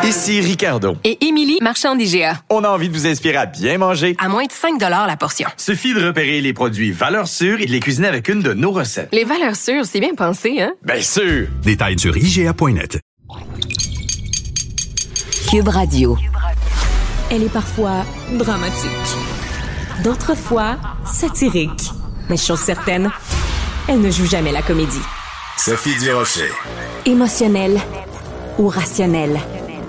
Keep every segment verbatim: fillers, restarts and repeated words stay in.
Ici Ricardo. Et Émilie, marchand d'I G A. On a envie de vous inspirer à bien manger. À moins de cinq dollars la portion. Suffit de repérer les produits valeurs sûres et de les cuisiner avec une de nos recettes. Les valeurs sûres, c'est bien pensé, hein? Bien sûr! Détails sur I G A point net. Cube Radio. Elle est parfois dramatique. D'autres fois, satirique. Mais chose certaine, elle ne joue jamais la comédie. Sophie Durocher. Émotionnelle ou rationnelle.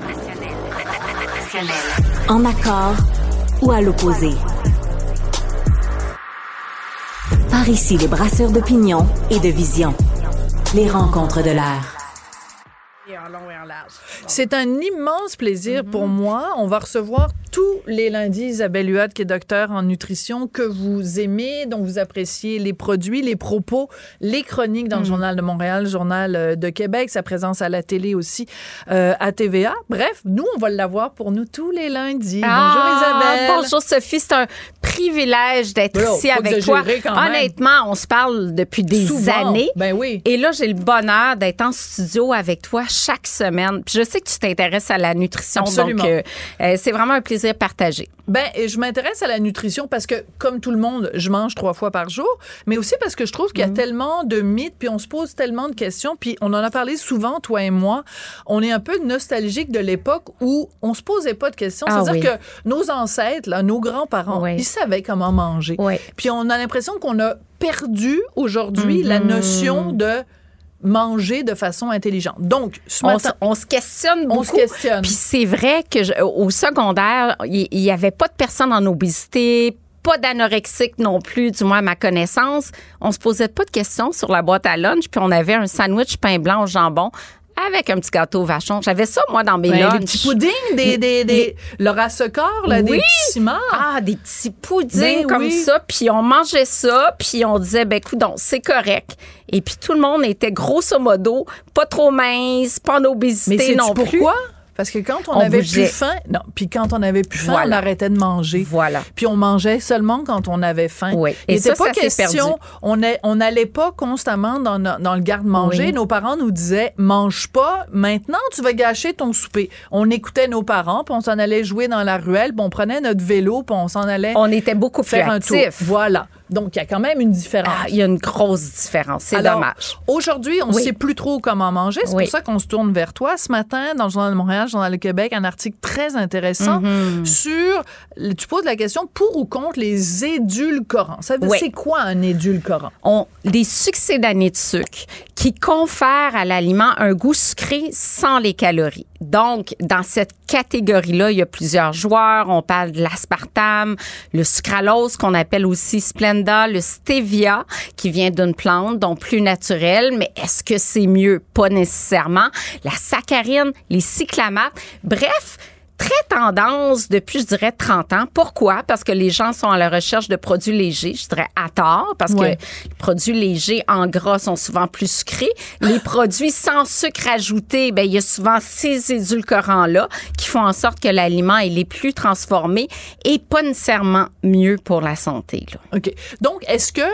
En accord ou à l'opposé. Par ici, les brasseurs d'opinion et de vision. Les rencontres de l'air. En long et en large. C'est un immense plaisir mm-hmm. pour moi. On va recevoir tous les lundis Isabelle Huot, qui est docteur en nutrition, que vous aimez, dont vous appréciez les produits, les propos, les chroniques dans mm-hmm. le Journal de Montréal, le Journal de Québec, sa présence à la télé aussi, euh, à T V A. Bref, nous, on va l'avoir pour nous tous les lundis. Ah, bonjour Isabelle. Bonjour Sophie, c'est un privilège d'être Voilà, ici avec toi. Honnêtement, on se parle depuis des Souvent. années. Ben oui. Et là, j'ai le bonheur d'être en studio avec toi chaque semaine. Puis je sais que tu t'intéresses à la nutrition, Absolument. donc euh, euh, c'est vraiment un plaisir partagé. Ben, et je m'intéresse à la nutrition parce que, comme tout le monde, je mange trois fois par jour, mais aussi parce que je trouve qu'il y a mmh. tellement de mythes, puis on se pose tellement de questions, puis on en a parlé souvent, toi et moi. On est un peu nostalgique de l'époque où on se posait pas de questions. Ah, C'est-à-dire oui. que nos ancêtres, là, nos grands-parents, oui. ils savaient comment manger. Oui. Puis on a l'impression qu'on a perdu aujourd'hui mmh. la notion de manger de façon intelligente. Donc, ce on, matin, se, on se questionne beaucoup. On se questionne. Puis c'est vrai que je, au secondaire, il n'y avait pas de personnes en obésité, pas d'anorexique non plus, du moins à ma connaissance. On se posait pas de questions sur la boîte à lunch, puis on avait un sandwich pain blanc au jambon avec un petit gâteau vachon. J'avais ça, moi, dans mes ben, lunchs. Des petits puddings, des, des, des, Laura Secor, là, oui. des petits cimards. Ah, des petits puddings ben, comme oui. ça. Puis on mangeait ça, puis on disait, ben écoute, donc, c'est correct. Et puis tout le monde était grosso modo pas trop mince, pas en obésité Mais non pourquoi? plus. Pourquoi? Parce que quand on, on avait bougeait. plus faim, non, puis quand on avait plus faim, voilà. on arrêtait de manger. Voilà. Puis on mangeait seulement quand on avait faim. Oui. Il Et ça, n'était pas ça s'est question, perdu. on est, on n'allait pas constamment dans, dans le garde-manger. Oui. Nos parents nous disaient, mange pas, maintenant tu vas gâcher ton souper. On écoutait nos parents, puis on s'en allait jouer dans la ruelle, puis on prenait notre vélo, puis on s'en allait On était beaucoup plus faire un tour. actifs. Voilà. Donc, il y a quand même une différence. Ah, il y a une grosse différence. C'est Alors, dommage. Aujourd'hui, on ne Oui. sait plus trop comment manger. C'est Oui. pour ça qu'on se tourne vers toi. Ce matin, dans le Journal de Montréal, le Journal de Québec, un article très intéressant Mm-hmm. sur... Tu poses la question pour ou contre les édulcorants. Ça veut Oui. C'est quoi un édulcorant? On, des succédanés de sucre qui confèrent à l'aliment un goût sucré sans les calories. Donc, dans cette catégorie-là, il y a plusieurs joueurs. On parle de l'aspartame, le sucralose qu'on appelle aussi Splenda, le stevia qui vient d'une plante, donc plus naturelle. Mais est-ce que c'est mieux? Pas nécessairement. La saccharine, les cyclamates. Bref, très tendance depuis, je dirais, trente ans. Pourquoi? Parce que les gens sont à la recherche de produits légers, je dirais à tort, parce Ouais. que les produits légers en gras sont souvent plus sucrés. Les produits sans sucre ajouté, ben il y a souvent ces édulcorants-là qui font en sorte que l'aliment il est plus transformé et pas nécessairement mieux pour la santé, là. OK. Donc, est-ce que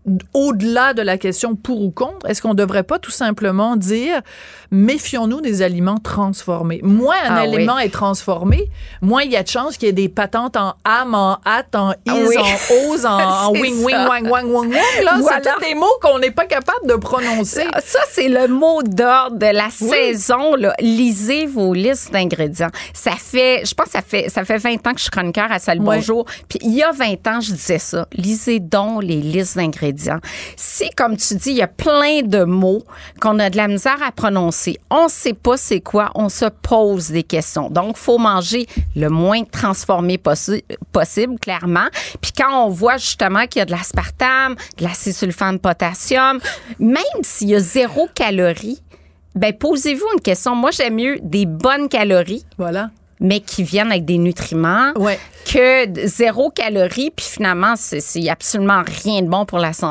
au-delà de la question pour ou contre, est-ce qu'on ne devrait pas tout simplement dire méfions-nous des aliments transformés? Moins un Ah, aliment oui. est transformé, moins il y a de chances qu'il y ait des patentes en âme, en hâte, en is, Ah, oui. en ose, en, en C'est wing, wing, ça. wang, wang, wang, wang. Là, Voilà. c'est tous des mots qu'on n'est pas capable de prononcer. Ça, c'est le mot d'ordre de la oui. saison, là. Lisez vos listes d'ingrédients. Ça fait, je pense que ça fait, ça fait vingt ans que je suis chroniqueur à Salut Ouais. Bonjour. Puis il y a vingt ans, je disais ça. Lisez donc les listes d'ingrédients. Si, comme tu dis, il y a plein de mots qu'on a de la misère à prononcer, on ne sait pas c'est quoi, on se pose des questions. Donc, il faut manger le moins transformé possi- possible, clairement. Puis quand on voit justement qu'il y a de l'aspartame, de l'acésulfame potassium, même s'il y a zéro calorie, ben posez-vous une question. Moi, j'aime mieux des bonnes calories. Voilà. Mais qui viennent avec des nutriments, ouais. que zéro calorie, puis finalement, c'est, c'est absolument rien de bon pour la santé.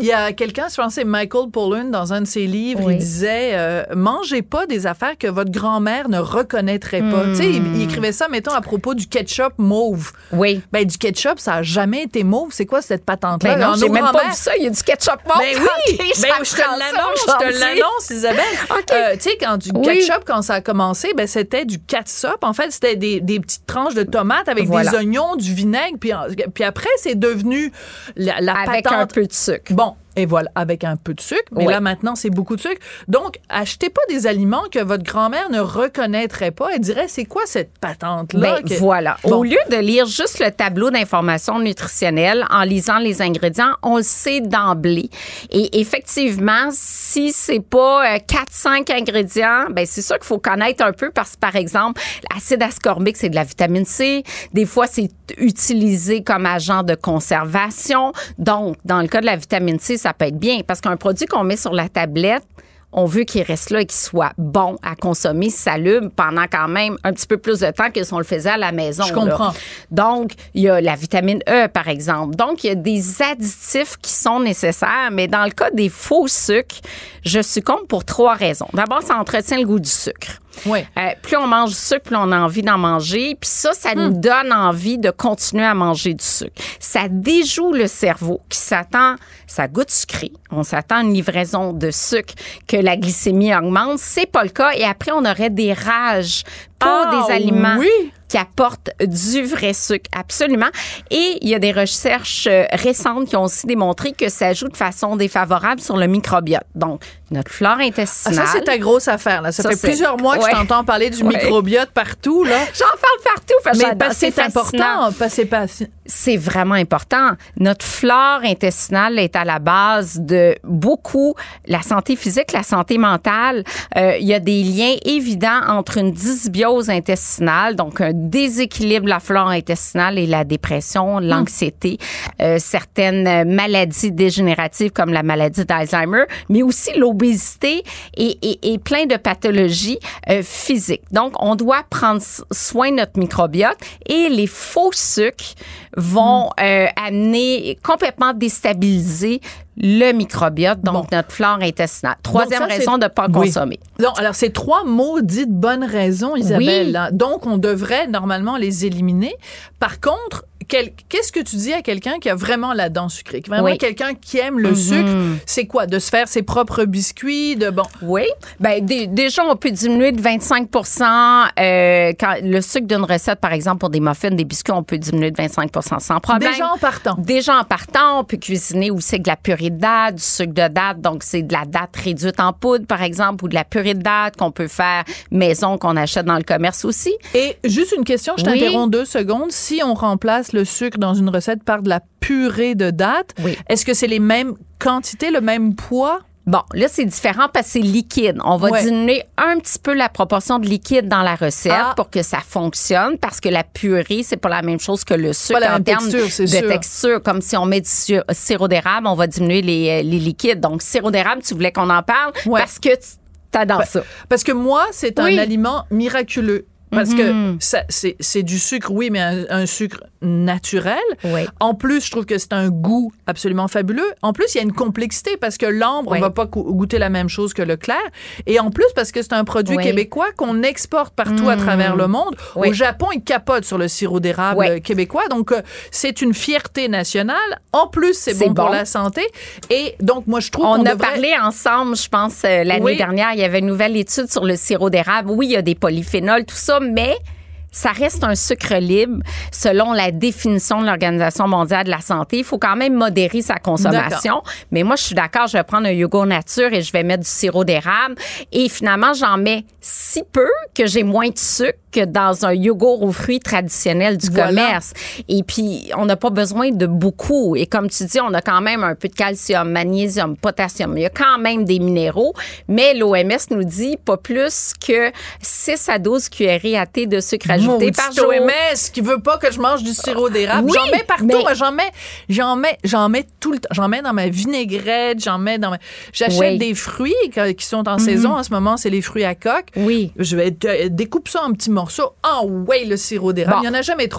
Il y a quelqu'un, je pense que c'est Michael Pollan, dans un de ses livres, Oui. il disait euh, « Mangez pas des affaires que votre grand-mère ne reconnaîtrait pas. Mm. Tu sais, il, il écrivait ça, mettons, à propos du ketchup mauve. Oui. Ben, du ketchup, ça a jamais été mauve. C'est quoi cette patente-là? Ben non, Alors, j'ai nos même pas grands-mères- vu ça. Il y a du ketchup mauve. Ben oui! Ok, Ben, je te j'apprends ça l'annonce, je te aujourd'hui. l'annonce, Isabelle. OK. Euh, tu sais, quand du Oui. ketchup, quand ça a commencé, ben, c'était du catsup. En fait, c'était des, des petites tranches de tomates avec Voilà. des oignons, du vinaigre. Puis, en- puis après, c'est devenu la, la Avec patente. un peu de sucre. Bon, et voilà, avec un peu de sucre. Mais Ouais. là, maintenant, c'est beaucoup de sucre. Donc, achetez pas des aliments que votre grand-mère ne reconnaîtrait pas. Elle dirait, c'est quoi cette patente-là? Ben, que- voilà. Bon. Au lieu de lire juste le tableau d'information nutritionnelle en lisant les ingrédients, on le sait d'emblée. Et effectivement, si c'est pas euh, quatre cinq ingrédients, ben c'est sûr qu'il faut connaître un peu parce que, par exemple, l'acide ascorbique, c'est de la vitamine C. Des fois, c'est utilisé comme agent de conservation. Donc, dans le cas de la vitamine C, ça peut être bien parce qu'un produit qu'on met sur la tablette, on veut qu'il reste là et qu'il soit bon à consommer, salubre pendant quand même un petit peu plus de temps que si on le faisait à la maison. Je comprends. Là. Donc, il y a la vitamine E, par exemple. Donc, il y a des additifs qui sont nécessaires, mais dans le cas des faux sucres, je succombe pour trois raisons. D'abord, ça entretient le goût du sucre. Oui. Euh, plus on mange du sucre, plus on a envie d'en manger. Puis ça, ça nous donne envie de continuer à manger du sucre. Ça déjoue le cerveau qui s'attend, ça goûte sucré. On s'attend à une livraison de sucre, que la glycémie augmente. C'est pas le cas. Et après, on aurait des rages pour Ah, des aliments oui. qui apportent du vrai sucre, absolument. Et il y a des recherches euh, récentes qui ont aussi démontré que ça joue de façon défavorable sur le microbiote. Donc, notre flore Ah, intestinale. ça, c'est ta grosse affaire. Là. Ça, Ça, fait c'est- plusieurs mois que Ouais. je t'entends parler du Ouais. microbiote partout. Là. J'en parle partout. Parce que Mais j'adore. parce que c'est fascinant. important. Parce que c'est pas... C'est vraiment important. Notre flore intestinale est à la base de beaucoup la santé physique, la santé mentale. Euh, il y a des liens évidents entre une dysbiose intestinale, donc un déséquilibre de la flore intestinale et la dépression, l'anxiété, euh, certaines maladies dégénératives comme la maladie d'Alzheimer, mais aussi l'obésité et, et, et plein de pathologies euh, physiques. Donc, on doit prendre soin de notre microbiote et les faux sucres vont euh, amener complètement déstabiliser le microbiote, donc Bon. notre flore intestinale. Troisième Donc ça, raison c'est- de ne pas Oui. consommer. Non, alors, c'est trois maudites bonnes raisons, Isabelle. Oui. là. Donc, on devrait normalement les éliminer. Par contre, quel- qu'est-ce que tu dis à quelqu'un qui a vraiment la dent sucrée? Vraiment Oui. quelqu'un qui aime le Mhm. sucre, c'est quoi? De se faire ses propres biscuits, de bon... Oui. Ben, dé- déjà, on peut diminuer de vingt-cinq pour cent euh, quand le sucre d'une recette, par exemple, pour des muffins, des biscuits, on peut diminuer de vingt-cinq pour cent sans problème. Déjà en partant. Déjà en partant, on peut cuisiner aussi avec de la purée de date, du sucre de date. Donc, c'est de la date réduite en poudre, par exemple, ou de la purée de date qu'on peut faire maison, qu'on achète dans le commerce aussi. Et juste une question, je Oui. t'interromps deux secondes. Si on remplace le sucre dans une recette par de la purée de date, Oui. est-ce que c'est les mêmes quantités, le même poids? Bon, là, c'est différent parce que c'est liquide. On va Ouais. diminuer un petit peu la proportion de liquide dans la recette Ah. pour que ça fonctionne parce que la purée, c'est pas la même chose que le sucre Pas la en même termes texture, c'est de sûr. texture. Comme si on met du sur- sirop d'érable, on va diminuer les, euh, les liquides. Donc, sirop d'érable, tu voulais qu'on en parle Ouais. parce que tu t'adores ça. Parce que moi, c'est un Oui. aliment miraculeux. Parce Mhm. que ça, c'est, c'est du sucre, oui, mais un, un sucre naturel. Oui. En plus, je trouve que c'est un goût absolument fabuleux. En plus, il y a une complexité parce que l'ambre, Oui. on va pas go- goûter la même chose que le clair. Et en plus, parce que c'est un produit Oui. québécois qu'on exporte partout à Mm. travers le monde. Oui. Au Japon, ils capotent sur le sirop d'érable Oui. euh, québécois. Donc, euh, c'est une fierté nationale. En plus, c'est, C'est bon, pour bon. la santé. Et donc, moi, je trouve On qu'on a devrait... parlé ensemble, je pense, euh, l'année Oui. dernière. Il y avait une nouvelle étude sur le sirop d'érable. Oui, il y a des polyphénols, tout ça, mais ça reste un sucre libre selon la définition de l'Organisation mondiale de la santé. Il faut quand même modérer sa consommation. Mais moi, je suis d'accord, je vais prendre un yogourt nature et je vais mettre du sirop d'érable. Et finalement, j'en mets si peu que j'ai moins de sucre que dans un yogourt aux fruits traditionnel du Voilà. commerce. Et puis, on n'a pas besoin de beaucoup. Et comme tu dis, on a quand même un peu de calcium, magnésium, potassium. Il y a quand même des minéraux. Mais l'O M S nous dit pas plus que six à douze cuillerées à thé de sucre ajouté Maudit par jour. O M S qui veut pas que je mange du sirop d'érable. Oui, j'en mets partout. mais- Moi, j'en mets, j'en mets, j'en mets tout le temps. J'en mets dans ma vinaigrette, j'en mets dans ma... J'achète Oui. des fruits qui qui sont en saison. En ce moment, c'est les fruits à coque. Oui. Je vais euh, découpe ça en petits morceaux. Ah ouais, le sirop d'érable. Bon. Il y en a jamais trop.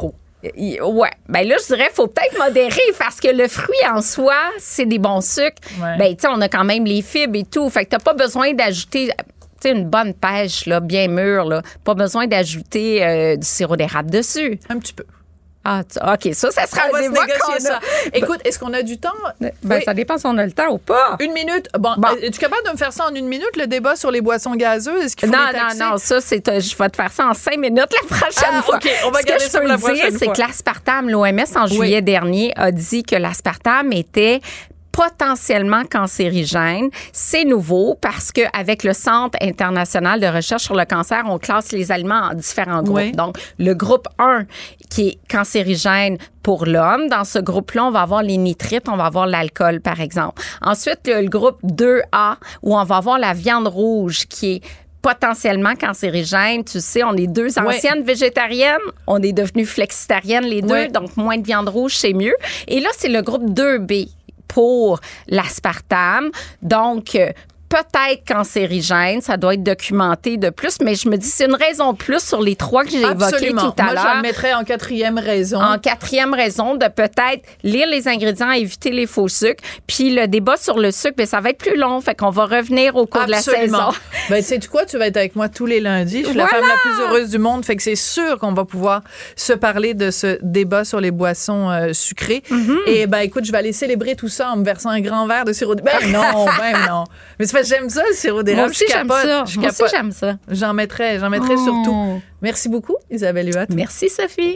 Ouais. Ben là, je dirais, il faut peut-être modérer parce que le fruit en soi, c'est des bons sucres. Ouais. Ben, tu sais, on a quand même les fibres et tout. Fait que t'as pas besoin d'ajouter, tu sais, une bonne pêche, là, bien mûre, là. Pas besoin d'ajouter euh, du sirop d'érable dessus. Un petit peu. Ah, tu- OK. Ça, ça sera On va un se débat négocier qu'on a. ça. Écoute, est-ce qu'on a du temps? Ben, Oui. ça dépend si on a le temps ou pas. Une minute. Bon, Bon. es-tu capable de me faire ça en une minute, le débat sur les boissons gazeuses? Est-ce qu'il faut Non, les taxer? non, non, ça, c'est, euh, je vais te faire ça en cinq minutes la prochaine Ah, fois. OK, on va Ce garder que je ça peux pour la dire, prochaine c'est fois. que l'aspartame, l'O M S, en juillet Oui. dernier, a dit que l'aspartame était potentiellement cancérigène. C'est nouveau parce que avec le Centre international de recherche sur le cancer, on classe les aliments en différents groupes. Oui. Donc, le groupe un qui est cancérigène pour l'homme. Dans ce groupe-là, on va avoir les nitrites, on va avoir l'alcool, par exemple. Ensuite, il y a le groupe deux A où on va avoir la viande rouge qui est potentiellement cancérigène. Tu sais, on est deux anciennes végétariennes. On est devenues flexitariennes les deux. Ouais. Donc, moins de viande rouge, c'est mieux. Et là, c'est le groupe deux B pour l'aspartame. Donc, euh, peut-être cancérigène, ça doit être documenté de plus, mais je me dis, c'est une raison de plus sur les trois que j'ai évoquées Absolument. tout à Moi, je l'heure. le mettrais en quatrième raison. En quatrième raison, de peut-être lire les ingrédients, éviter les faux sucres. Puis le débat sur le sucre, ben, ça va être plus long, fait qu'on va revenir au cours Absolument. de la saison. Ben, sais-tu quoi? Tu vas être avec moi tous les lundis. Je suis la Voilà. femme la plus heureuse du monde. Fait que c'est sûr qu'on va pouvoir se parler de ce débat sur les boissons euh, sucrées. Mm-hmm. Et ben, écoute, je vais aller célébrer tout ça en me versant un grand verre de sirop d'érable. Ben non, ben non. Mais c'est parce que j'aime ça, le sirop d'érable. Moi aussi, Je j'aime capote, ça. je Moi aussi, capote. j'aime ça. J'en mettrais, j'en mettrais Oh. surtout. Merci beaucoup, Isabelle Huot. Merci, Sophie.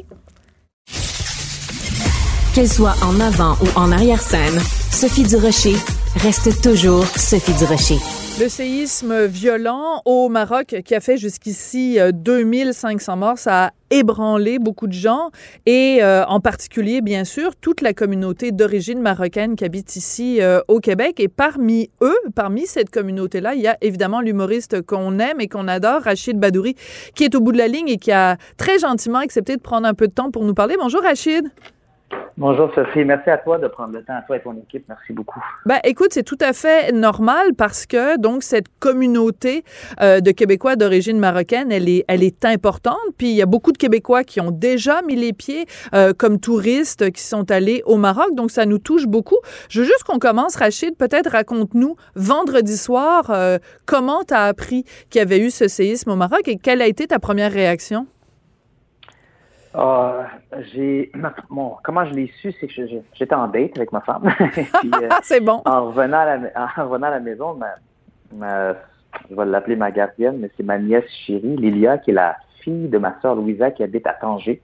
Qu'elle soit en avant ou en arrière-scène, Sophie Durocher reste toujours Sophie Durocher. Le séisme violent au Maroc qui a fait jusqu'ici euh, deux mille cinq cents morts, ça a ébranlé beaucoup de gens et euh, en particulier, bien sûr, toute la communauté d'origine marocaine qui habite ici euh, au Québec. Et parmi eux, parmi cette communauté-là, il y a évidemment l'humoriste qu'on aime et qu'on adore, Rachid Badouri, qui est au bout de la ligne et qui a très gentiment accepté de prendre un peu de temps pour nous parler. Bonjour Rachid. Bonjour Sophie, merci à toi de prendre le temps, à toi et ton équipe, merci beaucoup. Ben, écoute, c'est tout à fait normal parce que donc cette communauté euh, de Québécois d'origine marocaine, elle est, elle est importante. Puis il y a beaucoup de Québécois qui ont déjà mis les pieds euh, comme touristes qui sont allés au Maroc, donc ça nous touche beaucoup. Je veux juste qu'on commence, Rachid, peut-être raconte-nous vendredi soir euh, comment tu as appris qu'il y avait eu ce séisme au Maroc et quelle a été ta première réaction? Euh, j'ai, bon, comment je l'ai su, c'est que je- je- j'étais en date avec ma femme. Puis, euh, C'est bon. en, revenant à la, en revenant à la maison, ma, ma, je vais l'appeler ma gardienne, mais c'est ma nièce chérie, Lilia, qui est la fille de ma sœur Louisa, qui habite à Tanger,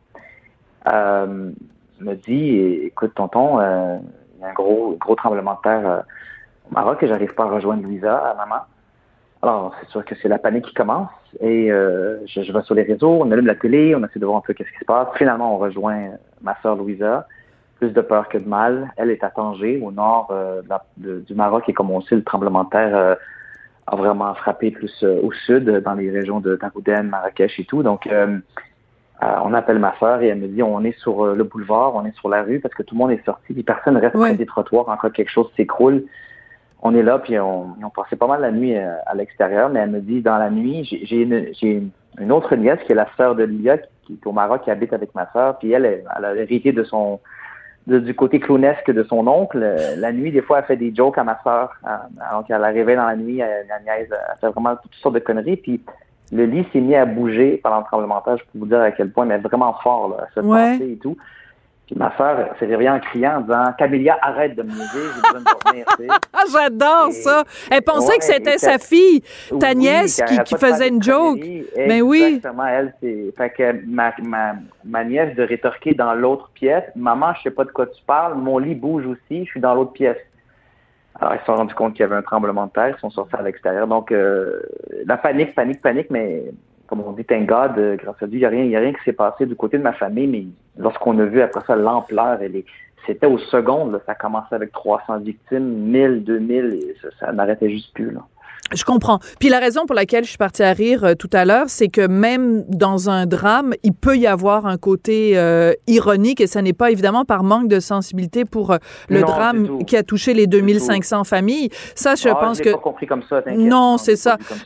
euh, me dit, écoute tonton, euh, il y a un gros, gros tremblement de terre euh, au Maroc et j'arrive pas à rejoindre Louisa, à maman. Alors, c'est sûr que c'est la panique qui commence et euh, je, je vais sur les réseaux, on allume la télé, on essaie de voir un peu qu'est-ce qui se passe. Finalement, on rejoint ma sœur Louisa. Plus de peur que de mal. Elle est à Tanger, au nord euh, de la- de- du Maroc et comme on sait, le tremblement de terre euh, a vraiment frappé plus euh, au sud, dans les régions de Taroudène, Marrakech et tout. Donc, euh, euh, on appelle ma sœur et elle me dit, on est sur euh, le boulevard, on est sur la rue parce que tout le monde est sorti, puis personne ne reste Ouais. près des trottoirs en cas que quelque chose s'écroule. On est là, puis on, on passait pas mal la nuit euh, à l'extérieur, mais elle me dit, dans la nuit, j'ai j'ai une, j'ai une, une autre nièce qui est la sœur de Lilia, qui, qui est au Maroc, qui habite avec ma sœur, puis elle, elle, elle a hérité de son, de- du côté clownesque de son oncle. Euh, La nuit, des fois, elle fait des jokes à ma sœur. Euh, Alors qu'elle arrivait dans la nuit, elle, elle niaise, elle fait vraiment toutes sortes de conneries, puis le lit s'est mis à bouger pendant le tremblement de terre, je peux vous dire à quel point, mais vraiment fort, là, à se Ouais. passer et tout. Puis ma sœur s'est réveillée en criant, en disant « Camélia, arrête de me niaiser, j'ai besoin de dormir, tu sais. » Ah, j'adore Et- ça. Elle pensait Ouais, que c'était et sa que- fille, ta Oui, nièce, qu'elle qui, arrête qui pas de faire faisait des une joke. conneries. Ben oui. Exactement, elle, c'est... Fait que ma, ma, ma nièce de rétorquer dans l'autre pièce, « Maman, je sais pas de quoi tu parles, mon lit bouge aussi, je suis dans l'autre pièce. » Alors, ils se sont rendus compte qu'il y avait un tremblement de terre, ils sont sortis à l'extérieur. Donc, euh, la panique, panique, panique, mais comme on dit, thank God, euh, grâce à Dieu, il n'y a rien, il y a rien qui s'est passé du côté de ma famille, mais lorsqu'on a vu après ça l'ampleur, elle est, c'était aux secondes, là, ça commençait avec trois cents victimes, mille, deux mille, et ça, ça n'arrêtait juste plus, là. Je comprends. Puis la raison pour laquelle je suis partie à rire euh, tout à l'heure, c'est que même dans un drame, il peut y avoir un côté euh, ironique et ça n'est pas évidemment par manque de sensibilité pour euh, le Non, drame du tout. qui a touché les deux mille cinq cents familles. Ça, je Ah, pense je l'ai que... pas compris comme ça, t'inquiète. Non, je c'est l'ai pas ça. vu comme ça.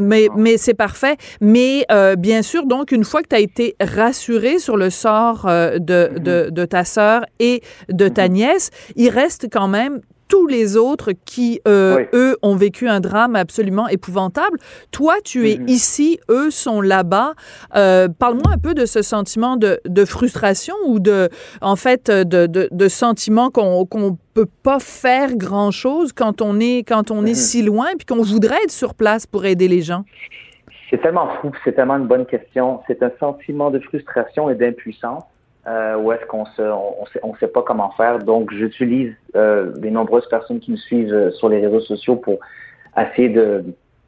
Mais, mais c'est parfait. Mais euh, bien sûr, donc, une fois que tu as été rassuré sur le sort euh, de, mm-hmm. de, de ta sœur et de ta mm-hmm. nièce, il reste quand même tous les autres qui, euh, oui. eux, ont vécu un drame absolument épouvantable. Toi, tu es mm-hmm. ici, eux sont là-bas. Euh, parle-moi un peu de ce sentiment de, de frustration ou de, en fait, de, de, de sentiment qu'on, qu'on peut pas faire grand-chose quand on est, quand on mm-hmm. est si loin puis qu'on voudrait être sur place pour aider les gens. C'est tellement fou, c'est tellement une bonne question. C'est un sentiment de frustration et d'impuissance. Euh, où est-ce qu'on se, on, on sait, on sait pas comment faire. Donc, j'utilise euh, les nombreuses personnes qui me suivent euh, sur les réseaux sociaux pour essayer de,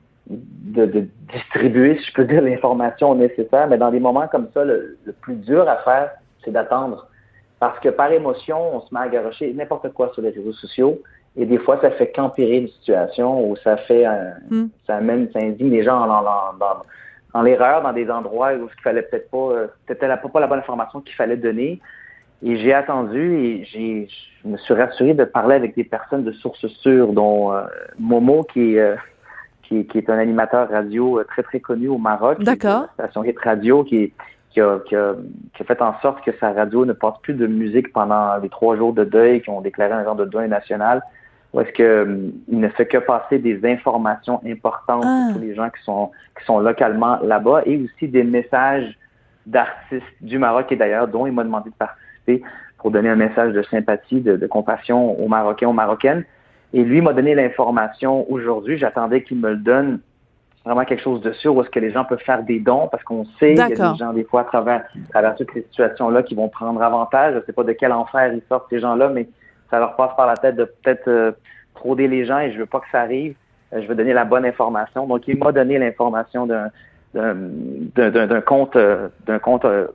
de, de distribuer, si je peux dire, l'information nécessaire. Mais dans des moments comme ça, le, le plus dur à faire, c'est d'attendre. Parce que par émotion, on se met à garocher n'importe quoi sur les réseaux sociaux. Et des fois, ça fait qu'empirer une situation ou ça fait, un, mm. ça amène, ça indigne les gens dans, dans, dans dans l'erreur, dans des endroits où il fallait peut-être pas, euh, c'était la, pas la bonne information qu'il fallait donner. Et j'ai attendu et j'ai, je me suis rassuré de parler avec des personnes de sources sûres, dont euh, Momo, qui est, euh, qui, qui est un animateur radio euh, très, très connu au Maroc. D'accord. Une station Hit Radio qui, qui, a, qui, a, qui a fait en sorte que sa radio ne passe plus de musique pendant les trois jours de deuil, qui ont déclaré un genre de deuil national. Où est-ce que euh, il ne fait que passer des informations importantes ah. pour tous les gens qui sont qui sont localement là-bas et aussi des messages d'artistes du Maroc et d'ailleurs dont il m'a demandé de participer pour donner un message de sympathie, de, de compassion aux Marocains, aux Marocaines. Et lui m'a donné l'information aujourd'hui. J'attendais qu'il me le donne vraiment quelque chose de sûr où est-ce que les gens peuvent faire des dons parce qu'on sait qu'il y a des gens des fois à travers à travers toutes ces situations-là qui vont prendre avantage. Je ne sais pas de quel enfer ils sortent ces gens-là, mais ça leur passe par la tête de peut-être euh, frauder les gens et je veux pas que ça arrive. Euh, je veux donner la bonne information. Donc, il m'a donné l'information d'un, d'un, d'un, d'un compte, euh, d'un compte, euh,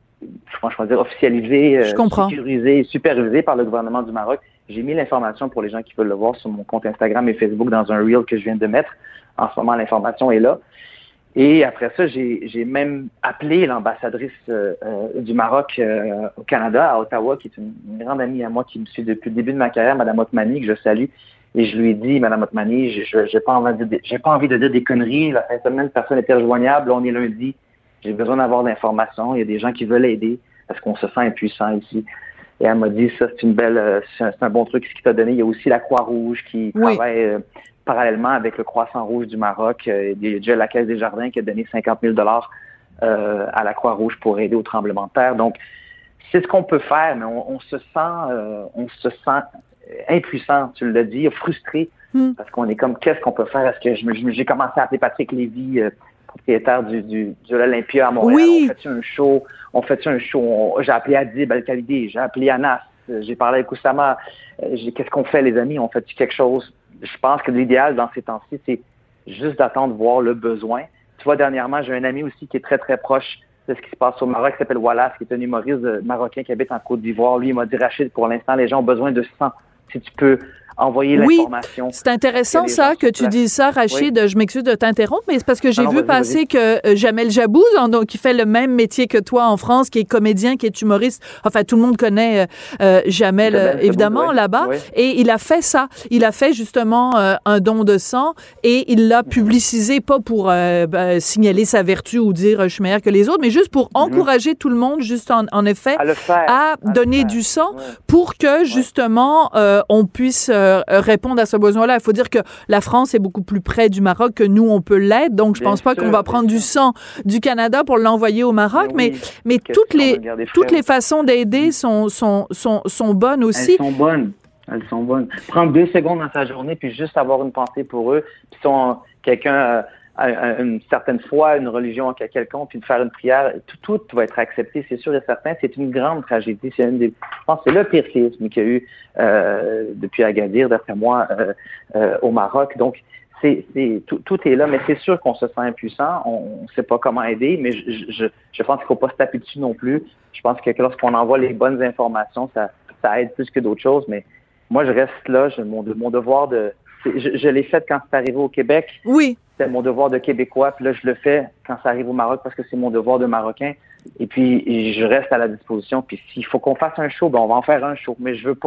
je vais dire, officialisé, euh, sécurisé, supervisé par le gouvernement du Maroc. J'ai mis l'information pour les gens qui veulent le voir sur mon compte Instagram et Facebook dans un reel que je viens de mettre. En ce moment, l'information est là. Et après ça, j'ai, j'ai même appelé l'ambassadrice euh, euh, du Maroc euh, au Canada, à Ottawa, qui est une, une grande amie à moi qui me suit depuis le début de ma carrière, Mme Otmani, que je salue. Et je lui ai dit, Mme Otmani, je, je, j'ai pas envie de, j'ai pas envie de dire des conneries. La fin de semaine, personne n'était rejoignable. Là, on est lundi. J'ai besoin d'avoir de l'information. Il y a des gens qui veulent aider parce qu'on se sent impuissant ici. Et elle m'a dit, ça, c'est une belle, euh, c'est, un, c'est un bon truc ce qu'il t'a donné. Il y a aussi la Croix-Rouge qui oui. travaille euh, parallèlement avec le Croissant-Rouge du Maroc. Euh, il y a déjà la Caisse des Jardins qui a donné cinquante mille dollars euh, à la Croix-Rouge pour aider au tremblement de terre. Donc, c'est ce qu'on peut faire, mais on, on se sent, euh, on se sent impuissant, tu l'as dit, frustré, mm. parce qu'on est comme, qu'est-ce qu'on peut faire? Est-ce que je, je, j'ai commencé à appeler Patrick Lévy, euh, propriétaire du, du, de l'Olympia à Montréal. Oui. On fait un show? On fait un show? On, j'ai appelé Adib Al-Khalidi, j'ai appelé Anas, j'ai parlé avec Oussama. Euh, j'ai, qu'est-ce qu'on fait, les amis? On fait-tu quelque chose? Je pense que l'idéal dans ces temps-ci, c'est juste d'attendre de voir le besoin. Tu vois, dernièrement, j'ai un ami aussi qui est très, très proche de ce qui se passe au Maroc, qui s'appelle Wallace, qui est un humoriste marocain qui habite en Côte d'Ivoire. Lui, il m'a dit, Rachid, pour l'instant, les gens ont besoin de sang. Si tu peux envoyer oui, l'information. Oui, c'est intéressant ça que tu dises ça, Rachid. Oui. Je m'excuse de t'interrompre, mais c'est parce que j'ai non, vu vas-y, passer vas-y. que euh, Jamel Jabbouz, en, donc, qui fait le même métier que toi en France, qui est comédien, qui est humoriste. Enfin, tout le monde connaît euh, Jamel, Jamel euh, évidemment, Jabbouz, là-bas. Oui. Et il a fait ça. Il a fait justement euh, un don de sang et il l'a mm-hmm. publicisé, pas pour euh, bah, signaler sa vertu ou dire je suis meilleur que les autres, mais juste pour mm-hmm. encourager tout le monde, juste en, en effet, à, le faire, à, à donner du sang ouais. pour que justement euh, on puisse euh, répondre à ce besoin-là. Il faut dire que la France est beaucoup plus près du Maroc que nous, on peut l'être. Donc, je bien pense pas sûr, qu'on va prendre sûr. du sang du Canada pour l'envoyer au Maroc, mais, oui. mais, mais toutes les, toutes les façons d'aider sont, sont, sont, sont bonnes aussi. Elles sont bonnes. Elles sont bonnes. Prendre deux secondes dans sa journée, puis juste avoir une pensée pour eux. Puis si on, quelqu'un a une certaine foi, une religion à quelqu'un, puis de faire une prière, tout, tout va être accepté, c'est sûr et certain. C'est une grande tragédie. C'est une des, je pense que c'est le pire séisme qu'il y a eu euh, depuis Agadir, d'après moi, euh, euh, au Maroc. Donc, c'est, c'est tout, tout est là, mais c'est sûr qu'on se sent impuissant. On ne sait pas comment aider, mais je, je, je pense qu'il ne faut pas se taper dessus non plus. Je pense que lorsqu'on envoie les bonnes informations, ça, ça aide plus que d'autres choses. Mais moi, je reste là. Je, mon, mon devoir de... Je, je l'ai fait quand c'est arrivé au Québec. Oui. C'est mon devoir de Québécois, puis là, je le fais quand ça arrive au Maroc parce que c'est mon devoir de Marocain. Et puis, je reste à la disposition. Puis s'il faut qu'on fasse un show, ben on va en faire un show. Mais je veux pas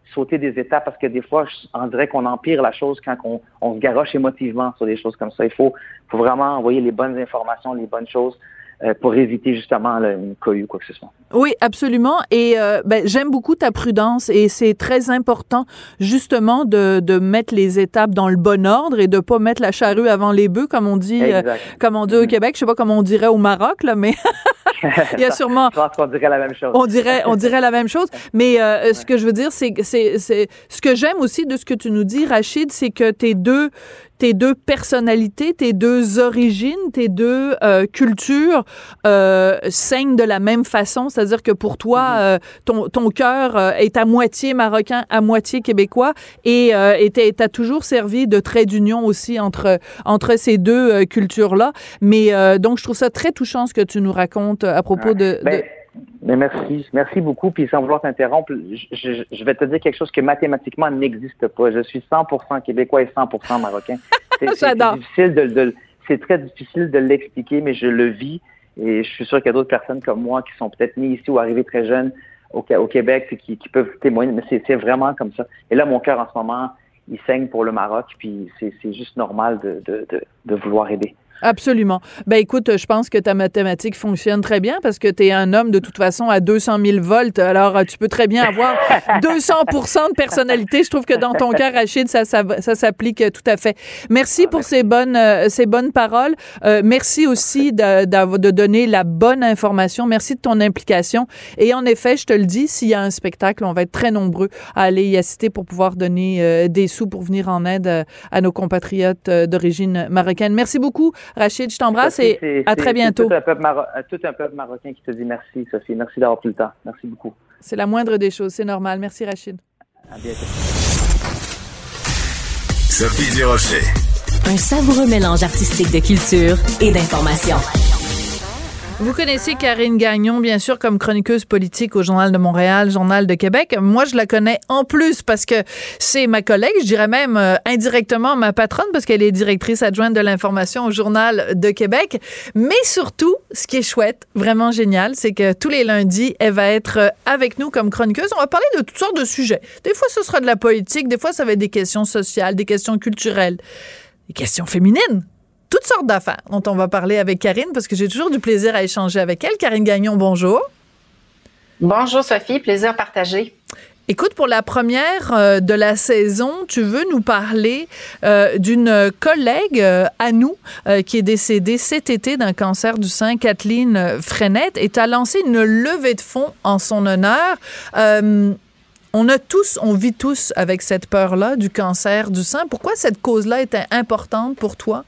sauter des étapes parce que des fois, on dirait qu'on empire la chose quand on, on se garoche émotivement sur des choses comme ça. Il faut, faut vraiment envoyer les bonnes informations, les bonnes choses euh, pour éviter justement là, une cohue ou quoi que ce soit. Oui, absolument. Et euh, ben, j'aime beaucoup ta prudence et c'est très important justement de, de mettre les étapes dans le bon ordre et de pas mettre la charrue avant les bœufs, comme on dit, euh, comme on dit au mm-hmm. Québec. Je sais pas comment on dirait au Maroc, là, mais il y a sûrement. Je pense qu'on dirait la même chose. On dirait, on dirait la même chose. Mais euh, ouais. ce que je veux dire, c'est, c'est, c'est ce que j'aime aussi de ce que tu nous dis, Rachid, c'est que tes deux tes deux personnalités, tes deux origines, tes deux euh, cultures euh, saignent de la même façon. C'est-à-dire que pour toi, mm-hmm. euh, ton, ton cœur euh, est à moitié marocain, à moitié québécois et euh, t'as toujours servi de trait d'union aussi entre, entre ces deux euh, cultures-là. Mais euh, donc, je trouve ça très touchant ce que tu nous racontes à propos ouais. de... Ben, de... Mais merci, merci beaucoup. Puis sans vouloir t'interrompre, je, je, je vais te dire quelque chose que mathématiquement n'existe pas. Je suis cent pour cent québécois et cent pour cent marocain. C'est, c'est, c'est difficile de, de, c'est très difficile de l'expliquer, mais je le vis et je suis sûr qu'il y a d'autres personnes comme moi qui sont peut-être nées ici ou arrivées très jeunes au, au Québec qui, qui peuvent témoigner. Mais c'est, c'est vraiment comme ça. Et là, mon cœur en ce moment, il saigne pour le Maroc. Puis c'est, c'est juste normal de, de, de, de vouloir aider. Absolument. Ben écoute, je pense que ta mathématique fonctionne très bien parce que tu es un homme de toute façon à deux cent mille volts. Alors, tu peux très bien avoir deux cents pour cent de personnalité. Je trouve que dans ton cas, Rachid, ça, ça, ça s'applique tout à fait. Merci ah, pour merci. ces bonnes, euh, ces bonnes paroles. Euh, merci aussi de, de, de donner la bonne information. Merci de ton implication. Et en effet, je te le dis, s'il y a un spectacle, on va être très nombreux à aller y assister pour pouvoir donner euh, des sous pour venir en aide euh, à nos compatriotes euh, d'origine marocaine. Merci beaucoup. Rachid, je t'embrasse Sophie, et c'est, à très bientôt. C'est tout un, peuple Maro- tout un peuple marocain qui te dit merci, Sophie. Merci d'avoir pris le temps. Merci beaucoup. C'est la moindre des choses, c'est normal. Merci, Rachid. À bientôt. Sophie Durocher. Un savoureux mélange artistique de culture et d'information. Vous connaissez Karine Gagnon, bien sûr, comme chroniqueuse politique au Journal de Montréal, Journal de Québec. Moi, je la connais en plus parce que c'est ma collègue, je dirais même euh, indirectement ma patronne parce qu'elle est directrice adjointe de l'information au Journal de Québec. Mais surtout, ce qui est chouette, vraiment génial, c'est que tous les lundis, elle va être avec nous comme chroniqueuse. On va parler de toutes sortes de sujets. Des fois, ce sera de la politique, des fois, ça va être des questions sociales, des questions culturelles, des questions féminines. Toutes sortes d'affaires dont on va parler avec Karine parce que j'ai toujours du plaisir à échanger avec elle. Karine Gagnon, bonjour. Bonjour Sophie, plaisir partagé. Écoute, pour la première euh, de la saison, tu veux nous parler euh, d'une collègue euh, à nous euh, qui est décédée cet été d'un cancer du sein, Kathleen Frenette, et tu as lancé une levée de fonds en son honneur. Euh, on a tous, on vit tous avec cette peur-là du cancer du sein. Pourquoi cette cause-là était importante pour toi?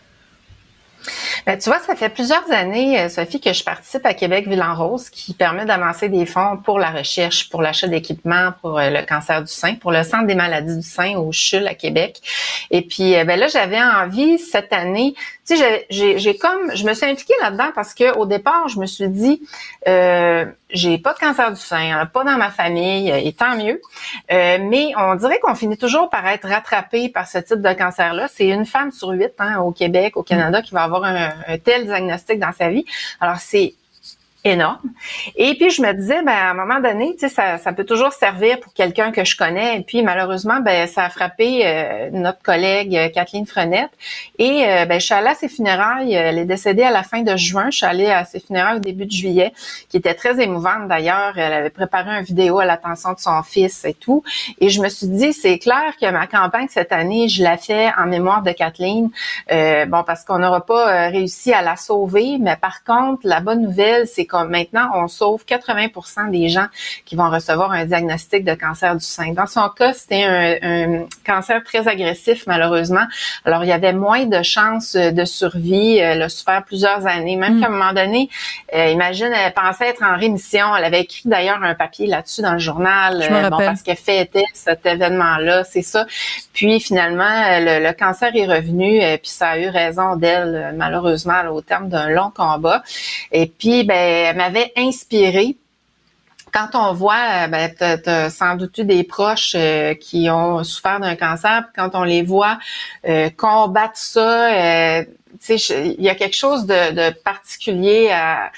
Ben, tu vois, ça fait plusieurs années, Sophie, que je participe à Québec Ville en Rose, qui permet d'avancer des fonds pour la recherche, pour l'achat d'équipements pour le cancer du sein, pour le Centre des maladies du sein au C H U L à Québec. Et puis, ben là, j'avais envie cette année, tu sais, j'ai, j'ai comme, je me suis impliquée là-dedans parce que au départ, je me suis dit, euh, j'ai pas de cancer du sein, pas dans ma famille, et tant mieux. Euh, mais on dirait qu'on finit toujours par être rattrapé par ce type de cancer-là. C'est une femme sur huit hein, au Québec, au Canada, qui va avoir un, un tel diagnostic dans sa vie. Alors, c'est énorme. Et puis, je me disais, ben, à un moment donné, tu sais, ça, ça peut toujours servir pour quelqu'un que je connais. Et puis, malheureusement, ben, ça a frappé euh, notre collègue euh, Kathleen Frenette. Et, euh, ben, je suis allée à ses funérailles. Elle est décédée à la fin de juin. Je suis allée à ses funérailles au début de juillet, qui était très émouvante d'ailleurs. Elle avait préparé une vidéo à l'attention de son fils et tout. Et je me suis dit, c'est clair que ma campagne cette année, je la fais en mémoire de Kathleen. Euh, bon, parce qu'on n'aura pas euh, réussi à la sauver. Mais par contre, la bonne nouvelle, c'est comme maintenant, on sauve quatre-vingts pour cent des gens qui vont recevoir un diagnostic de cancer du sein. Dans son cas, c'était un, un cancer très agressif, malheureusement. Alors, il y avait moins de chances de survie. Elle a souffert plusieurs années. Même mmh. qu'à un moment donné, euh, imagine, elle pensait être en rémission. Elle avait écrit d'ailleurs un papier là-dessus dans le journal. Je me euh, bon, parce qu'elle fêtait cet événement-là, c'est ça. Puis, finalement, le, le cancer est revenu. Et puis, ça a eu raison d'elle, malheureusement, là, au terme d'un long combat. Et puis, ben elle m'avait inspirée. Quand on voit, ben, t'as, t'as sans doute eu des proches euh, qui ont souffert d'un cancer, puis quand on les voit euh, combattre ça, euh, tu sais, il y a quelque chose de, de particulier à,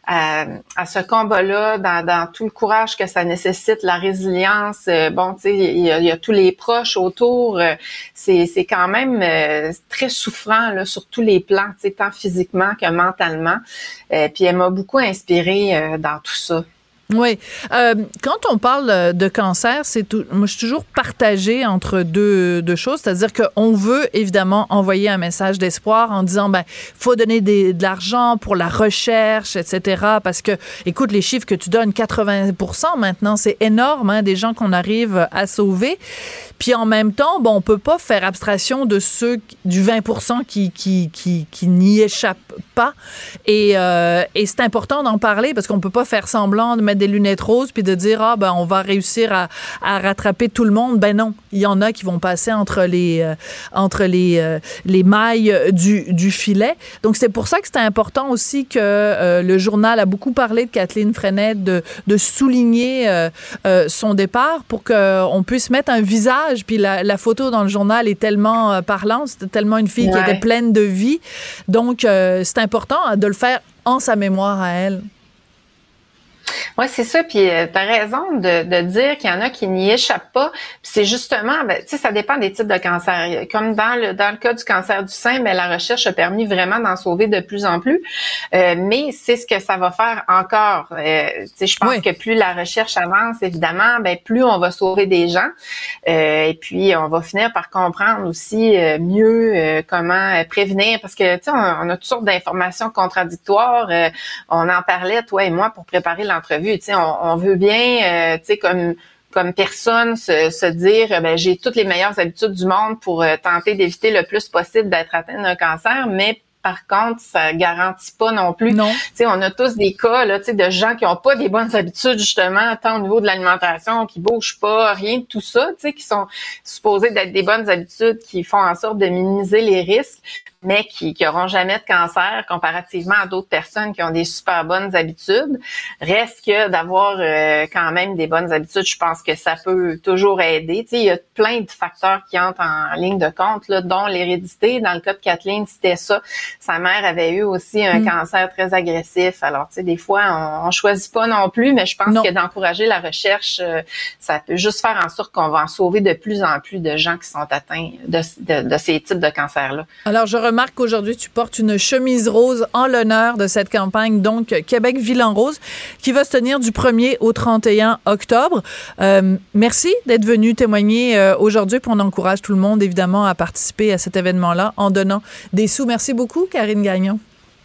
à, à ce combat-là, dans, dans tout le courage que ça nécessite, la résilience. Euh, bon, tu sais, il y a, il y a tous les proches autour. Euh, c'est, c'est quand même euh, très souffrant là, sur tous les plans, tu sais, tant physiquement que mentalement. Euh, puis elle m'a beaucoup inspirée euh, dans tout ça. Oui. Euh, quand on parle de cancer, c'est tout, moi, je suis toujours partagée entre deux, deux choses. C'est-à-dire qu'on veut, évidemment, envoyer un message d'espoir en disant, ben, faut donner des, de l'argent pour la recherche, et cetera. Parce que, écoute, les chiffres que tu donnes, quatre-vingts pour cent maintenant, c'est énorme, hein, des gens qu'on arrive à sauver. Puis en même temps, bon, on peut pas faire abstraction de ceux du vingt pour cent qui, qui, qui, qui n'y échappent pas. Et, euh, et c'est important d'en parler parce qu'on peut pas faire semblant de mettre des lunettes roses puis de dire ah ben on va réussir à, à rattraper tout le monde. Ben non, il y en a qui vont passer entre les euh, entre les euh, les mailles du du filet. Donc c'est pour ça que c'est important aussi que euh, le journal a beaucoup parlé de Kathleen Frenette, de de souligner euh, euh, son départ pour que on puisse mettre un visage. Puis la, la photo dans le journal est tellement euh, parlante, c'était tellement une fille ouais. qui était pleine de vie. Donc euh, c'est important de le faire en sa mémoire à elle. Oui, c'est ça. Puis euh, tu as raison de, de dire qu'il y en a qui n'y échappent pas. Puis c'est justement, ben, tu sais, ça dépend des types de cancer. Comme dans le dans le cas du cancer du sein, ben la recherche a permis vraiment d'en sauver de plus en plus. Euh, mais c'est ce que ça va faire encore. Euh, tu sais, je pense oui. que plus la recherche avance, évidemment, ben plus on va sauver des gens. Euh, et puis on va finir par comprendre aussi euh, mieux euh, comment euh, prévenir, parce que tu sais, on, on a toutes sortes d'informations contradictoires. Euh, on en parlait toi et moi pour préparer l'entrevue. Tu sais, on, on veut bien, euh, tu sais, comme comme personne, se, se dire, ben j'ai toutes les meilleures habitudes du monde pour euh, tenter d'éviter le plus possible d'être atteint d'un cancer, mais par contre, ça garantit pas non plus. Non. Tu sais, on a tous des cas là, tu sais, de gens qui ont pas des bonnes habitudes justement, tant au niveau de l'alimentation, qui bougent pas, rien de tout ça, tu sais, qui sont supposés d'être des bonnes habitudes, qui font en sorte de minimiser les risques, mais qui n'auront jamais de cancer comparativement à d'autres personnes qui ont des super bonnes habitudes. Reste que d'avoir euh, quand même des bonnes habitudes, je pense que ça peut toujours aider. Tu sais, il y a plein de facteurs qui entrent en ligne de compte, là, dont l'hérédité. Dans le cas de Kathleen, c'était ça. Sa mère avait eu aussi un mmh. cancer très agressif. Alors, tu sais, des fois, on, on choisit pas non plus, mais je pense non. que d'encourager la recherche, euh, ça peut juste faire en sorte qu'on va en sauver de plus en plus de gens qui sont atteints de, de, de ces types de cancers-là. Alors, je remarque qu'aujourd'hui, tu portes une chemise rose en l'honneur de cette campagne, donc Québec Ville en Rose, qui va se tenir du premier au trente et un octobre. Euh, merci d'être venu témoigner euh, aujourd'hui, puis on encourage tout le monde, évidemment, à participer à cet événement-là en donnant des sous. Merci beaucoup, Karine Gagnon.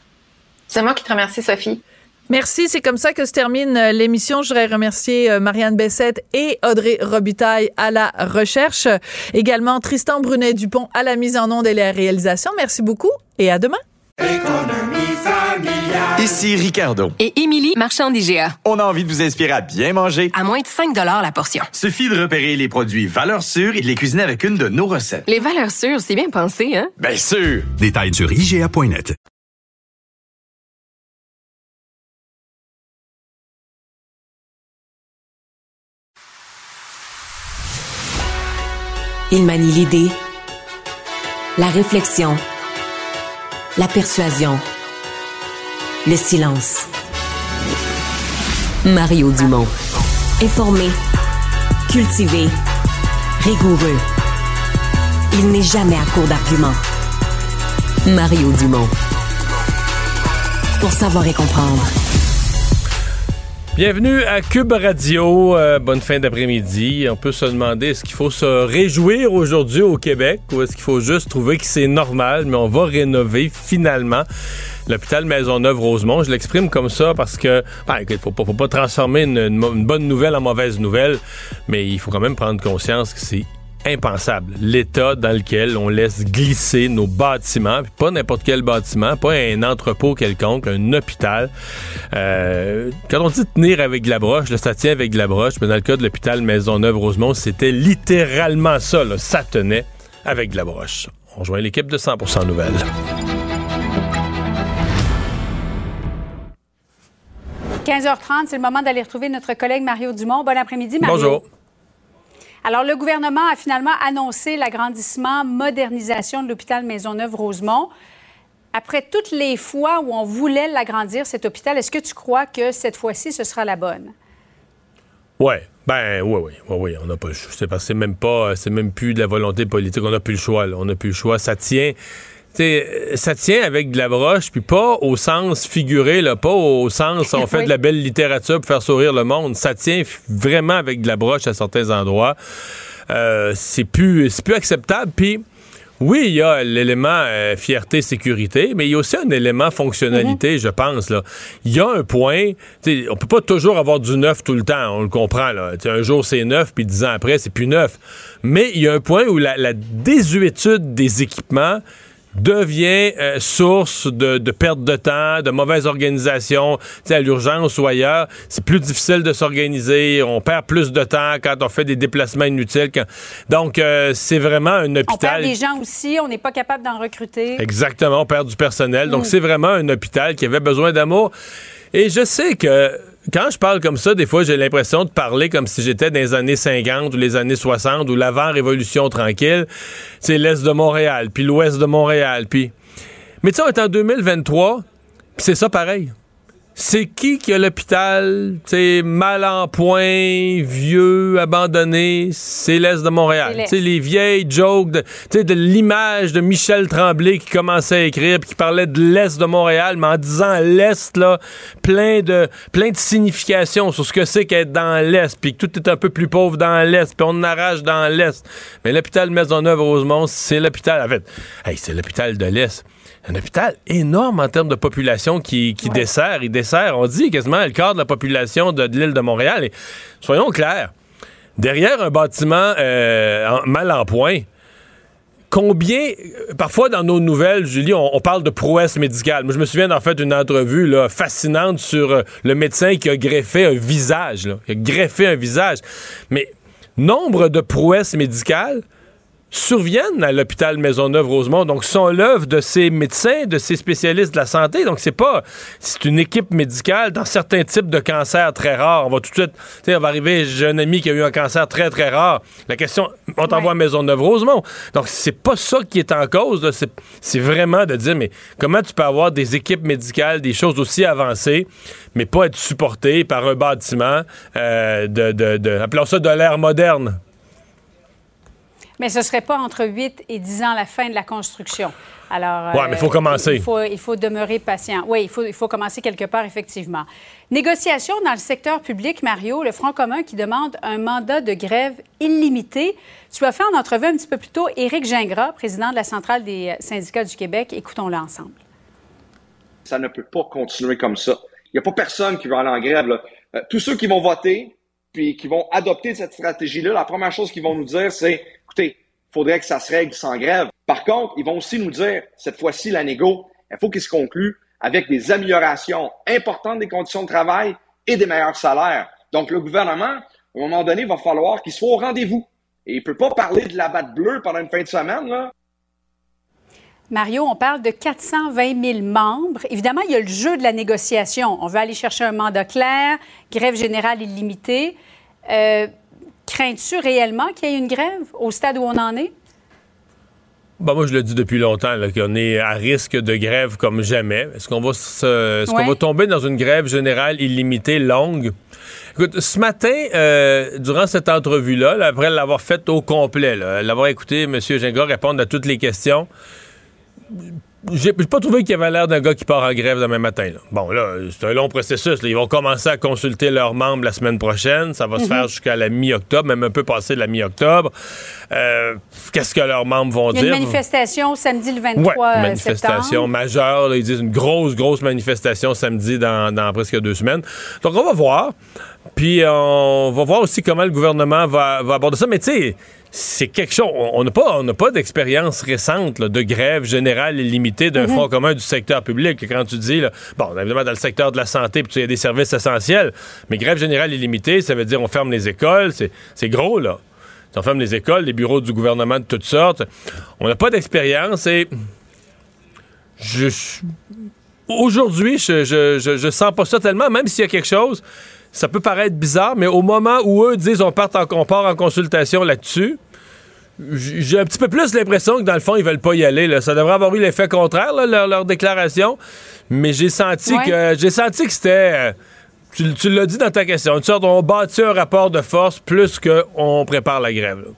C'est moi qui te remercie, Sophie. Merci, c'est comme ça que se termine l'émission. Je voudrais remercier Marianne Bessette et Audrey Robitaille à la recherche. Également Tristan Brunet-Dupont à la mise en onde et la réalisation. Merci beaucoup et à demain. Économie familiale. Ici Ricardo. Et Émilie, marchand d'I G A. On a envie de vous inspirer à bien manger. À moins de cinq dollars la portion. Suffit de repérer les produits valeurs sûres et de les cuisiner avec une de nos recettes. Les valeurs sûres, c'est bien pensé, hein? Bien sûr! Détails sur I G A point net. Il manie l'idée, la réflexion, la persuasion, le silence. Mario Dumont. Informé, cultivé, rigoureux. Il n'est jamais à court d'arguments. Mario Dumont. Pour savoir et comprendre. Bienvenue à Cube Radio. Euh, bonne fin d'après-midi. On peut se demander, est-ce qu'il faut se réjouir aujourd'hui au Québec ou est-ce qu'il faut juste trouver que c'est normal, mais on va rénover finalement l'hôpital Maisonneuve-Rosemont. Je l'exprime comme ça parce que, ben, écoute, faut pas, faut pas transformer une, une, une bonne nouvelle en mauvaise nouvelle, mais il faut quand même prendre conscience que c'est impensable, l'état dans lequel on laisse glisser nos bâtiments, puis pas n'importe quel bâtiment, pas un entrepôt quelconque, un hôpital. Euh, quand on dit tenir avec de la broche, là, ça tient avec de la broche, mais dans le cas de l'hôpital Maisonneuve-Rosemont, c'était littéralement ça, là, ça tenait avec de la broche. On rejoint l'équipe de cent pour cent Nouvelles. quinze heures trente, c'est le moment d'aller retrouver notre collègue Mario Dumont. Bon après-midi, Mario. Bonjour. Alors, le gouvernement a finalement annoncé l'agrandissement, modernisation de l'hôpital Maisonneuve-Rosemont. après toutes les fois où on voulait l'agrandir, cet hôpital, est-ce que tu crois que cette fois-ci, ce sera la bonne? Oui. Ben oui, oui, oui, oui, on n'a pas le choix. C'est parce que c'est même pas, c'est même plus de la volonté politique. On n'a plus le choix, là. On n'a plus le choix. Ça tient. T'sais, ça tient avec de la broche, puis pas au sens figuré, là, pas au sens on fait oui. de la belle littérature pour faire sourire le monde. Ça tient vraiment avec de la broche à certains endroits. Euh, c'est plus, c'est plus acceptable. Puis oui, il y a l'élément euh, fierté, sécurité, mais il y a aussi un élément fonctionnalité, mm-hmm. je pense. Là. Il y a un point, on peut pas toujours avoir du neuf tout le temps, on le comprend. Là. Un jour, c'est neuf, puis dix ans après, c'est plus neuf. Mais il y a un point où la, la désuétude des équipements devient euh, source de, de perte de temps, de mauvaise organisation, tu sais, à l'urgence ou ailleurs. C'est plus difficile de s'organiser, on perd plus de temps quand on fait des déplacements inutiles. Quand... Donc, euh, c'est vraiment un hôpital... On perd des gens aussi, on n'est pas capable d'en recruter. Exactement, on perd du personnel. Donc, mm. c'est vraiment un hôpital qui avait besoin d'amour. Et je sais que quand je parle comme ça, des fois, j'ai l'impression de parler comme si j'étais dans les années cinquante ou les années soixante ou l'avant-révolution tranquille. C'est l'Est de Montréal, puis l'Ouest de Montréal, puis... Mais tu sais, on est en deux mille vingt-trois, puis c'est ça pareil. C'est qui qui a l'hôpital, tu sais, mal en point, vieux, abandonné? C'est l'Est de Montréal. Tu sais, les vieilles jokes de, tu sais, de l'image de Michel Tremblay qui commençait à écrire puis qui parlait de l'Est de Montréal, mais en disant l'Est, là, plein de, plein de significations sur ce que c'est qu'être dans l'Est, puis que tout est un peu plus pauvre dans l'Est, puis on arrache dans l'Est. Mais l'hôpital Maisonneuve-Rosemont, c'est l'hôpital, en fait, hey, c'est l'hôpital de l'Est. Un hôpital énorme en termes de population qui, qui ouais. dessert. Il dessert, on dit quasiment le quart de la population de, de l'île de Montréal. Et soyons clairs, derrière un bâtiment euh, en, mal en point, combien, parfois dans nos nouvelles, Julie, on, on parle de prouesse médicale. Moi, je me souviens d'en fait une entrevue là, fascinante sur euh, le médecin qui a greffé un visage. Là. Il a greffé un visage. Mais nombre de prouesses médicales surviennent à l'hôpital Maisonneuve-Rosemont, donc sont l'œuvre de ces médecins, de ces spécialistes de la santé. Donc c'est pas, c'est une équipe médicale dans certains types de cancers très rares. On va tout de suite, tu sais, on va arriver, j'ai un ami qui a eu un cancer très très rare. La question, on t'envoie ouais. à Maisonneuve-Rosemont. Donc c'est pas ça qui est en cause. Là. C'est, c'est vraiment de dire, mais comment tu peux avoir des équipes médicales, des choses aussi avancées, mais pas être supporté par un bâtiment euh, de, de, de, appelons ça de l'ère moderne. Mais ce ne serait pas entre huit et dix ans à la fin de la construction. Alors, oui, mais il faut commencer. Il faut, il faut demeurer patient. Oui, il faut, il faut commencer quelque part, effectivement. Négociation dans le secteur public, Mario, le Front commun qui demande un mandat de grève illimité. Tu as fait en entrevue un petit peu plus tôt Éric Gingras, président de la Centrale des syndicats du Québec. Écoutons-le ensemble. Ça ne peut pas continuer comme ça. Il n'y a pas personne qui va aller en grève. Là. Euh, tous ceux qui vont voter puis qui vont adopter cette stratégie-là, la première chose qu'ils vont nous dire, c'est écoutez, il faudrait que ça se règle sans grève. Par contre, ils vont aussi nous dire, cette fois-ci, la négo, il faut qu'il se conclue avec des améliorations importantes des conditions de travail et des meilleurs salaires. Donc, le gouvernement, à un moment donné, il va falloir qu'il soit au rendez-vous. Et il ne peut pas parler de la batte bleue pendant une fin de semaine, là. Mario, on parle de quatre cent vingt mille membres. Évidemment, il y a le jeu de la négociation. On veut aller chercher un mandat clair, grève générale illimitée. Euh, Crains-tu réellement qu'il y ait une grève au stade où on en est? Ben moi, je le dis depuis longtemps là, qu'on est à risque de grève comme jamais. Est-ce qu'on va, se, est-ce ouais. qu'on va tomber dans une grève générale illimitée longue? Écoute, ce matin, euh, durant cette entrevue-là, là, après l'avoir faite au complet, là, l'avoir écouté M. Gingras répondre à toutes les questions, j'ai pas trouvé qu'il avait l'air d'un gars qui part en grève demain matin. Là. Bon, là, c'est un long processus. Là. Ils vont commencer à consulter leurs membres la semaine prochaine. Ça va mm-hmm. se faire jusqu'à la mi-octobre, même un peu passé de la mi-octobre. Euh, qu'est-ce que leurs membres vont dire? Il y a une manifestation samedi le vingt-trois ouais, manifestation septembre. majeure. Là, ils disent une grosse, grosse manifestation samedi dans, dans presque deux semaines. Donc, on va voir. Puis, on va voir aussi comment le gouvernement va, va aborder ça. Mais tu sais, c'est quelque chose. On n'a pas, on n'a pas d'expérience récente là, de grève générale illimitée d'un mm-hmm. front commun du secteur public. Quand tu dis, là, bon, évidemment, dans le secteur de la santé, puis il y a des services essentiels, mais grève générale illimitée, ça veut dire on ferme les écoles. C'est, c'est gros, là. On ferme les écoles, les bureaux du gouvernement de toutes sortes. On n'a pas d'expérience et je, aujourd'hui, je, je, je, je sens pas ça tellement, même s'il y a quelque chose. Ça peut paraître bizarre, mais au moment où eux disent on, part en, on part en consultation là-dessus, j'ai un petit peu plus l'impression que dans le fond, ils veulent pas y aller. Là. Ça devrait avoir eu l'effet contraire, là, leur, leur déclaration. Mais j'ai senti ouais. que j'ai senti que c'était. Euh, tu, tu l'as dit dans ta question, une sorte, on bâtit un rapport de force plus qu'on prépare la grève. Là.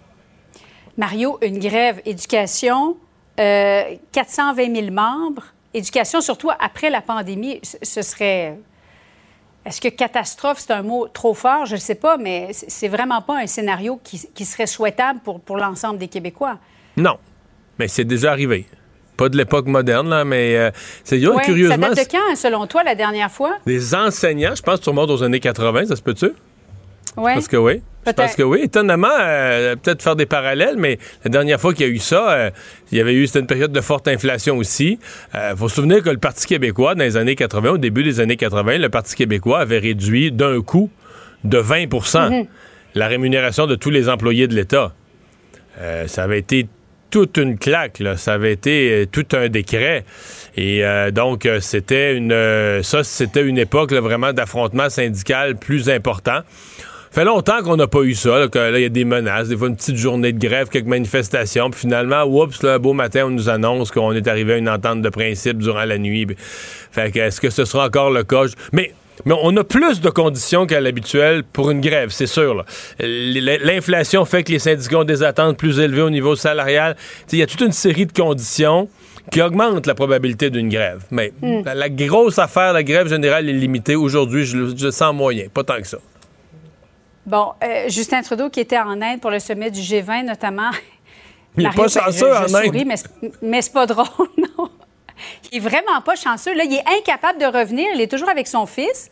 Mario, une grève éducation, euh, quatre cent vingt mille membres. Éducation, surtout après la pandémie, ce serait... Est-ce que catastrophe, c'est un mot trop fort? Je ne sais pas, mais c'est vraiment pas un scénario qui, qui serait souhaitable pour, pour l'ensemble des Québécois. Non, mais c'est déjà arrivé. Pas de l'époque moderne, là, mais euh, c'est ouais, curieusement... Ça date de quand, selon toi, la dernière fois? Des enseignants, je pense que tu remontes aux années quatre-vingt, ça se peut-tu? Oui. Parce que oui. Je pense que oui. Étonnamment, euh, peut-être faire des parallèles, mais la dernière fois qu'il y a eu ça, euh, il y avait eu, c'était une période de forte inflation aussi. Il euh, faut se souvenir que le Parti québécois, dans les années quatre-vingt, au début des années quatre-vingt, le Parti québécois avait réduit d'un coup de vingt pour cent mm-hmm. la rémunération de tous les employés de l'État. Euh, ça avait été toute une claque, là. Ça avait été euh, tout un décret. Et euh, donc, euh, c'était une... Euh, ça, c'était une époque là, vraiment d'affrontement syndical plus important. Fait longtemps qu'on n'a pas eu ça, là, que là, il y a des menaces, des fois une petite journée de grève, quelques manifestations, puis finalement, oups, là, beau matin, on nous annonce qu'on est arrivé à une entente de principe durant la nuit. Fait que, est-ce que ce sera encore le cas? Mais, mais on a plus de conditions qu'à l'habituel pour une grève, c'est sûr, là. L'inflation fait que les syndicats ont des attentes plus élevées au niveau salarial. Il y a toute une série de conditions qui augmentent la probabilité d'une grève. Mais mm. la, la grosse affaire, la grève générale est limitée. Aujourd'hui, je, je sens moyen, pas tant que ça. Bon, euh, Justin Trudeau qui était en Inde pour le sommet du G vingt, notamment. Il n'est pas chanceux ben, je, je en souris, Inde. Mais, mais c'est pas drôle, non. Il est vraiment pas chanceux. Là, il est incapable de revenir. Il est toujours avec son fils,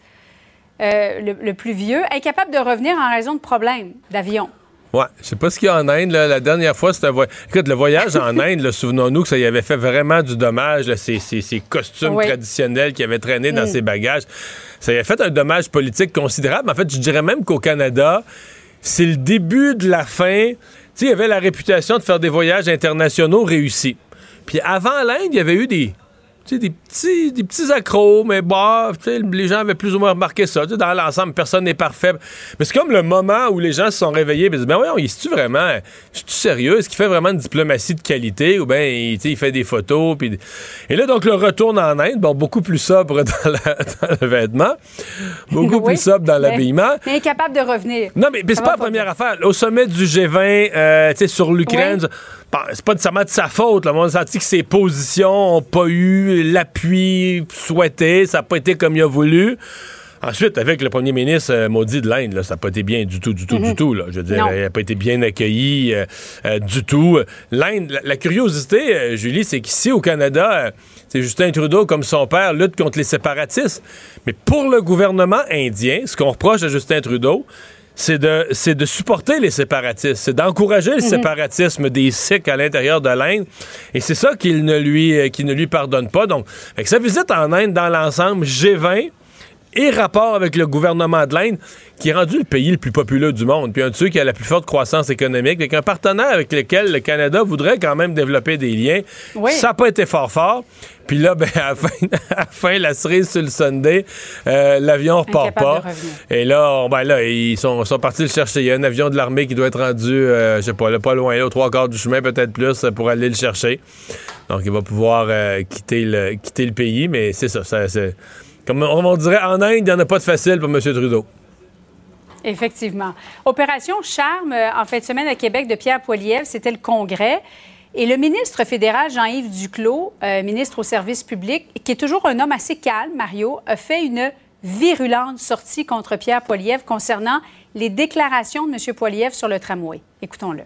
euh, le, le plus vieux, incapable de revenir en raison de problèmes d'avion. Ouais, je sais pas ce qu'il y a en Inde. Là. La dernière fois, c'était un voyage. Écoute, le voyage en Inde, là, souvenons-nous que ça y avait fait vraiment du dommage, là, ces, ces, ces costumes oui. traditionnels qui avaient traîné dans mm. ses bagages. Ça y a fait un dommage politique considérable. En fait, je dirais même qu'au Canada, c'est le début de la fin. Tu sais, il y avait la réputation de faire des voyages internationaux réussis. Puis avant l'Inde, il y avait eu des... Tu sais, des petits, des petits accros, mais bah, tu sais, les gens avaient plus ou moins remarqué ça. Tu sais, dans l'ensemble, personne n'est parfait. Mais c'est comme le moment où les gens se sont réveillés et disent, ben voyons, est-tu vraiment, est-tu sérieux? Est-ce qu'il fait vraiment une diplomatie de qualité? Ou bien, il, il fait des photos? Pis... Et là, donc, le retour en Inde, bon, beaucoup plus sobre dans, la, dans le vêtement, beaucoup oui, plus sobre dans mais, l'habillement. Mais incapable de revenir. Non, mais, mais c'est pas la première bien. affaire. Au sommet du G vingt, euh, tu sais, sur l'Ukraine, oui. Bon, c'est pas nécessairement de sa faute. Là. On a senti que ses positions n'ont pas eu l'appui souhaité. Ça n'a pas été comme il a voulu. Ensuite, avec le premier ministre euh, maudit de l'Inde, là, ça n'a pas été bien du tout, du tout, mm-hmm. du tout. Là. Je veux dire, il n'a pas été bien accueilli euh, euh, du tout. L'Inde, la, la curiosité, euh, Julie, c'est qu'ici, au Canada, euh, c'est Justin Trudeau, comme son père, lutte contre les séparatistes. Mais pour le gouvernement indien, ce qu'on reproche à Justin Trudeau, c'est de, c'est de supporter les séparatistes, c'est d'encourager le mm-hmm. séparatisme des Sikhs à l'intérieur de l'Inde. Et c'est ça qu'il ne lui, qu'il ne lui pardonne pas. Donc, avec sa visite en Inde, dans l'ensemble, G vingt et rapport avec le gouvernement de l'Inde, qui est rendu le pays le plus populeux du monde, puis un de ceux qui a la plus forte croissance économique, avec un partenaire avec lequel le Canada voudrait quand même développer des liens. Oui. Ça n'a pas été fort fort. Puis là, ben, à la fin, à la, fin la cerise sur le Sunday, euh, l'avion repart pas. Et là, on, ben là, ils sont, sont partis le chercher. Il y a un avion de l'armée qui doit être rendu, euh, je sais pas, là, pas loin, là, aux trois quarts du chemin, peut-être plus, pour aller le chercher. Donc, il va pouvoir euh, quitter, le, quitter le pays, mais c'est ça, ça c'est... Comme on dirait, en Inde, il n'y en a pas de facile pour M. Trudeau. Effectivement. Opération Charme, en fin de semaine à Québec, de Pierre Poilievre, c'était le Congrès. Et le ministre fédéral Jean-Yves Duclos, euh, ministre au service public, qui est toujours un homme assez calme, Mario, a fait une virulente sortie contre Pierre Poilievre concernant les déclarations de M. Poilievre sur le tramway. Écoutons-le.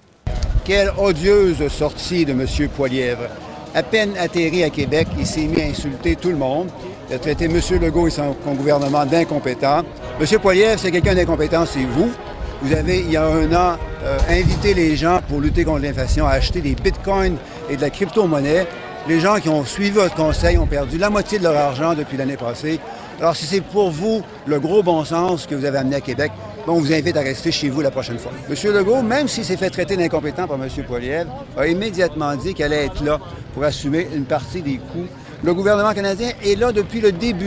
Quelle odieuse sortie de M. Poilievre. À peine atterri à Québec, il s'est mis à insulter tout le monde. Il a traité M. Legault et son gouvernement d'incompétents. M. Poilievre, c'est quelqu'un d'incompétent, c'est vous. Vous avez, il y a un an, euh, invité les gens pour lutter contre l'inflation à acheter des bitcoins et de la crypto-monnaie. Les gens qui ont suivi votre conseil ont perdu la moitié de leur argent depuis l'année passée. Alors, si c'est pour vous le gros bon sens que vous avez amené à Québec, bon, on vous invite à rester chez vous la prochaine fois. M. Legault, même s'il s'est fait traiter d'incompétent par M. Poilievre, a immédiatement dit qu'elle allait être là pour assumer une partie des coûts. Le gouvernement canadien est là depuis le début.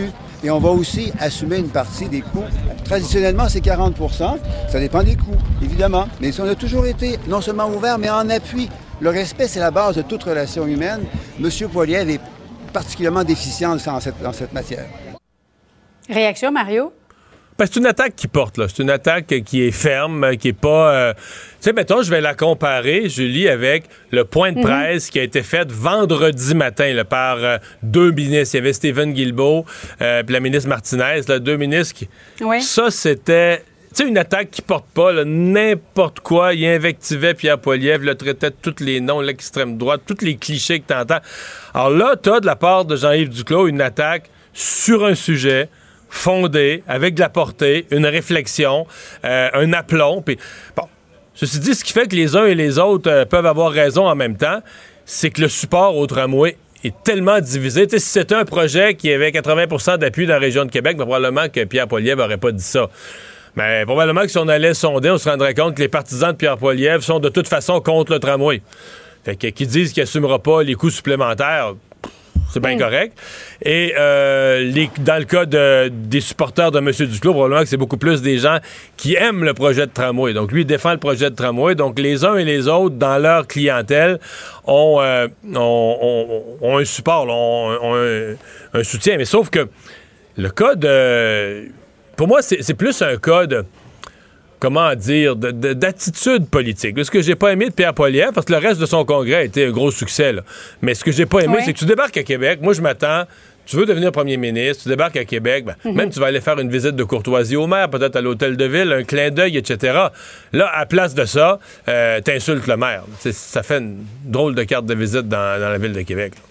et on va aussi assumer une partie des coûts. Traditionnellement, c'est quarante pour cent. Ça dépend des coûts, évidemment. Mais on a toujours été non seulement ouvert, mais en appui. Le respect, c'est la base de toute relation humaine. M. Poilievre est particulièrement déficient dans cette, dans cette matière. Réaction, Mario? Ben, c'est une attaque qui porte, là. C'est une attaque qui est ferme, qui est pas... Euh... Tu sais, mettons, je vais la comparer, Julie, avec le point de presse mm-hmm. qui a été fait vendredi matin là, par euh, deux ministres. Il y avait Stephen Guilbeault euh, puis la ministre Martinez, là, deux ministres qui... Oui. Ça, c'était... Tu sais, une attaque qui porte pas, là, n'importe quoi. Il invectivait Pierre Poilievre, le traitait de tous les noms, l'extrême droite, tous les clichés que t'entends. Alors là, t'as de la part de Jean-Yves Duclos une attaque sur un sujet... fondé, avec de la portée, une réflexion, euh, un aplomb. Puis, bon, ceci dit, ce qui fait que les uns et les autres euh, peuvent avoir raison en même temps, c'est que le support au tramway est tellement divisé. T'sais, si c'était un projet qui avait quatre-vingts pour cent d'appui dans la région de Québec, ben, probablement que Pierre Poilievre n'aurait pas dit ça. Mais probablement que si on allait sonder, on se rendrait compte que les partisans de Pierre Poilievre sont de toute façon contre le tramway. Fait que qui disent qu'il n'assumera pas les coûts supplémentaires... C'est bien mmh. correct. Et euh, les, dans le cas de, des supporters de M. Duclos, probablement que c'est beaucoup plus des gens qui aiment le projet de tramway. Donc, lui, il défend le projet de tramway. Donc, les uns et les autres, dans leur clientèle, ont, euh, ont, ont, ont un support, ont, ont un, un soutien. Mais sauf que le cas de... Pour moi, c'est, c'est plus un cas de... comment dire, de, de, d'attitude politique. Ce que j'ai pas aimé de Pierre Poilievre, parce que le reste de son congrès a été un gros succès, là. Mais ce que j'ai pas aimé, oui. c'est que tu débarques à Québec, moi je m'attends, tu veux devenir premier ministre, tu débarques à Québec, ben, mm-hmm. même tu vas aller faire une visite de courtoisie au maire, peut-être à l'hôtel de ville, un clin d'œil, et cetera. Là, à place de ça, euh, t'insultes le maire. C'est, ça fait une drôle de carte de visite dans, dans la ville de Québec. Là.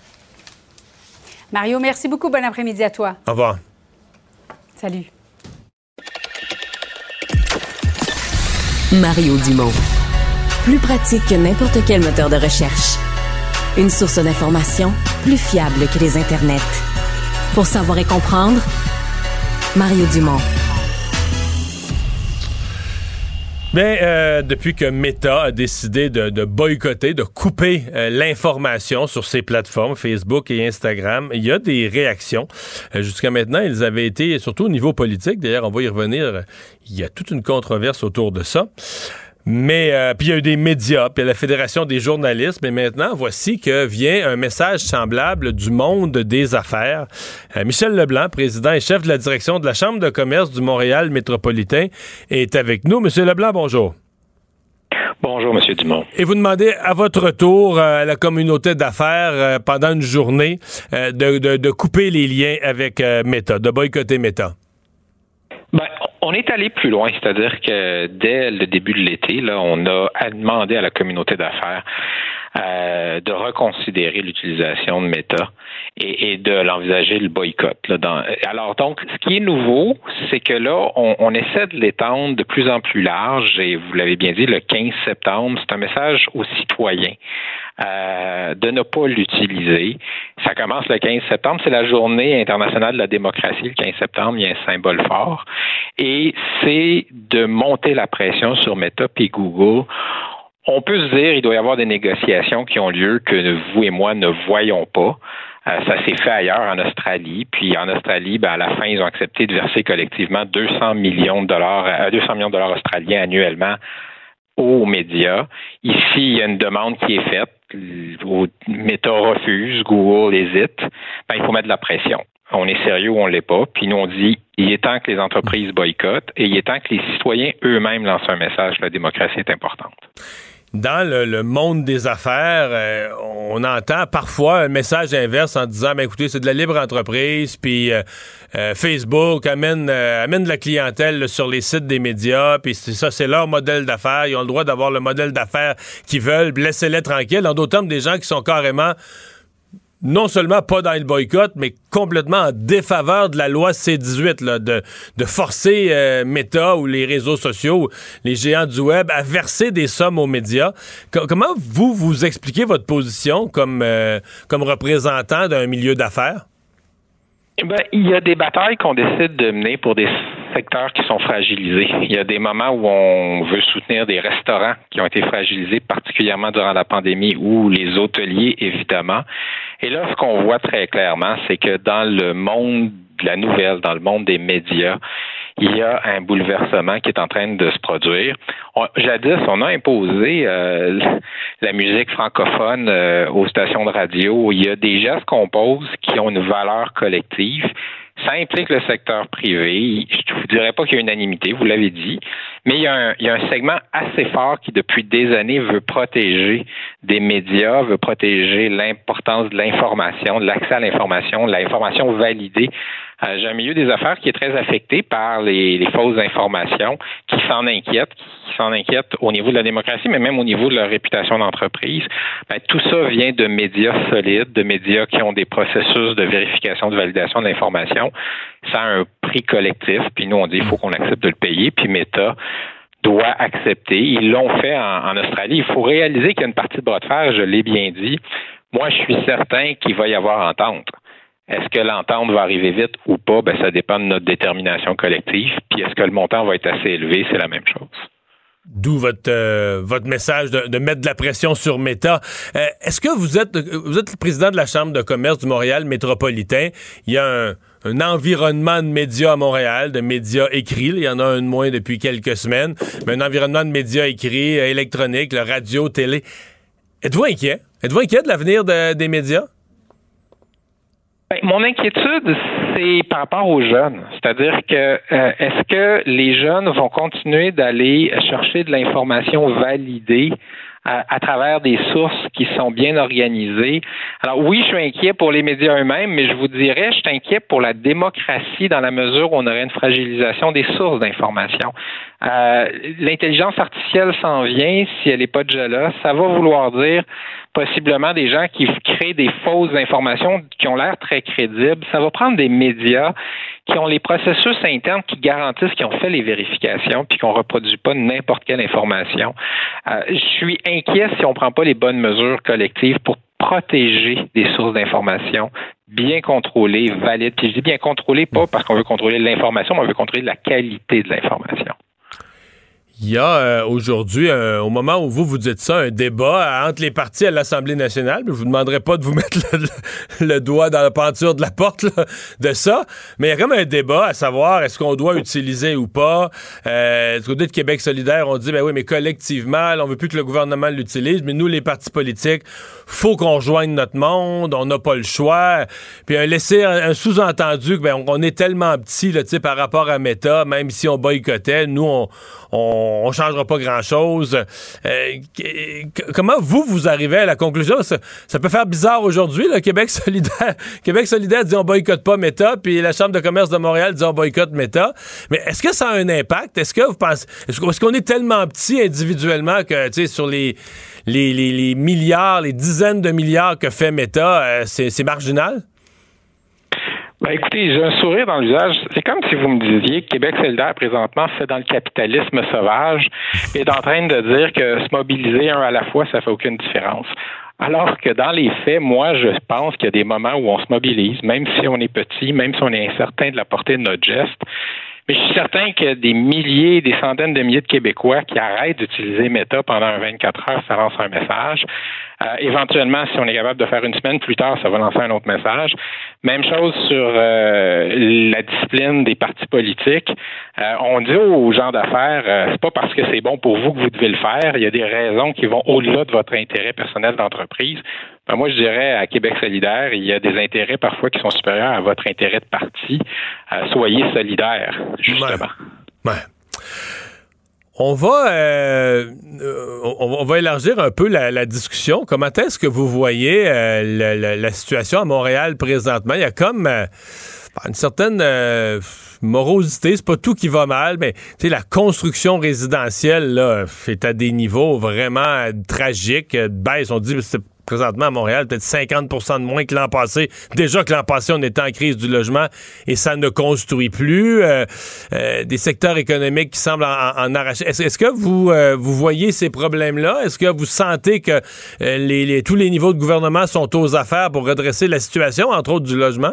Mario, merci beaucoup. Bon après-midi à toi. Au revoir. Salut. Mario Dumont. Plus pratique que n'importe quel moteur de recherche. Une source d'information plus fiable que les internets. Pour savoir et comprendre, Mario Dumont. Bien, euh, depuis que Meta a décidé de, de boycotter, de couper euh, l'information sur ses plateformes, Facebook et Instagram, il y a des réactions. Euh, jusqu'à maintenant, ils avaient été, surtout au niveau politique, d'ailleurs, on va y revenir, il y a toute une controverse autour de ça. Mais, euh, puis il y a eu des médias, puis il y a la Fédération des journalistes, mais maintenant, voici que vient un message semblable du monde des affaires. Euh, Michel Leblanc, président et chef de la direction de la Chambre de commerce du Montréal métropolitain, est avec nous. Monsieur Leblanc, bonjour. Bonjour, Monsieur Dumont. Et vous demandez à votre tour euh, à la communauté d'affaires, euh, pendant une journée, euh, de, de, de couper les liens avec euh, Meta, de boycotter Meta. Ben, on est allé plus loin, c'est-à-dire que dès le début de l'été, là, on a demandé à la communauté d'affaires euh, de reconsidérer l'utilisation de Meta et, et de l'envisager le boycott. Là, dans... Alors donc, ce qui est nouveau, c'est que là, on, on essaie de l'étendre de plus en plus large et vous l'avez bien dit, le quinze septembre, c'est un message aux citoyens. Euh, de ne pas l'utiliser. Ça commence le quinze septembre, c'est la journée internationale de la démocratie, le quinze septembre, il y a un symbole fort, et c'est de monter la pression sur Meta et Google. On peut se dire, il doit y avoir des négociations qui ont lieu que vous et moi ne voyons pas. Euh, ça s'est fait ailleurs, en Australie. Puis en Australie, ben, à la fin, ils ont accepté de verser collectivement deux cents millions de dollars, euh, deux cents millions de dollars australiens annuellement aux médias. Ici, il y a une demande qui est faite. Meta refuse, Google hésite. Ben, il faut mettre de la pression. On est sérieux ou on l'est pas. Puis nous, on dit, il est temps que les entreprises boycottent et il est temps que les citoyens eux-mêmes lancent un message. La démocratie est importante. Dans le, le monde des affaires, euh, on entend parfois un message inverse en disant, ben écoutez, c'est de la libre entreprise, puis euh, euh, Facebook amène, euh, amène de la clientèle là, sur les sites des médias, puis c'est ça, c'est leur modèle d'affaires. Ils ont le droit d'avoir le modèle d'affaires qu'ils veulent, laissez-les tranquilles. En d'autres termes, des gens qui sont carrément non seulement pas dans le boycott, mais complètement en défaveur de la loi C dix-huit, là, de, de forcer euh, Meta ou les réseaux sociaux, les géants du web, à verser des sommes aux médias. C- comment vous, vous expliquez votre position comme, euh, comme représentant d'un milieu d'affaires? Ben, il y a des batailles qu'on décide de mener pour des secteurs qui sont fragilisés. Il y a des moments où on veut soutenir des restaurants qui ont été fragilisés, particulièrement durant la pandémie, ou les hôteliers, évidemment. Et là, ce qu'on voit très clairement, c'est que dans le monde de la nouvelle, dans le monde des médias, il y a un bouleversement qui est en train de se produire. On, jadis, on a imposé euh, la musique francophone euh, aux stations de radio. Il y a des gestes qu'on pose qui ont une valeur collective. Ça implique le secteur privé. Je ne vous dirais pas qu'il y a unanimité, vous l'avez dit, mais il y, a un, il y a un segment assez fort qui, depuis des années, veut protéger des médias, veut protéger l'importance de l'information, de l'accès à l'information, de l'information validée. Euh, j'ai un milieu des affaires qui est très affecté par les, les fausses informations, qui s'en inquiètent, qui s'en inquiètent au niveau de la démocratie, mais même au niveau de leur réputation d'entreprise. Ben, tout ça vient de médias solides, de médias qui ont des processus de vérification, de validation de l'information. Ça a un prix collectif, puis nous, on dit qu'il faut qu'on accepte de le payer, puis Meta doit accepter. Ils l'ont fait en, en Australie. Il faut réaliser qu'il y a une partie de bras de fer, je l'ai bien dit. Moi, je suis certain qu'il va y avoir entente. Est-ce que l'entente va arriver vite ou pas? Ben, ça dépend de notre détermination collective. Puis est-ce que le montant va être assez élevé? C'est la même chose. D'où votre euh, votre message de, de mettre de la pression sur Meta. Euh, est-ce que vous êtes vous êtes le président de la Chambre de commerce du Montréal métropolitain? Il y a un, un environnement de médias à Montréal, de médias écrits. Il y en a un de moins depuis quelques semaines. Mais un environnement de médias écrits, euh, électroniques, la radio, télé. Êtes-vous inquiet? Êtes-vous inquiet de l'avenir de, des médias? Ben, mon inquiétude, c'est par rapport aux jeunes. C'est-à-dire que euh, est-ce que les jeunes vont continuer d'aller chercher de l'information validée à, à travers des sources qui sont bien organisées? Alors oui, je suis inquiet pour les médias eux-mêmes, mais je vous dirais, je suis inquiet pour la démocratie dans la mesure où on aurait une fragilisation des sources d'information. Euh, l'intelligence artificielle s'en vient, si elle n'est pas déjà là, ça va vouloir dire possiblement des gens qui créent des fausses informations qui ont l'air très crédibles. Ça va prendre des médias qui ont les processus internes qui garantissent qu'ils ont fait les vérifications puis qu'on ne reproduit pas n'importe quelle information. Euh, je suis inquiet si on ne prend pas les bonnes mesures collectives pour protéger des sources d'information bien contrôlées, valides. Puis je dis bien contrôlées, pas parce qu'on veut contrôler l'information, mais on veut contrôler la qualité de l'information. Il y a euh, aujourd'hui, euh, au moment où vous vous dites ça, un débat euh, entre les partis à l'Assemblée nationale. Je vous demanderai pas de vous mettre le, le doigt dans la peinture de la porte là, de ça, mais il y a comme un débat à savoir est-ce qu'on doit utiliser ou pas. Euh, du côté de Québec solidaire, on dit ben oui, mais collectivement, là, on veut plus que le gouvernement l'utilise, mais nous, les partis politiques, faut qu'on rejoigne notre monde, on n'a pas le choix. Puis un laisser un, un sous-entendu que ben on, on est tellement petit là, tu sais, par rapport à Meta, même si on boycottait, nous on on on changera pas grand-chose. Euh, comment vous, vous arrivez à la conclusion? Ça, ça peut faire bizarre aujourd'hui, le Québec solidaire. Québec solidaire dit on boycotte pas Meta, puis la Chambre de commerce de Montréal dit on boycotte Meta. Mais est-ce que ça a un impact? Est-ce que vous pensez, est-ce qu'on est tellement petit individuellement que, tu sais, sur les, les, les, les milliards, les dizaines de milliards que fait Meta, euh, c'est, c'est marginal? Ben écoutez, j'ai un sourire dans le visage. C'est comme si vous me disiez que Québec solidaire, présentement, c'est dans le capitalisme sauvage et est en train de dire que se mobiliser un à la fois, ça fait aucune différence. Alors que dans les faits, moi, je pense qu'il y a des moments où on se mobilise, même si on est petit, même si on est incertain de la portée de notre geste. Mais je suis certain que des milliers, des centaines de milliers de Québécois qui arrêtent d'utiliser Meta pendant vingt-quatre heures, ça lance un message. Euh, éventuellement, si on est capable de faire une semaine plus tard, ça va lancer un autre message. Même chose sur euh, la discipline des partis politiques. Euh, on dit aux gens d'affaires, euh, c'est pas parce que c'est bon pour vous que vous devez le faire. Il y a des raisons qui vont au-delà de votre intérêt personnel d'entreprise. Ben moi, je dirais à Québec solidaire, il y a des intérêts parfois qui sont supérieurs à votre intérêt de parti. Euh, soyez solidaires, justement. Ouais. ouais. On va, euh, on, on va élargir un peu la, la discussion. Comment est-ce que vous voyez euh, la, la, la situation à Montréal présentement? Il y a comme euh, une certaine euh, morosité. C'est pas tout qui va mal, mais tu sais, la construction résidentielle là, est à des niveaux vraiment tragiques. Baisse, on dit c'est présentement à Montréal, peut-être cinquante pour cent de moins que l'an passé. Déjà que l'an passé, on était en crise du logement et ça ne construit plus. Euh, euh, des secteurs économiques qui semblent en, en arracher. Est-ce, est-ce que vous, euh, vous voyez ces problèmes-là? Est-ce que vous sentez que euh, les, les, tous les niveaux de gouvernement sont aux affaires pour redresser la situation, entre autres du logement?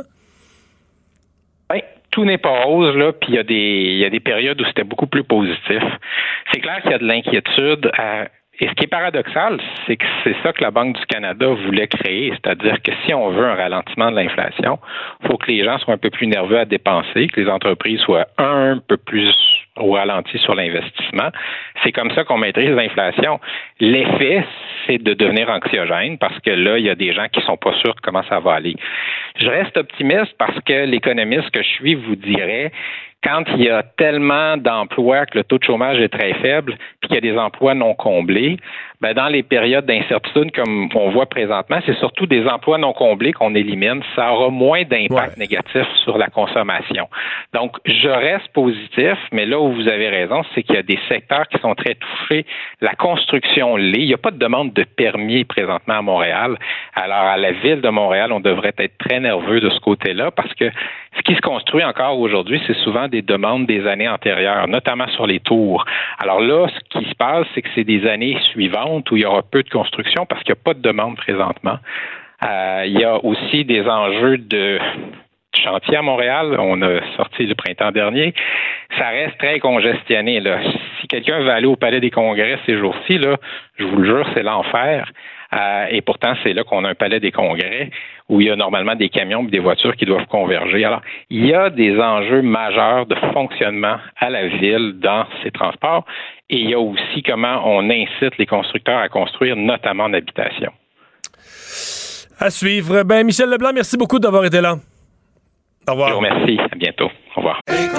Oui. Tout n'est pas rose, là, puis il y a des il y a des périodes où c'était beaucoup plus positif. C'est clair qu'il y a de l'inquiétude. Euh, Et ce qui est paradoxal, c'est que c'est ça que la Banque du Canada voulait créer, c'est-à-dire que si on veut un ralentissement de l'inflation, il faut que les gens soient un peu plus nerveux à dépenser, que les entreprises soient un peu plus au ralenti sur l'investissement. C'est comme ça qu'on maîtrise l'inflation. L'effet, c'est de devenir anxiogène parce que là, il y a des gens qui sont pas sûrs de comment ça va aller. Je reste optimiste parce que l'économiste que je suis vous dirait quand il y a tellement d'emplois que le taux de chômage est très faible puis qu'il y a des emplois non comblés, ben dans les périodes d'incertitude comme on voit présentement, c'est surtout des emplois non comblés qu'on élimine. Ça aura moins d'impact ouais. négatif sur la consommation. Donc, je reste positif, mais là où vous avez raison, c'est qu'il y a des secteurs qui sont très touchés. La construction l'est. Il n'y a pas de demande de permis présentement à Montréal. Alors, à la ville de Montréal, on devrait être très nerveux de ce côté-là parce que ce qui se construit encore aujourd'hui, c'est souvent des demandes des années antérieures, notamment sur les tours. Alors là, ce qui se passe, c'est que c'est des années suivantes où il y aura peu de construction parce qu'il n'y a pas de demande présentement. Euh, il y a aussi des enjeux de chantier à Montréal. On a sorti le printemps dernier. Ça reste très congestionné, là. Si quelqu'un veut aller au Palais des Congrès ces jours-ci, là, je vous le jure, c'est l'enfer. Euh, et pourtant, c'est là qu'on a un palais des congrès où il y a normalement des camions et des voitures qui doivent converger. Alors, il y a des enjeux majeurs de fonctionnement à la ville dans ces transports et il y a aussi comment on incite les constructeurs à construire, notamment en habitation. À suivre. Ben, Michel Leblanc, merci beaucoup d'avoir été là. Au revoir. Je vous remercie. À bientôt. Au revoir.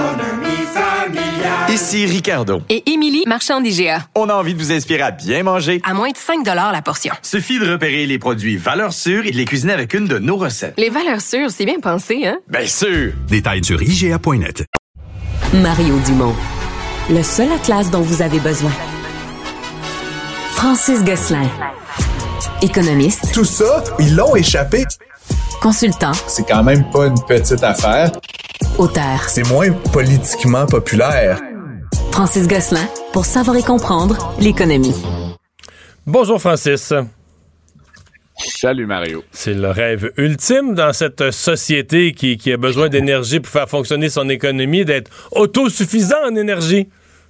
Ici Ricardo. Et Émilie, marchand d'I G A. On a envie de vous inspirer à bien manger. À moins de cinq dollars la portion. Suffit de repérer les produits valeurs sûres et de les cuisiner avec une de nos recettes. Les valeurs sûres, c'est bien pensé, hein? Bien sûr! Détails sur I G A point net. Mario Dumont. Le seul atlas dont vous avez besoin. Francis Gosselin. Économiste. Tout ça, ils l'ont échappé. Consultant. C'est quand même pas une petite affaire. Auteur. C'est moins politiquement populaire. Francis Gosselin, pour savoir et comprendre l'économie. Bonjour Francis. Salut Mario. C'est le rêve ultime dans cette société qui, qui a besoin d'énergie pour faire fonctionner son économie, d'être autosuffisant en énergie.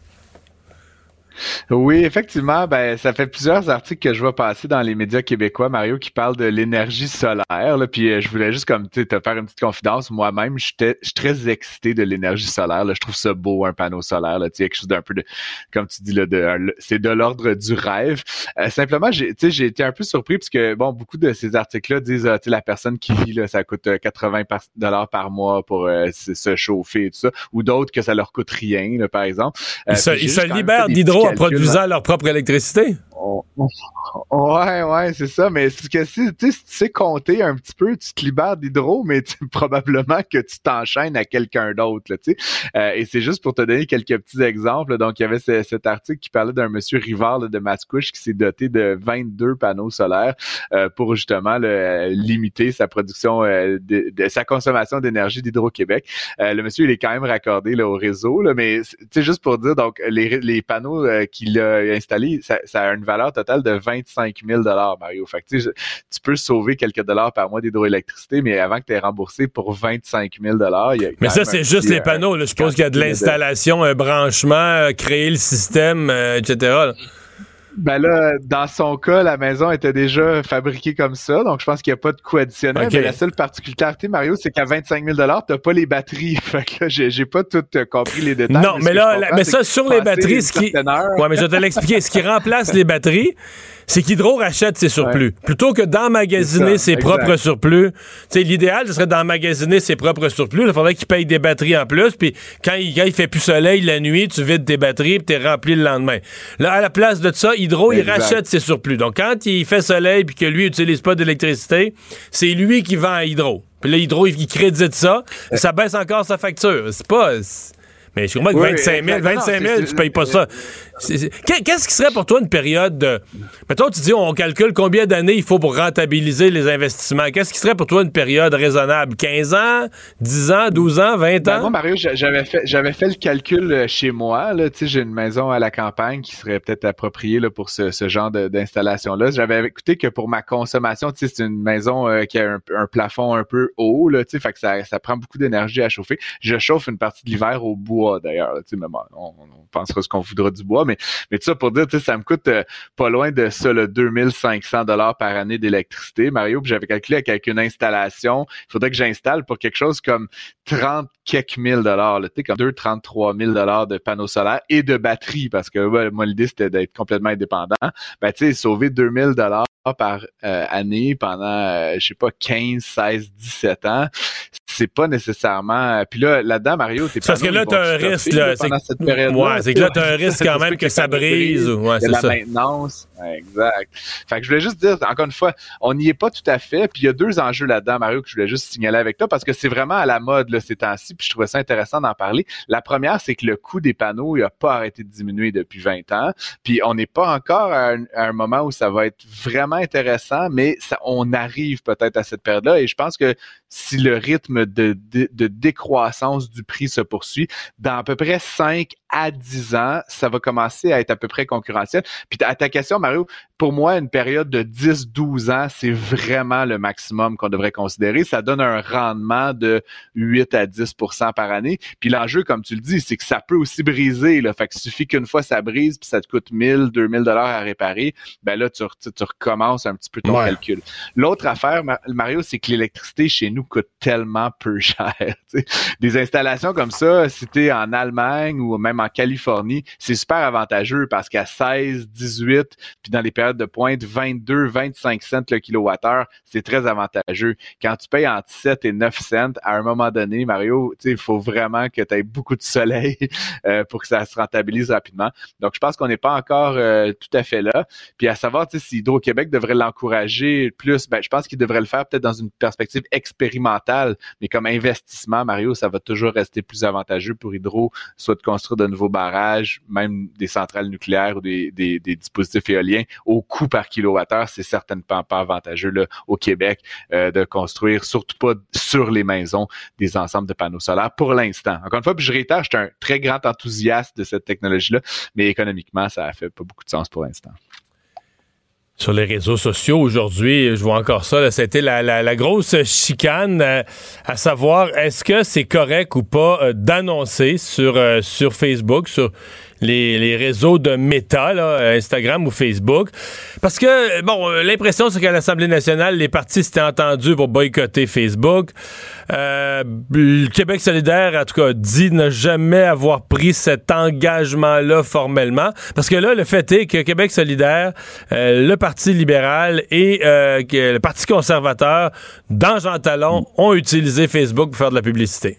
Oui, effectivement, ben ça fait plusieurs articles que je vois passer dans les médias québécois, Mario, qui parlent de l'énergie solaire. Là, puis euh, je voulais juste comme te faire une petite confidence. Moi-même, j'étais je suis très excité de l'énergie solaire. Là. Je trouve ça beau, un panneau solaire. Là, quelque chose d'un peu de, comme tu dis là, de, c'est de l'ordre du rêve. Euh, simplement, j'ai, j'ai été un peu surpris parce que bon, beaucoup de ces articles-là disent, euh, tu sais, la personne qui vit là, ça coûte quatre-vingts dollars par mois pour euh, se chauffer et tout ça, ou d'autres que ça leur coûte rien, là, par exemple. Euh, ils se, ils se libèrent d'hydro en produisant leur propre électricité. Oh, oh, ouais, ouais, c'est ça. Mais c'est que si, si tu sais compter un petit peu, tu te libères d'hydro, mais tu, probablement que tu t'enchaînes à quelqu'un d'autre. Là, tu sais. Euh, et c'est juste pour te donner quelques petits exemples. Donc, il y avait ce, cet article qui parlait d'un monsieur Rivard là, de Mascouche qui s'est doté de vingt-deux panneaux solaires euh, pour justement là, limiter sa production, euh, de, de sa consommation d'énergie d'Hydro-Québec. Euh, le monsieur, il est quand même raccordé là, au réseau, là, mais tu sais, juste pour dire, donc les, les panneaux euh, qu'il a installés, ça, ça a une valeur totale de vingt-cinq mille dollars, Mario. Fait que, tu sais, tu peux sauver quelques dollars par mois d'hydroélectricité, mais avant que tu aies remboursé pour vingt-cinq mille dollars, il y a mais ça, c'est juste les panneaux. Là. Je suppose qu'il y a de l'installation, un branchement, créer le système, euh, et cetera. Là. Ben là, dans son cas, la maison était déjà fabriquée comme ça, donc je pense qu'il n'y a pas de coût additionnel. Okay. Mais la seule particularité, Mario, c'est qu'à vingt-cinq mille dollars, t'as pas les batteries. Fait que là, j'ai, j'ai pas tout compris les détails. Non, mais, mais là, la, mais ça, sur les batteries, ce qui... Ouais, mais je vais te l'expliquer. Ce qui remplace les batteries, c'est qu'Hydro rachète ses surplus. Ouais. Plutôt que d'emmagasiner ses exact. propres surplus. Tu sais, l'idéal, ce serait d'emmagasiner ses propres surplus. Il faudrait qu'il paye des batteries en plus. Puis quand il, quand il fait plus soleil la nuit, tu vides tes batteries puis t'es rempli le lendemain. Là, à la place de ça, Hydro, exact. il rachète ses surplus. Donc, quand il fait soleil puis que lui n'utilise pas d'électricité, c'est lui qui vend à Hydro. Puis là, Hydro, il crédite ça. Ouais. Ça baisse encore sa facture. C'est pas... C'est... Mais je comprends que vingt-cinq mille, vingt-cinq mille, tu payes pas ça. C'est, c'est... Qu'est-ce qui serait pour toi une période de... Mettons, tu dis, on calcule combien d'années il faut pour rentabiliser les investissements. Qu'est-ce qui serait pour toi une période raisonnable? quinze ans? dix ans? douze ans? vingt ans? Ben moi, Mario, j'avais fait, j'avais fait le calcul chez moi. Là, j'ai une maison à la campagne qui serait peut-être appropriée là, pour ce, ce genre de, d'installation-là. J'avais écouté que pour ma consommation, c'est une maison euh, qui a un, un plafond un peu haut. Là, fait que ça, ça prend beaucoup d'énergie à chauffer. Je chauffe une partie de l'hiver au bois. bois, d'ailleurs. Tu sais, même, on, on pensera ce qu'on voudra du bois, mais, mais tout ça pour dire, tu sais, ça me coûte euh, pas loin de ça, le deux mille cinq cents dollars par année d'électricité, Mario, puis j'avais calculé avec une installation, il faudrait que j'installe pour quelque chose comme trente quelques mille dollars, tu sais, comme deux, trente-trois mille dollars de panneaux solaires et de batteries, parce que ouais, moi, l'idée, c'était d'être complètement indépendant. Ben, tu sais, sauver deux mille dollars par euh, année pendant, euh, je sais pas, quinze, seize, dix-sept ans, c'est pas nécessairement... Puis là, là-dedans, Mario, t'es pas... Parce que là, t'as un risque, là. Pendant cette période-là. Ouais, c'est que là, t'as un risque quand même que ça brise. Ouais, c'est la ça. maintenance. Ouais, exact. Fait que je voulais juste dire, encore une fois, on n'y est pas tout à fait. Puis il y a deux enjeux là-dedans, Mario, que je voulais juste signaler avec toi, parce que c'est vraiment à la mode, là, ces temps-ci, puis je trouvais ça intéressant d'en parler. La première, c'est que le coût des panneaux, il a pas arrêté de diminuer depuis vingt ans. Puis on n'est pas encore à un, à un moment où ça va être vraiment intéressant, mais ça, on arrive peut-être à cette période-là. Et je pense que si le rythme de, de, de décroissance du prix se poursuit, dans à peu près cinq à dix ans, ça va commencer à être à peu près concurrentiel. Puis à ta question, Mario, pour moi, une période de dix douze ans, c'est vraiment le maximum qu'on devrait considérer. Ça donne un rendement de huit à dix pour cent par année. Puis l'enjeu, comme tu le dis, c'est que ça peut aussi briser, là. Fait qu'il suffit qu'une fois ça brise, puis ça te coûte mille, deux mille dollars à réparer, ben là, tu, tu, tu recommences un petit peu ton ouais. calcul. L'autre affaire, Mario, c'est que l'électricité chez nous coûte tellement peu cher. T'sais. Des installations comme ça, si t'es en Allemagne ou même en Californie, c'est super avantageux parce qu'à seize, dix-huit, puis dans les périodes de pointe, vingt-deux, vingt-cinq cents le kilowattheure, c'est très avantageux. Quand tu payes entre sept et neuf cents, à un moment donné, Mario, il faut vraiment que tu aies beaucoup de soleil euh, pour que ça se rentabilise rapidement. Donc, je pense qu'on n'est pas encore euh, tout à fait là. Puis à savoir, si Hydro-Québec devrait l'encourager plus, ben, je pense qu'il devrait le faire peut-être dans une perspective expérimentale, mais comme investissement, Mario, ça va toujours rester plus avantageux pour Hydro, soit de construire de nouveaux barrages, même des centrales nucléaires ou des, des, des dispositifs éoliens, au coût par kilowattheure, c'est certainement pas avantageux là, au Québec euh, de construire, surtout pas sur les maisons, des ensembles de panneaux solaires pour l'instant. Encore une fois, puis je réitère, je suis un très grand enthousiaste de cette technologie-là, mais économiquement, ça a fait pas beaucoup de sens pour l'instant. Sur les réseaux sociaux, aujourd'hui, je vois encore ça, là, c'était la, la, la grosse chicane euh, à savoir, est-ce que c'est correct ou pas euh, d'annoncer sur, euh, sur Facebook, sur les, les réseaux de Meta, là, Instagram ou Facebook. Parce que, bon, l'impression, c'est qu'à l'Assemblée nationale, les partis s'étaient entendus pour boycotter Facebook. Euh, le Québec solidaire, en tout cas, dit ne jamais avoir pris cet engagement-là formellement. Parce que là, le fait est que Québec solidaire, euh, le Parti libéral et euh, le Parti conservateur, dans Jean Talon, ont utilisé Facebook pour faire de la publicité.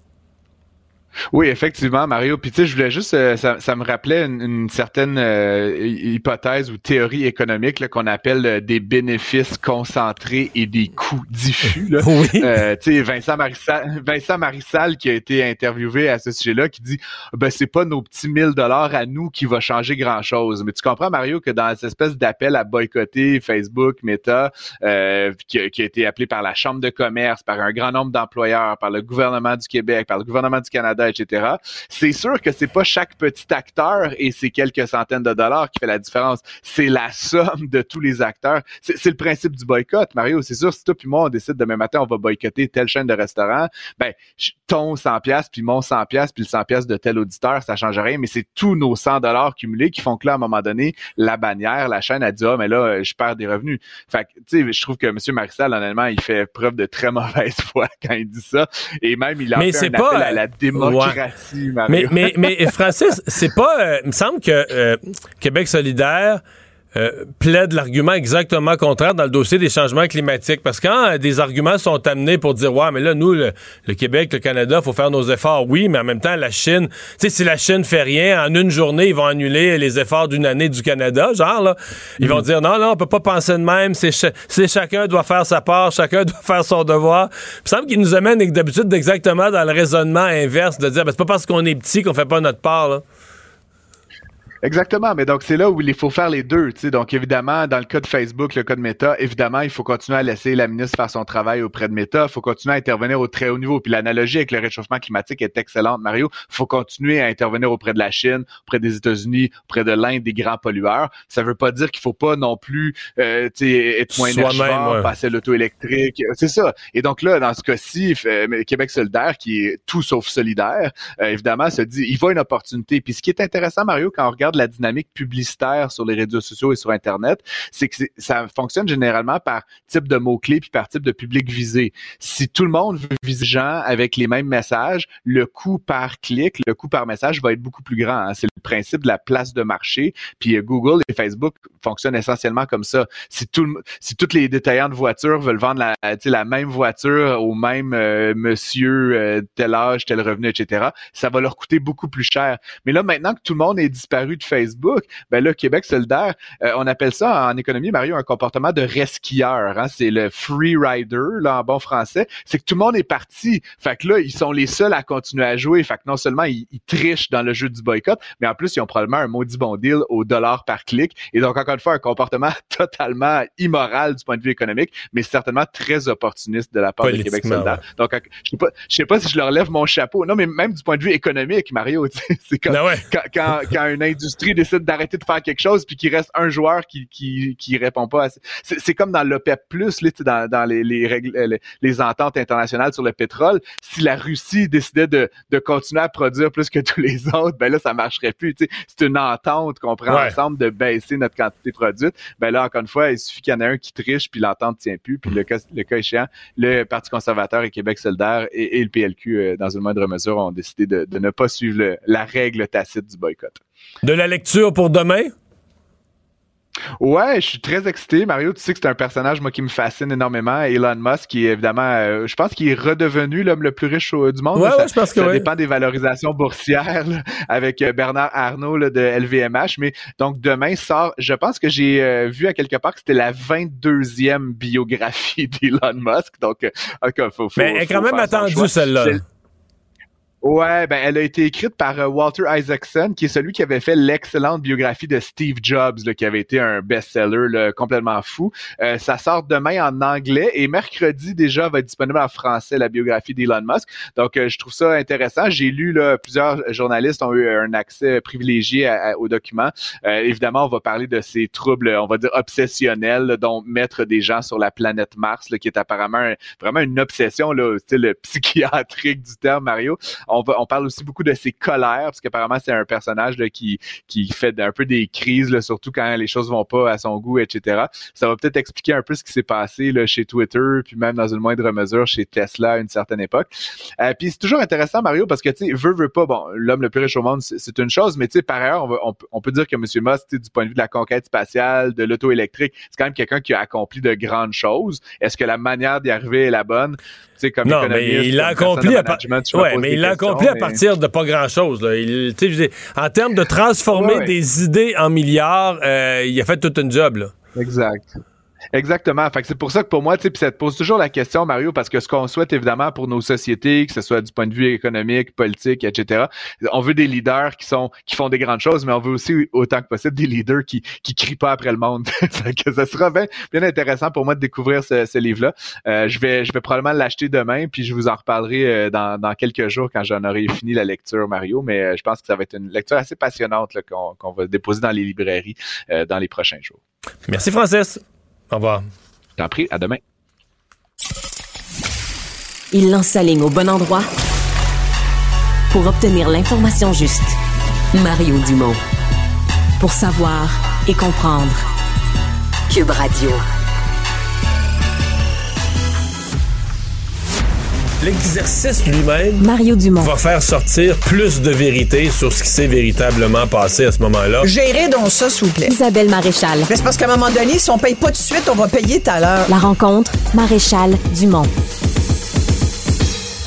Oui, effectivement, Mario. Puis tu sais, je voulais juste, euh, ça, ça me rappelait une, une certaine euh, hypothèse ou théorie économique là, qu'on appelle euh, des bénéfices concentrés et des coûts diffus. Là. Oui. Euh, tu sais, Vincent Marissal, Vincent Marissal qui a été interviewé à ce sujet-là, qui dit, ben c'est pas nos petits mille dollars à nous qui va changer grand-chose. Mais tu comprends, Mario, que dans cette espèce d'appel à boycotter Facebook, Meta, euh, qui, a, qui a été appelé par la Chambre de commerce, par un grand nombre d'employeurs, par le gouvernement du Québec, par le gouvernement du Canada, et cetera. C'est sûr que c'est pas chaque petit acteur et c'est quelques centaines de dollars qui fait la différence. C'est la somme de tous les acteurs. C'est, c'est le principe du boycott, Mario. C'est sûr, si toi puis moi, on décide demain matin, on va boycotter telle chaîne de restaurants, ben, ton cent piastres puis mon cent piastres puis le cent piastres de tel auditeur, ça change rien, mais c'est tous nos cent dollars cumulés qui font que là, à un moment donné, la bannière, la chaîne a dit, ah, mais là, je perds des revenus. Fait que, tu sais, je trouve que M. Marissal, honnêtement, il fait preuve de très mauvaise foi quand il dit ça. Et même, il a mais fait un pas, appel à la démocratie. Ouais. Mais, mais, mais Francis, c'est pas... Euh, il me semble que euh, Québec solidaire euh, plaide l'argument exactement contraire dans le dossier des changements climatiques. Parce que quand euh, des arguments sont amenés pour dire « Ouais, mais là, nous, le, le Québec, le Canada, il faut faire nos efforts. » Oui, mais en même temps, la Chine... Tu sais, si la Chine fait rien, en une journée, ils vont annuler les efforts d'une année du Canada, genre, là. Ils mm. vont dire « Non, non, on peut pas penser de même. C'est, ch- c'est chacun doit faire sa part, chacun doit faire son devoir. » Il me semble qu'ils nous amènent d'habitude exactement dans le raisonnement inverse, de dire ben, « C'est pas parce qu'on est petit qu'on fait pas notre part, là. » Exactement, mais donc c'est là où il faut faire les deux, tu sais. Donc évidemment, dans le cas de Facebook, le cas de Meta, évidemment, il faut continuer à laisser la ministre faire son travail auprès de Meta, il faut continuer à intervenir au très haut niveau. Puis l'analogie avec le réchauffement climatique est excellente, Mario. Il faut continuer à intervenir auprès de la Chine, auprès des États-Unis, auprès de l'Inde, des grands pollueurs. Ça veut pas dire qu'il faut pas non plus euh, tu sais, être moins énergivore, ouais. passer à l'auto électrique, c'est ça. Et donc là, dans ce cas-ci, euh, Québec solidaire, qui est tout sauf solidaire, euh, évidemment, se dit, il voit une opportunité. Puis ce qui est intéressant, Mario, quand on regarde de la dynamique publicitaire sur les réseaux sociaux et sur Internet, c'est que c'est, ça fonctionne généralement par type de mots-clés puis par type de public visé. Si tout le monde veut viser les gens avec les mêmes messages, le coût par clic, le coût par message va être beaucoup plus grand. Hein. C'est le principe de la place de marché. Puis euh, Google et Facebook fonctionnent essentiellement comme ça. Si tout le, si tous les détaillants de voitures veulent vendre la, la même voiture au même euh, monsieur, euh, tel âge, tel revenu, et cetera, ça va leur coûter beaucoup plus cher. Mais là, maintenant que tout le monde est disparu de Facebook, ben là, Québec solidaire, euh, on appelle ça en économie, Mario, un comportement de resquilleur. Hein? C'est le free rider, là, en bon français. C'est que tout le monde est parti. Fait que là, ils sont les seuls à continuer à jouer. Fait que non seulement ils, ils trichent dans le jeu du boycott, mais en plus, ils ont probablement un maudit bon deal au dollar par clic. Et donc, encore une fois, un comportement totalement immoral du point de vue économique, mais certainement très opportuniste de la part de Québec solidaire. Ouais. Donc, je sais pas, je sais pas si je leur lève mon chapeau. Non, mais même du point de vue économique, Mario, c'est comme ben ouais. quand, quand, quand une industrie décide d'arrêter de faire quelque chose puis qu'il reste un joueur qui qui qui répond pas à c'est, c'est comme dans l'OPEP plus, là, dans dans les les règles les, les ententes internationales sur le pétrole, si la Russie décidait de de continuer à produire plus que tous les autres, ben là ça marcherait plus, tu sais, c'est une entente qu'on prend ouais. ensemble de baisser notre quantité produite. Ben là encore une fois, il suffit qu'il y en ait un qui triche puis l'entente tient plus, puis le cas le cas échéant, le Parti conservateur et Québec solidaire et, et le P L Q euh, dans une moindre mesure ont décidé de de ne pas suivre le, la règle tacite du boycott. De la lecture pour demain? Ouais, je suis très excité. Mario, tu sais que c'est un personnage, moi, qui me fascine énormément. Elon Musk, qui est évidemment, euh, je pense qu'il est redevenu l'homme le plus riche au, du monde. Ouais, ça, ouais, je pense que ça oui. dépend des valorisations boursières là, avec euh, Bernard Arnault là, de L V M H. Mais donc, demain sort, je pense que j'ai euh, vu à quelque part que c'était la vingt-deuxième biographie d'Elon Musk. Donc, euh, okay, faut, faut, Mais elle est quand même attendue, celle-là. C'est... Ouais, ben elle a été écrite par euh, Walter Isaacson, qui est celui qui avait fait l'excellente biographie de Steve Jobs, là, qui avait été un best-seller là, complètement fou. Euh, ça sort demain en anglais et mercredi déjà va être disponible en français la biographie d'Elon Musk. Donc euh, je trouve ça intéressant. J'ai lu là plusieurs journalistes ont eu un accès privilégié à, à, au document. Euh, évidemment, on va parler de ces troubles, on va dire obsessionnels, là, dont mettre des gens sur la planète Mars, là, qui est apparemment un, vraiment une obsession là, style psychiatrique du terme, Mario. On, va, on parle aussi beaucoup de ses colères, parce qu'apparemment, c'est un personnage là, qui, qui fait un peu des crises, là, surtout quand les choses vont pas à son goût, et cetera. Ça va peut-être expliquer un peu ce qui s'est passé là, chez Twitter, puis même dans une moindre mesure chez Tesla à une certaine époque. Euh, puis c'est toujours intéressant, Mario, parce que, tu sais, veut, veut pas, bon, l'homme le plus riche au monde, c'est, c'est une chose, mais tu sais, par ailleurs, on, va, on, on peut dire que M. Musk, du point de vue de la conquête spatiale, de l'auto électrique, c'est quand même quelqu'un qui a accompli de grandes choses. Est-ce que la manière d'y arriver est la bonne? Comme non, mais il l'a accompli à, par... ouais, mais il l'a accompli mais... à partir de pas grand-chose. Là. Il, je dis, en termes de transformer ouais, ouais. des idées en milliards, euh, il a fait tout un job. Là. Exact. Exactement. Fait que c'est pour ça que pour moi, tu sais, puis ça te pose toujours la question, Mario, parce que ce qu'on souhaite évidemment pour nos sociétés, que ce soit du point de vue économique, politique, et cetera, on veut des leaders qui sont qui font des grandes choses, mais on veut aussi autant que possible des leaders qui qui crient pas après le monde. Fait que ça sera bien, bien intéressant pour moi de découvrir ce, ce livre-là. Euh, je vais je vais probablement l'acheter demain, puis je vous en reparlerai dans dans quelques jours quand j'en aurai fini la lecture, Mario. Mais je pense que ça va être une lecture assez passionnante là, qu'on qu'on va déposer dans les librairies euh, dans les prochains jours. Merci, Francis. Au revoir. T'en prie, à demain. Il lance sa ligne au bon endroit pour obtenir l'information juste. Mario Dumont. Pour savoir et comprendre. Cube Radio. L'exercice lui-même Mario Dumont. va faire sortir plus de vérité sur ce qui s'est véritablement passé à ce moment-là. Gérez donc ça, s'il vous plaît. Isabelle Maréchal. Mais c'est parce qu'à un moment donné, si on paye pas tout de suite, on va payer tout à l'heure. La rencontre, Maréchal Dumont.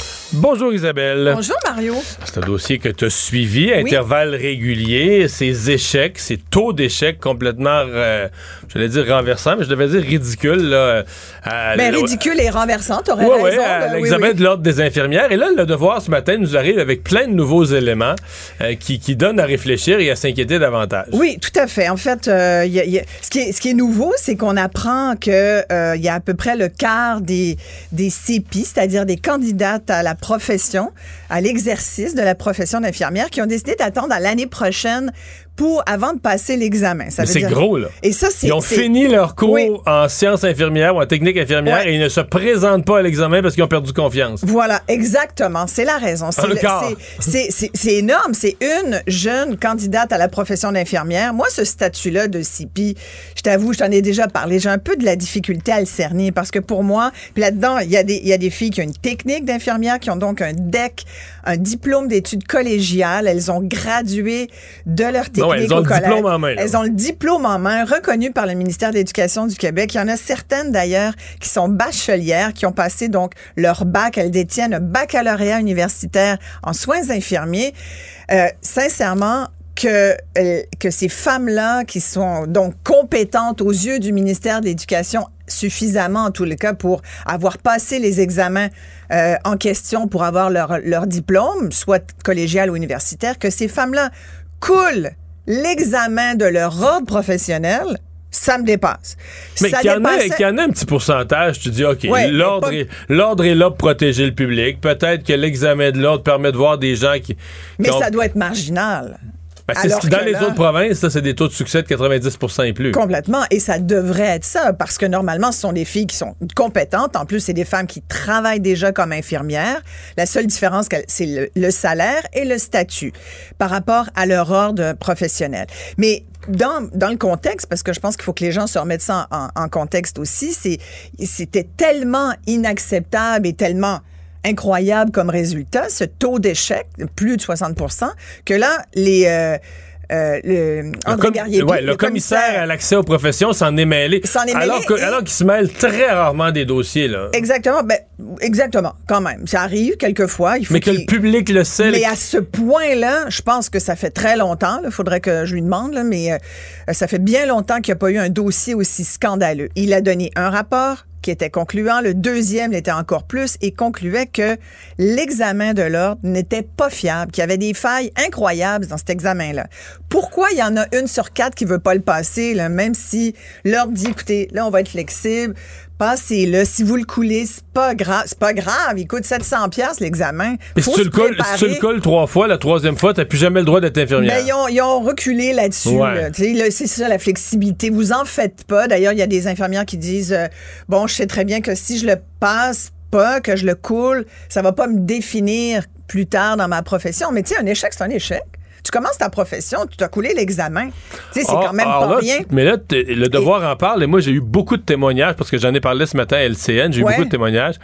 Bonjour Isabelle. Bonjour Mario. C'est un dossier que tu as suivi à oui. intervalles réguliers. Ces échecs, ces taux d'échecs complètement, euh, j'allais dire renversants, mais je devais dire ridicules. Là, à, ben, ridicule et renversant, t'aurais ouais, raison. Ouais, à ben, l'examen oui, oui. de l'Ordre des infirmières. Et là, le Devoir ce matin nous arrive avec plein de nouveaux éléments euh, qui, qui donnent à réfléchir et à s'inquiéter davantage. Oui, tout à fait. En fait, euh, y a, y a, ce, qui est, ce qui est nouveau, c'est qu'on apprend que euh, y a à peu près le quart des, des C P I, c'est-à-dire des candidates à la profession, à l'exercice de la profession d'infirmière, qui ont décidé d'attendre à l'année prochaine pour avant de passer l'examen. Ça Mais veut c'est dire... gros, là. Et ça, c'est, ils ont c'est... fini leur cours oui. en sciences infirmières ou en technique infirmière ouais. et ils ne se présentent pas à l'examen parce qu'ils ont perdu confiance. Voilà, exactement. C'est la raison. C'est, le, c'est, c'est, c'est, c'est énorme. C'est une jeune candidate à la profession d'infirmière. Moi, ce statut-là de C P I, je t'avoue, je t'en ai déjà parlé, j'ai un peu de la difficulté à le cerner parce que pour moi, puis là-dedans, il y a des, il y a des filles qui ont une technique d'infirmière, qui ont donc un D E C, un diplôme d'études collégiales. Elles ont gradué de leur technique. Non, elles ont au le collège. diplôme en main. Là. Elles ont le diplôme en main, reconnu par le ministère de l'Éducation du Québec. Il y en a certaines, d'ailleurs, qui sont bachelières, qui ont passé donc leur bac. Elles détiennent un baccalauréat universitaire en soins infirmiers. Euh, sincèrement, que, euh, que ces femmes-là, qui sont donc compétentes aux yeux du ministère de l'Éducation suffisamment, en tous les cas, pour avoir passé les examens euh, en question pour avoir leur, leur diplôme, soit collégial ou universitaire, que ces femmes-là coulent l'examen de leur ordre professionnel, ça me dépasse. Mais ça qu'il y, dépassait... qu y en a un petit pourcentage, tu dis, OK, ouais, l'ordre, pas... est, l'ordre est là pour protéger le public. Peut-être que l'examen de l'ordre permet de voir des gens qui... qui Mais ont... ça doit être marginal. Ben, c'est ce qui, dans les là, autres provinces, ça, c'est des taux de succès de quatre-vingt-dix pour cent et plus. Complètement. Et ça devrait être ça, parce que normalement, ce sont des filles qui sont compétentes. En plus, c'est des femmes qui travaillent déjà comme infirmières. La seule différence, c'est le, le salaire et le statut par rapport à leur ordre professionnel. Mais Dans, dans le contexte, parce que je pense qu'il faut que les gens se remettent ça en, en contexte aussi, c'est, c'était tellement inacceptable et tellement incroyable comme résultat, ce taux d'échec, plus de soixante pour cent, que là, les... Euh, Euh, le, André com- Garrier, ouais, le, le commissaire, commissaire à l'accès aux professions s'en est mêlé. S'en est mêlé alors, que, et... alors qu'il se mêle très rarement des dossiers. Là. Exactement. Ben, exactement, quand même. Ça arrive quelquefois. Il faut Mais que le public le sait. Mais les... à ce point-là, je pense que ça fait très longtemps. Il faudrait que je lui demande, là, mais euh, ça fait bien longtemps qu'il n'y a pas eu un dossier aussi scandaleux. Il a donné un rapport qui était concluant. Le deuxième l'était encore plus et concluait que l'examen de l'ordre n'était pas fiable, qu'il y avait des failles incroyables dans cet examen-là. Pourquoi il y en a une sur quatre qui veut pas le passer, là, même si l'ordre dit, écoutez, là, on va être flexible, passez-le. Si vous le coulez, c'est pas grave. C'est pas grave. Il coûte sept cents dollars l'examen. Mais si tu, le colles, si tu le colles trois fois, la troisième fois, t'as plus jamais le droit d'être infirmière. Ben, ils ont, ils ont reculé là-dessus. Ouais. Là. Là, c'est ça, la flexibilité. Vous en faites pas. D'ailleurs, il y a des infirmières qui disent, euh, bon, je sais très bien que si je le passe pas, que je le coule, ça va pas me définir plus tard dans ma profession. Mais tu sais, un échec, c'est un échec. Tu commences ta profession, tu t'as coulé l'examen. Tu sais, c'est ah, quand même pas là, rien. Tu, mais là, le Devoir et... en parle, et moi, j'ai eu beaucoup de témoignages, parce que j'en ai parlé ce matin à L C N, j'ai eu ouais. beaucoup de témoignages.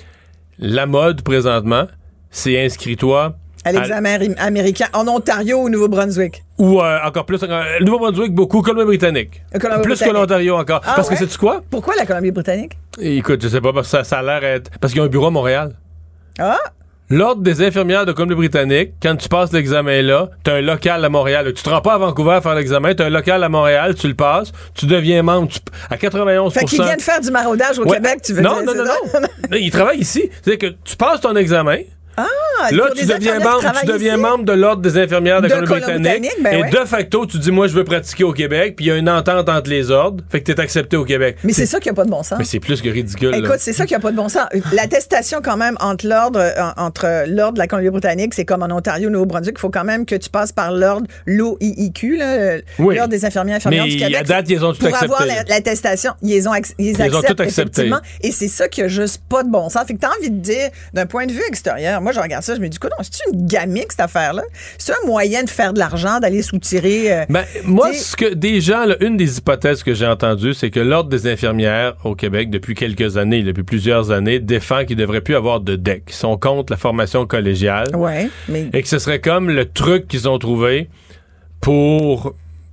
La mode, présentement, c'est inscris-toi... À l'examen à... américain, en Ontario ou au Nouveau-Brunswick? Ou euh, encore plus, euh, le Nouveau-Brunswick, beaucoup, Colombie-Britannique. Plus que l'Ontario encore. Ah, parce ouais? que sais-tu quoi? Pourquoi la Colombie-Britannique? Écoute, je sais pas, parce que ça, ça a l'air être... Parce qu'il y a un bureau à Montréal. Ah! L'Ordre des infirmières de Colombie-Britannique, quand tu passes l'examen là, t'as un local à Montréal. Tu te rends pas à Vancouver à faire l'examen, t'as un local à Montréal, tu le passes, tu deviens membre tu, à quatre-vingt-onze pour cent. Fait qu'ils viennent faire du maraudage au ouais. Québec, tu veux non, dire? Non, non, non, non. Ils travaillent ici. C'est-à-dire que tu passes ton examen. Ah, là, tu deviens, membre, tu deviens membre de l'Ordre des infirmières de, de Colombie-Britannique. Ben et ouais. de facto, tu dis, moi, je veux pratiquer au Québec, puis il y a une entente entre les ordres, fait que tu es accepté au Québec. Mais c'est, c'est ça qui n'a pas de bon sens. Mais c'est plus que ridicule. Écoute, là. c'est ça qui n'a pas de bon sens. L'attestation, quand même, entre l'ordre, entre l'ordre de la Colombie-Britannique, c'est comme en Ontario, Nouveau-Brunswick, il faut quand même que tu passes par l'ordre, l'O I I Q, là, oui. l'Ordre des infirmières et infirmières mais du Québec. À date, ils ont tout pour accepté. Pour avoir l'attestation, ils, ont, ils, ils acceptent, ont tout accepté. Effectivement. Et c'est ça qui n'a juste pas de bon sens. Fait que tu as envie de dire, d'un point de vue extérieur, moi, je regarde ça, je me dis, écoute, c'est une gamique, cette affaire-là. C'est un moyen de faire de l'argent, d'aller soutirer. Euh, ben, moi, ce que des gens, là, une des hypothèses que j'ai entendues, c'est que l'Ordre des infirmières au Québec, depuis quelques années, depuis plusieurs années, défend qu'il ne devrait plus avoir de D E C. Ils sont contre la formation collégiale. Ouais, mais... Et que ce serait comme le truc qu'ils ont trouvé pour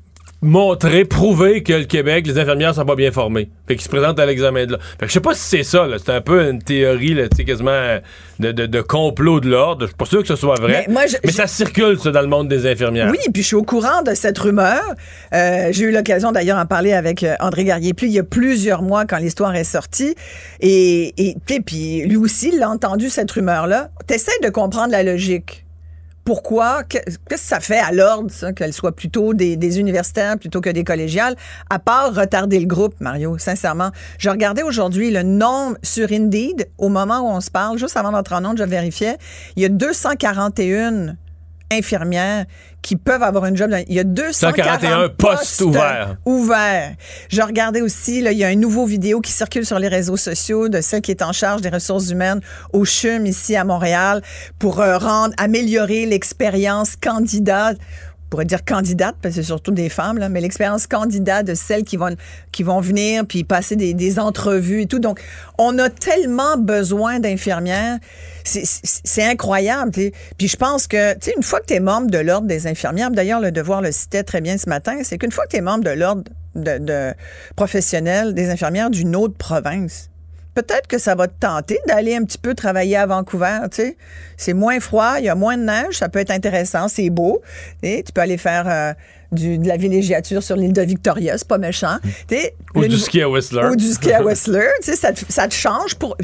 montrer, prouver que le Québec, les infirmières sont pas bien formées. Fait qu'ils se présentent à l'examen de l'ordre. Fait que je sais pas si c'est ça, là. C'est un peu une théorie, là, tu sais, quasiment de, de, de complot de l'ordre. Je suis pas sûr que ce soit vrai. Mais, moi, je, mais ça circule, ça, dans le monde des infirmières. Oui, puis je suis au courant de cette rumeur. Euh, j'ai eu l'occasion, d'ailleurs, d'en parler avec André Garrier-Pli il y a plusieurs mois quand l'histoire est sortie. Et, et puis, lui aussi, il a entendu cette rumeur-là. T'essaies de comprendre la logique. Pourquoi? Qu'est-ce que ça fait à l'ordre, ça, qu'elle soit plutôt des, des universitaires plutôt que des collégiales, à part retarder le groupe, Mario, sincèrement. Je regardais aujourd'hui le nombre sur Indeed, au moment où on se parle, juste avant d'entrer en onde, je vérifiais, il y a deux cent quarante et un infirmières qui peuvent avoir une job. Dans, il y a deux cent quarante et un postes ouverts. ouverts. Je regardais aussi, là, il y a une nouveau vidéo qui circule sur les réseaux sociaux de celle qui est en charge des ressources humaines au C H U M ici à Montréal pour euh, rendre, améliorer l'expérience candidat. On pourrait dire candidate, parce que c'est surtout des femmes, là, mais l'expérience candidat de celles qui vont, qui vont venir puis passer des, des entrevues et tout. Donc, on a tellement besoin d'infirmières. C'est, c'est, c'est incroyable. T'sais. Puis je pense que, tu sais, une fois que tu es membre de l'Ordre des infirmières, d'ailleurs, Le Devoir le citait très bien ce matin, c'est qu'une fois que tu es membre de l'Ordre de, de professionnel des infirmières d'une autre province, peut-être que ça va te tenter d'aller un petit peu travailler à Vancouver, tu sais. C'est moins froid, il y a moins de neige, ça peut être intéressant, c'est beau. Et tu peux aller faire euh, du, de la villégiature sur l'île de Victoria, c'est pas méchant. T'sais, ou le, du ski à Whistler. Ou du ski à Whistler, tu sais, ça, te, ça te change pour...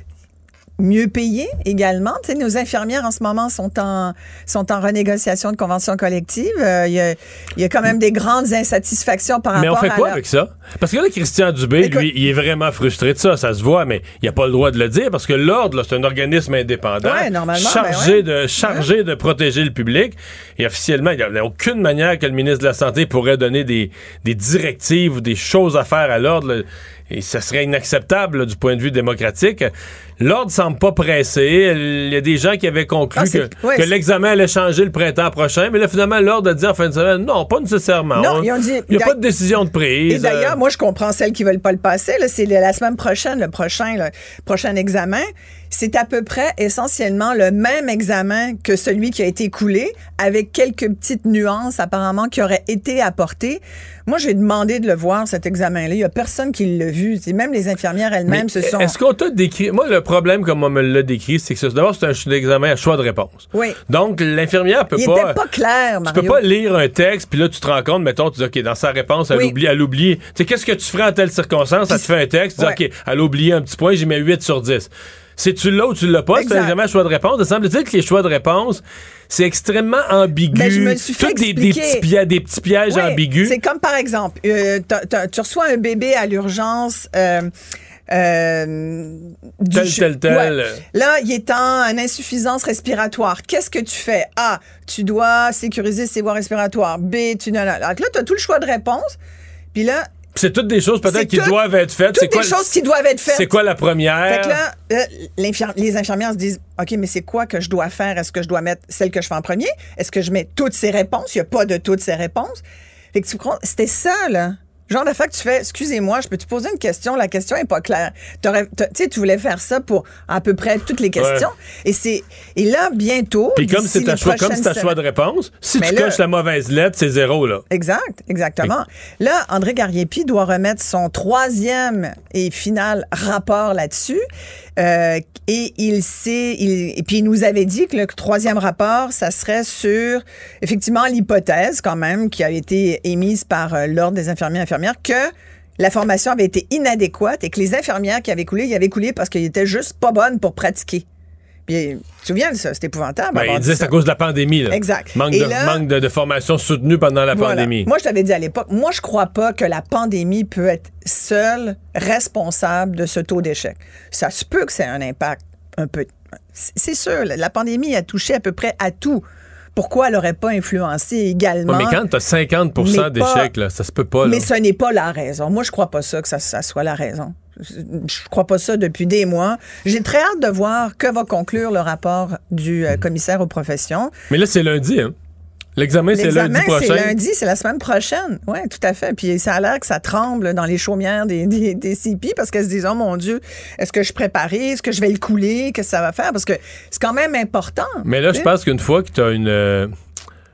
Mieux payé également. Tu sais, nos infirmières en ce moment sont en sont en renégociation de convention collective. Il euh, y, a, y a quand même des grandes insatisfactions par mais rapport à... Mais on fait quoi leur... avec ça? Parce que là, Christian Dubé, Écoute, lui, il est vraiment frustré de ça, ça se voit, mais il n'a pas le droit de le dire parce que l'Ordre, là, c'est un organisme indépendant ouais, normalement, chargé, ben ouais. de, chargé ouais. de protéger le public. Et officiellement, il n'y a aucune manière que le ministre de la Santé pourrait donner des, des directives ou des choses à faire à l'Ordre. Là. Et ça serait inacceptable là, du point de vue démocratique. L'Ordre semble pas pressé. Il y a des gens qui avaient conclu ah, que, ouais, que l'examen allait changer le printemps prochain, mais là, finalement, l'Ordre a dit en fin de semaine, non, pas nécessairement. Non, ils ont dit, il n'y a pas de décision de prise. Et d'ailleurs, moi, je comprends celles qui veulent pas le passer. Là, c'est la semaine prochaine, le prochain, le prochain examen. C'est à peu près essentiellement le même examen que celui qui a été écoulé, avec quelques petites nuances apparemment qui auraient été apportées. Moi, j'ai demandé de le voir, cet examen-là. Il n'y a personne qui l'a vu. C'est même les infirmières elles-mêmes se sont... Est-ce qu'on t'a décrit... Moi, le problème, comme on me l'a décrit, c'est que d'abord, c'est un examen à choix de réponse. Oui. Donc, l'infirmière peut Il pas... Il n'était pas clair, Mario. Tu peux pas lire un texte, puis là, tu te rends compte, mettons, tu dis, OK, dans sa réponse, elle oui. oublie, elle oublie... Tu sais, qu'est-ce que tu ferais en telle circonstance? Elle te fait un texte, tu dis, ouais. OK, elle a oublié un petit point, j'y mets huit sur dix. C'est tu l'as ou tu l'as pas, exact. C'est un examen à choix de réponse. Il semble-t-il que les choix de réponse, c'est extrêmement ambigu. Ben, je me suis fait des, des, petits pièges, des petits pièges oui, ambigus. C'est comme, par exemple, euh, t'as, t'as, tu reçois un bébé à l'urgence... Euh, Euh, tel, du, tel, tel. Ouais. Là, il est en, en insuffisance respiratoire. Qu'est-ce que tu fais? A, tu dois sécuriser ses voies respiratoires. B, tu... Donc là, tu as tout le choix de réponse. Puis là... C'est toutes des choses peut-être qui tout, doivent être faites. Toutes c'est quoi, des choses qui doivent être faites. C'est quoi la première? Fait que là, euh, les infirmières se disent, OK, mais c'est quoi que je dois faire? Est-ce que je dois mettre celle que je fais en premier? Est-ce que je mets toutes ces réponses? Il n'y a pas de toutes ces réponses. Fait que tu comprends, c'était ça, là. Genre de fait que tu fais, excusez-moi, je peux te poser une question, la question est pas claire. Tu sais, tu voulais faire ça pour à peu près toutes les questions. Ouais. Et c'est et là, bientôt... Puis comme c'est ta choix, comme c'est ta choix de réponse, si mais tu là, coches la mauvaise lettre, c'est zéro, là. Exact, exactement. Et... Là, André Garrier-Pli doit remettre son troisième et final rapport là-dessus. Euh, et il sait... Il, et puis il nous avait dit que le troisième rapport, ça serait sur, effectivement, l'hypothèse, quand même, qui a été émise par euh, l'Ordre des infirmiers et infirmières, que la formation avait été inadéquate et que les infirmières qui avaient coulé, ils avaient coulé parce qu'ils étaient juste pas bonnes pour pratiquer. Puis, tu te souviens de ça? C'est épouvantable. Ben, il disait que c'est à cause de la pandémie. Là. Exact. Manque, de, là, manque de, de formation soutenue pendant la voilà. pandémie. Moi, je t'avais dit à l'époque, moi, je crois pas que la pandémie peut être seule responsable de ce taux d'échec. Ça se peut que c'est un impact un peu... C'est sûr, la pandémie a touché à peu près à tout. Pourquoi elle n'aurait pas influencé également? Ouais, mais quand tu as cinquante pour cent d'échecs, là, ça se peut pas. Là. Mais ce n'est pas la raison. Moi, je crois pas ça que ça, ça soit la raison. Je crois pas ça depuis des mois. J'ai très hâte de voir que va conclure le rapport du euh, commissaire aux professions. Mais là, c'est lundi, hein? L'examen, c'est lundi prochain. c'est lundi, c'est la semaine prochaine. Oui, tout à fait. Puis ça a l'air que ça tremble dans les chaumières des, des, des C P parce qu'elles se disent, oh mon Dieu, est-ce que je prépare? Est-ce que je vais le couler? Qu'est-ce que ça va faire? Parce que c'est quand même important. Mais là, je pense qu'une fois que tu as une... Euh,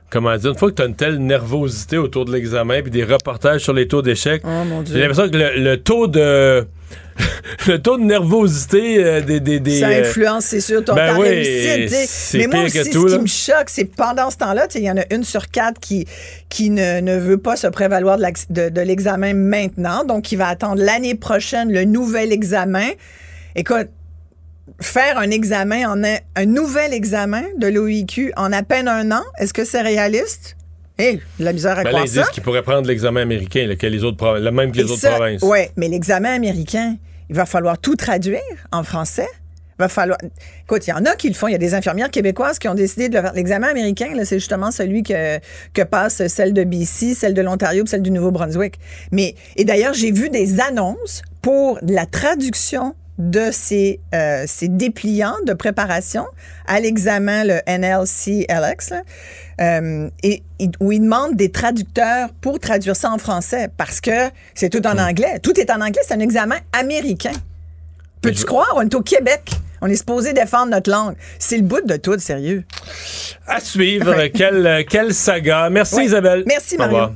comment dire, une fois que tu as une telle nervosité autour de l'examen puis des reportages sur les taux d'échec, oh, mon Dieu. j'ai l'impression que le, le taux de le taux de nervosité euh, des, des, des ça influence, c'est sûr, ton ben temps oui, réussite. c'est Mais moi pire aussi, que tout, ce là. qui me choque, c'est pendant ce temps-là, il y en a une sur quatre qui, qui ne, ne veut pas se prévaloir de, de, de l'examen maintenant, donc qui va attendre l'année prochaine le nouvel examen. Écoute, faire un examen, en un, un nouvel examen de l'O I Q en à peine un an, est-ce que c'est réaliste? Hé, hey, la misère à ben croire là, ils ça. disent qu'ils pourraient prendre l'examen américain, là, que les autres provinces, le même que les Et autres ça, provinces. Oui, mais l'examen américain, il va falloir tout traduire en français. Il va falloir. Écoute, il y en a qui le font. Il y a des infirmières québécoises qui ont décidé de le faire. L'examen américain, là, c'est justement celui que, que passe celle de B C, celle de l'Ontario et celle du Nouveau-Brunswick. Mais, et d'ailleurs, j'ai vu des annonces pour la traduction de ces, euh, ces dépliants de préparation à l'examen, le N L C L X, là, euh, et, et où ils demandent des traducteurs pour traduire ça en français parce que c'est tout en mmh. anglais. Tout est en anglais, c'est un examen américain. Peux-tu je... croire? On est au Québec. On est supposé défendre notre langue. C'est le bout de tout, sérieux. À suivre. quelle, quelle saga. Merci, ouais. Isabelle. Merci, Mario.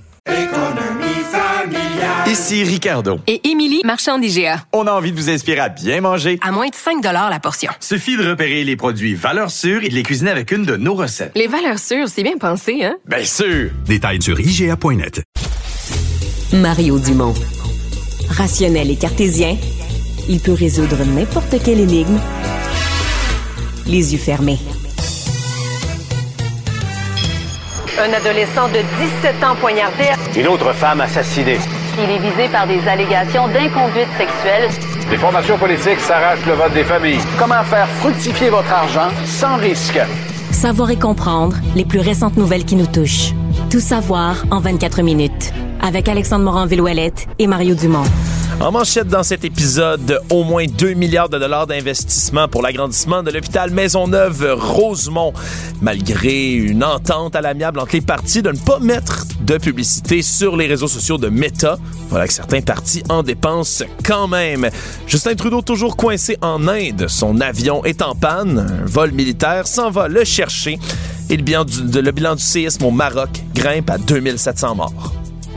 Ici Ricardo. Et Émilie, marchand d'I G A. On a envie de vous inspirer à bien manger. À moins de cinq dollars la portion. Suffit de repérer les produits valeurs sûres et de les cuisiner avec une de nos recettes. Les valeurs sûres, c'est bien pensé, hein? Bien sûr! Détails sur I G A point net. Mario Dumont. Rationnel et cartésien, il peut résoudre n'importe quelle énigme les yeux fermés. Un adolescent de dix-sept ans poignardé. Une autre femme assassinée. Il est visé par des allégations d'inconduite sexuelle. Les formations politiques s'arrachent le vote des familles. Comment faire fructifier votre argent sans risque? Savoir et comprendre les plus récentes nouvelles qui nous touchent. Tout savoir en vingt-quatre minutes. Avec Alexandre Morin-Villouellette et Mario Dumont. En manchette dans cet épisode, au moins deux milliards de dollars d'investissement pour l'agrandissement de l'hôpital Maisonneuve-Rosemont. Malgré une entente à l'amiable entre les partis de ne pas mettre de publicité sur les réseaux sociaux de Meta, voilà que certains partis en dépensent quand même. Justin Trudeau toujours coincé en Inde. Son avion est en panne. Un vol militaire s'en va le chercher. Et le bilan du, de, le bilan du séisme au Maroc grimpe à deux mille sept cents morts.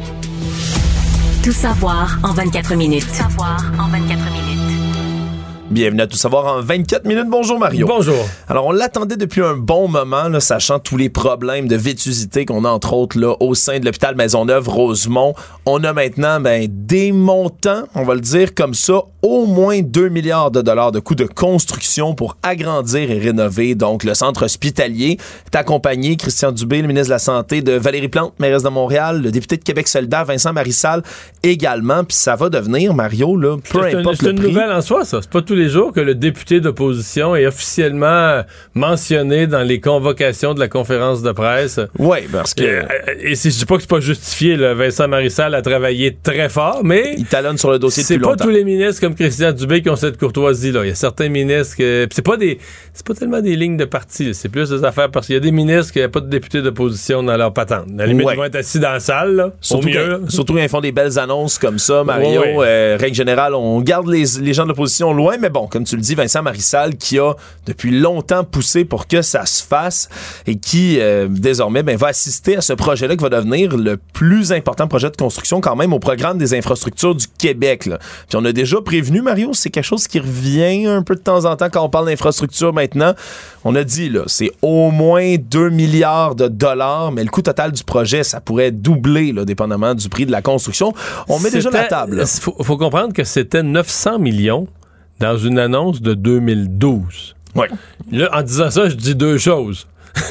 Tout savoir en vingt-quatre minutes. Tout savoir en vingt-quatre minutes. Bienvenue à Tout savoir en vingt-quatre minutes. Bonjour Mario. Bonjour. Alors on l'attendait depuis un bon moment, là, sachant tous les problèmes de vétusité qu'on a entre autres là, au sein de l'hôpital Maisonneuve-Rosemont. On a maintenant ben, des montants, on va le dire comme ça, au moins deux milliards de dollars de coûts de construction pour agrandir et rénover donc le centre hospitalier. Est accompagné Christian Dubé, le ministre de la Santé, de Valérie Plante, mairesse de Montréal, le député de Québec solidaire, Vincent Marissal également. Puis ça va devenir, Mario, là, peu c'est importe un, le prix. C'est une nouvelle en soi, ça. C'est pas tous les jours que le député d'opposition est officiellement mentionné dans les convocations de la conférence de presse. Oui, parce que... Et, et si je dis pas que c'est pas justifié, là, Vincent Marissal a travaillé très fort, mais... Il talonne sur le dossier depuis longtemps. C'est pas tous les ministres comme Christian Dubé qui ont cette courtoisie-là. Il y a certains ministres que... c'est pas des... c'est pas tellement des lignes de parti, c'est plus des affaires parce qu'il y a des ministres qui n'ont pas de députés d'opposition dans leur patente. À la limite, ouais. Ils vont être assis dans la salle, là, surtout au mieux. Quand, surtout quand ils font des belles annonces comme ça, Mario. Ouais, ouais. Euh, règle générale, on garde les, les gens de l'opposition loin, mais bon, comme tu le dis, Vincent Marissal, qui a depuis longtemps poussé pour que ça se fasse et qui, euh, désormais, ben, va assister à ce projet-là qui va devenir le plus important projet de construction quand même au programme des infrastructures du Québec. Là. Puis on a déjà prévenu, Mario, c'est quelque chose qui revient un peu de temps en temps quand on parle d'infrastructure maintenant. On a dit, là, c'est au moins deux milliards de dollars, mais le coût total du projet, ça pourrait doubler, là, dépendamment du prix de la construction. On met c'était, déjà la table. Il faut, faut comprendre que c'était neuf cents millions dans une annonce de deux mille douze. Oui. Là, en disant ça, je dis deux choses.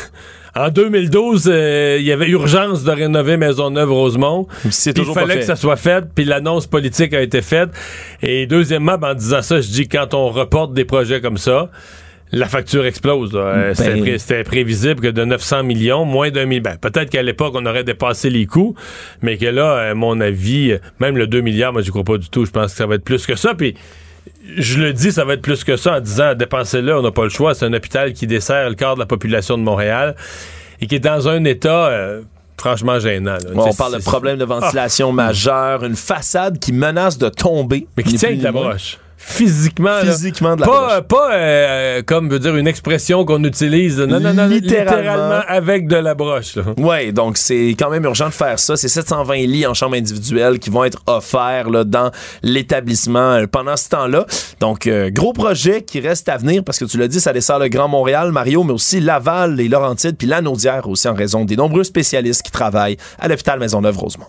En deux mille douze, euh, il y avait urgence de rénover Maisonneuve-Rosemont. C'est toujours il fallait pas fait. que ça soit fait, puis l'annonce politique a été faite. Et deuxièmement, ben, en disant ça, je dis quand on reporte des projets comme ça, la facture explose. Ben... C'était, pré- c'était prévisible que de neuf cents millions, moins d'un million. Ben, peut-être qu'à l'époque, on aurait dépassé les coûts, mais que là, à mon avis, même le deux milliards, moi, je crois pas du tout. Je pense que ça va être plus que ça. Puis je le dis, ça va être plus que ça en disant, dépenser là, on n'a pas le choix. C'est un hôpital qui dessert le quart de la population de Montréal et qui est dans un état... Euh, franchement gênant. Là. Ouais, on parle de problèmes de ventilation ah. majeurs, une façade qui menace de tomber. Mais qui tient avec la broche. physiquement. Physiquement là. de la pas, broche. Pas euh, comme veut dire une expression qu'on utilise. Non, non, non, littéralement, littéralement avec de la broche. Oui, donc c'est quand même urgent de faire ça. C'est sept cent vingt lits en chambre individuelle qui vont être offerts là, dans l'établissement euh, pendant ce temps-là. Donc, euh, gros projet qui reste à venir parce que tu l'as dit, ça dessert le Grand Montréal, Mario, mais aussi Laval, les Laurentides, puis Lanaudière aussi en raison des nombreux spécialistes qui travaillent à l'hôpital Maisonneuve-Rosemont.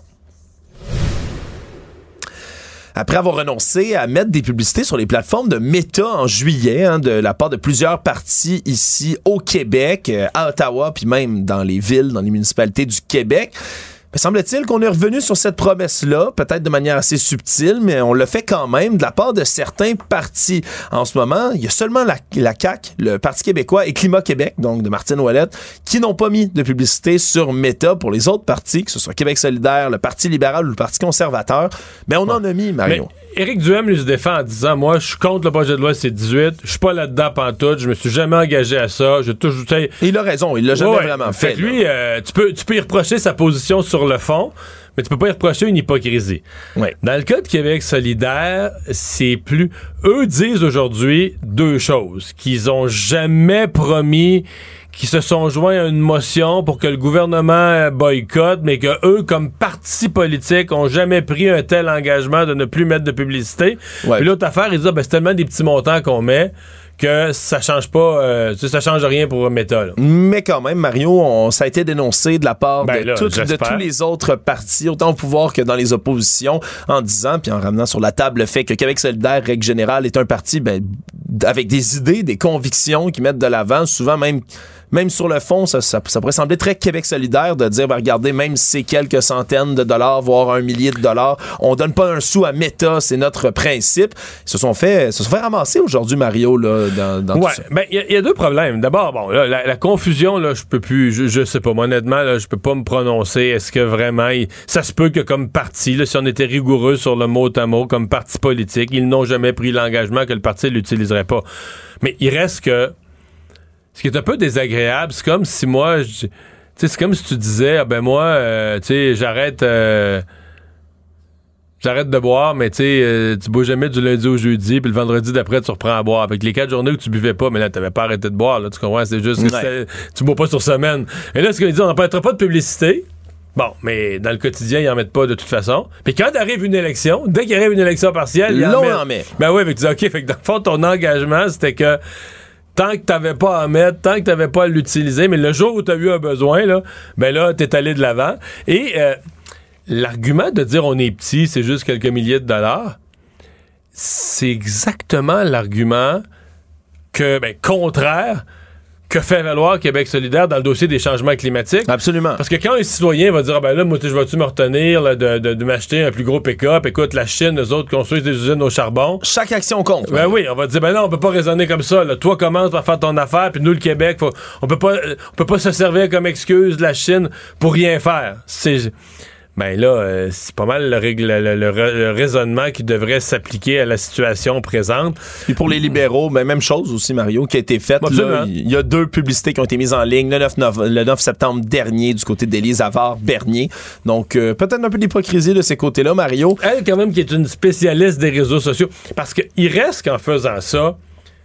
Après avoir renoncé à mettre des publicités sur les plateformes de Meta en juillet, hein, de la part de plusieurs partis ici au Québec, euh, à Ottawa, puis même dans les villes, dans les municipalités du Québec, mais semble-t-il qu'on est revenu sur cette promesse-là, peut-être de manière assez subtile, mais on le fait quand même de la part de certains partis. En ce moment, il y a seulement la, la C A Q, le Parti québécois et Climat Québec, donc de Martine Ouellette, qui n'ont pas mis de publicité sur Meta. Pour les autres partis, que ce soit Québec solidaire, le Parti libéral ou le Parti conservateur, mais on ouais. en a mis, Mario. Mais Éric Duhem lui se défend en disant, moi, je suis contre le projet de loi C dix-huit, je suis pas là-dedans pantoute, je me suis jamais engagé à ça, je touche... Et il a raison, il l'a jamais ouais, vraiment fait. Fait que lui, euh, tu peux, tu peux y reprocher sa position sur le fond, mais tu peux pas y reprocher une hypocrisie. Ouais. Dans le cas de Québec solidaire, c'est plus... Eux disent aujourd'hui deux choses, qu'ils ont jamais promis, qu'ils se sont joints à une motion pour que le gouvernement boycotte, mais que eux, comme parti politique, ont jamais pris un tel engagement de ne plus mettre de publicité. Ouais. Puis l'autre affaire, ils disent, ah, ben, c'est tellement des petits montants qu'on met que ça change pas, euh, ça change rien pour Meta. Là. Mais quand même, Mario, on, ça a été dénoncé de la part ben de, là, tout, de tous les autres partis, autant au pouvoir que dans les oppositions, en disant, puis en ramenant sur la table le fait que Québec solidaire, règle générale, est un parti ben, avec des idées, des convictions qui mettent de l'avant, souvent même... Même sur le fond, ça, ça, ça pourrait sembler très Québec solidaire de dire, ben regardez, même si c'est quelques centaines de dollars, voire un millier de dollars, on donne pas un sou à Meta, c'est notre principe. Ils se sont fait, se sont fait ramasser aujourd'hui, Mario, là, dans, dans ouais, tout ça. Ben, il y, y a deux problèmes. D'abord, bon, là, la, la confusion, là, je peux plus, je, je sais pas, moi, honnêtement, là, je peux pas me prononcer. Est-ce que vraiment, il, ça se peut que comme parti, là, si on était rigoureux sur le mot à mot, comme parti politique, ils n'ont jamais pris l'engagement que le parti l'utiliserait pas. Mais il reste que ce qui est un peu désagréable, c'est comme si moi, tu sais, c'est comme si tu disais, ah ben moi, euh, tu sais, j'arrête, euh, j'arrête de boire, mais tu sais, euh, tu bois jamais du lundi au jeudi, puis le vendredi d'après, tu reprends à boire. Avec les quatre journées où tu buvais pas, mais là, t'avais pas arrêté de boire, là, tu comprends? C'est juste que ouais. tu bois pas sur semaine. Et là, ce qu'ils disent, on n'en pas de publicité. Bon, mais dans le quotidien, ils en mettent pas de toute façon. Puis quand arrive une élection, dès qu'il arrive une élection partielle, ils en mettent. En met. Ben oui, mais tu dis, OK, fait que dans le fond, ton engagement, c'était que tant que t'avais pas à mettre, tant que t'avais pas à l'utiliser, mais le jour où t'as eu un besoin, là, ben là, t'es allé de l'avant. Et euh, l'argument de dire on est petit, c'est juste quelques milliers de dollars, c'est exactement l'argument que, ben, contraire que fait valoir Québec solidaire dans le dossier des changements climatiques. Absolument. Parce que quand un citoyen va dire, ah ben là, moi, je vais-tu me retenir là, de, de, de m'acheter un plus gros pick-up? Écoute, la Chine, eux autres construisent des usines au charbon. Chaque action compte. Ben oui, on va dire, ben non, on peut pas raisonner comme ça. Là. Toi, commence par faire ton affaire, puis nous, le Québec, faut, on peut pas, on peut pas se servir comme excuse de la Chine pour rien faire. C'est... Ben là, euh, c'est pas mal le, règle, le, le, le raisonnement qui devrait s'appliquer à la situation présente. Et pour les libéraux, ben même chose aussi, Mario, qui a été faite. Il y a deux publicités qui ont été mises en ligne le neuf, le neuf septembre dernier du côté d'Élise Savard-Bernier. Donc, euh, peut-être un peu d'hypocrisie de ces côtés-là, Mario. Elle, quand même, qui est une spécialiste des réseaux sociaux. Parce qu'il reste qu'en faisant ça,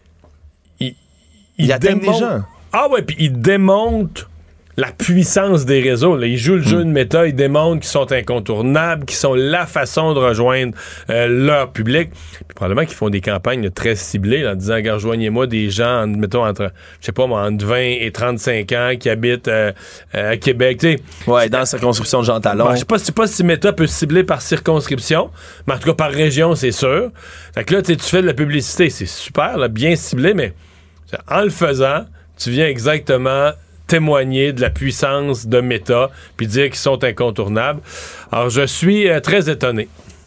il, il, il atteint des gens. Ah ouais, puis il démonte la puissance des réseaux. Là. Ils jouent le jeu mmh. de méta, ils démontrent qu'ils sont incontournables, qu'ils sont la façon de rejoindre euh, leur public. Puis probablement qu'ils font des campagnes très ciblées là, en disant, rejoignez-moi des gens, mettons, entre, je sais pas moi, entre vingt et trente-cinq ans qui habitent euh, euh, à Québec. T'sais. Ouais, dans la circonscription de Jean Talon. Bon, je sais pas, sais pas si méta peut cibler par circonscription, mais en tout cas par région, c'est sûr. Fait que là, tu fais de la publicité, c'est super, là, bien ciblé, mais en le faisant, tu viens exactement témoigner de la puissance de Meta puis dire qu'ils sont incontournables. Alors, je suis euh, très étonné.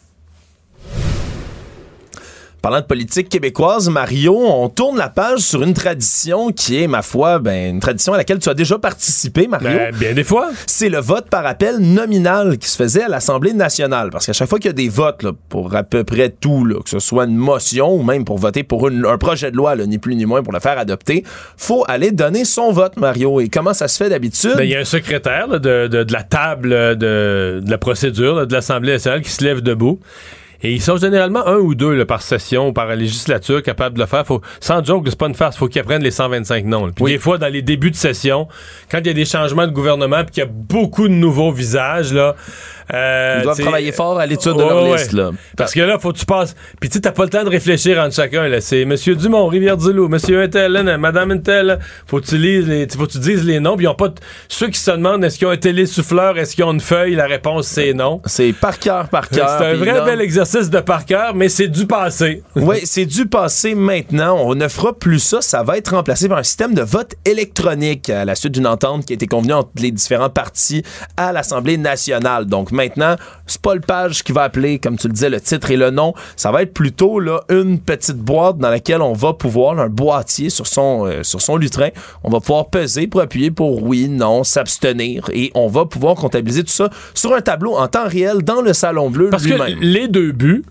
Parlant de politique québécoise, Mario, on tourne la page sur une tradition qui est, ma foi, ben, une tradition à laquelle tu as déjà participé, Mario. Ben, bien des fois. C'est le vote par appel nominal qui se faisait à l'Assemblée nationale. Parce qu'à chaque fois qu'il y a des votes là, pour à peu près tout, là, que ce soit une motion ou même pour voter pour une, un projet de loi, là, ni plus ni moins, pour le faire adopter, faut aller donner son vote, Mario. Et comment ça se fait d'habitude? Ben, il y a un secrétaire là, de, de, de la table de, de la procédure là, de l'Assemblée nationale qui se lève debout Et ils sont généralement un ou deux là, par session ou par législature capables de le faire. Faut, sans joke, c'est pas une farce. Faut qu'ils apprennent les cent vingt-cinq noms. Puis oui. Des fois, dans les débuts de session, quand il y a des changements de gouvernement puis qu'il y a beaucoup de nouveaux visages, là, euh, ils doivent travailler fort à l'étude de ouais, leur ouais. liste. Là. Parce que là, faut que tu passes. Puis tu sais, t'as pas le temps de réfléchir entre chacun. Là. C'est Monsieur Dumont, Rivière-du-Loup, Monsieur Intel, là, Madame Intel. Faut que tu lises les, faut que tu dises les noms. Puis ils ont pas t- ceux qui se demandent est-ce qu'ils ont un télésouffleur, est-ce qu'ils ont une feuille, la réponse c'est non. C'est par cœur, par cœur. C'est un vrai là... bel exercice de par cœur, mais c'est du passé. Oui, c'est du passé maintenant. On ne fera plus ça. Ça va être remplacé par un système de vote électronique à la suite d'une entente qui a été convenue entre les différents partis à l'Assemblée nationale. Donc maintenant, c'est pas le page qui va appeler, comme tu le disais, le titre et le nom. Ça va être plutôt là, une petite boîte dans laquelle on va pouvoir, là, un boîtier sur son, euh, sur son lutrin, on va pouvoir peser pour appuyer pour oui, non, s'abstenir et on va pouvoir comptabiliser tout ça sur un tableau en temps réel dans le Salon Bleu Parce lui-même. Parce que les deux buts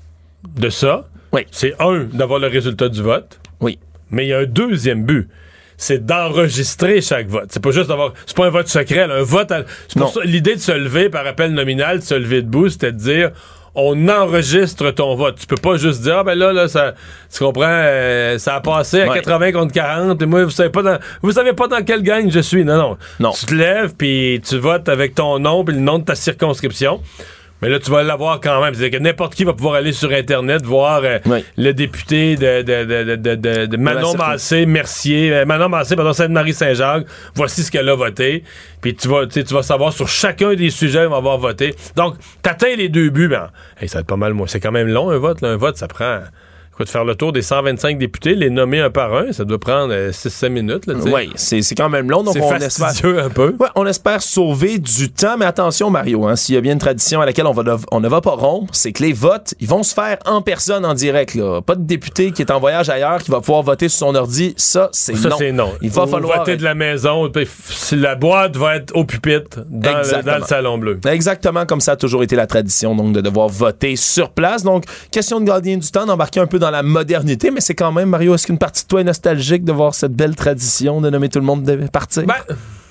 de ça, oui. c'est un, d'avoir le résultat du vote. Oui. Mais il y a un deuxième but. C'est d'enregistrer chaque vote. C'est pas juste d'avoir... C'est pas un vote secret, là. Un vote... À, c'est pour ça, l'idée de se lever par appel nominal, de se lever debout, c'était de dire... On enregistre ton vote. Tu peux pas juste dire, ah ben là, là, ça, tu comprends, euh, ça a passé à ouais. quatre-vingts contre quarante, et moi, vous savez pas dans, vous savez pas dans quelle gang je suis. Non, non. non. Tu te lèves, puis tu votes avec ton nom, puis le nom de ta circonscription. Mais là, tu vas l'avoir quand même. C'est-à-dire que n'importe qui va pouvoir aller sur Internet voir euh, oui. le député de, de, de, de, de, de Manon Massé, Mercier, euh, Manon Massé, pardon, Sainte-Marie-Saint-Jacques. Voici ce qu'elle a voté. Puis tu vas, tu vas savoir sur chacun des sujets où on va avoir voté. Donc, t'atteins les deux buts. Ben, hey, ça va être pas mal moins. C'est quand même long, un vote. Là. Un vote, ça prend... De faire le tour des cent vingt-cinq députés, les nommer un par un, ça doit prendre euh, six sept minutes. Oui, c'est, c'est quand même long. Donc c'est on fastidieux espère, un peu. Ouais, on espère sauver du temps, mais attention Mario, hein, s'il y a bien une tradition à laquelle on, va, on ne va pas rompre, c'est que les votes, ils vont se faire en personne, en direct. Là. Pas de député qui est en voyage ailleurs qui va pouvoir voter sur son ordi. Ça, c'est ça, non. c'est non. Il va Ou falloir voter de la maison. La boîte va être au pupitre dans le, dans le Salon Bleu. Exactement comme ça a toujours été la tradition, donc de devoir voter sur place. Donc, question de gagner du temps, d'embarquer un peu dans la modernité. Mais c'est quand même, Mario, est-ce qu'une partie de toi est nostalgique de voir cette belle tradition de nommer tout le monde de partir? Ben,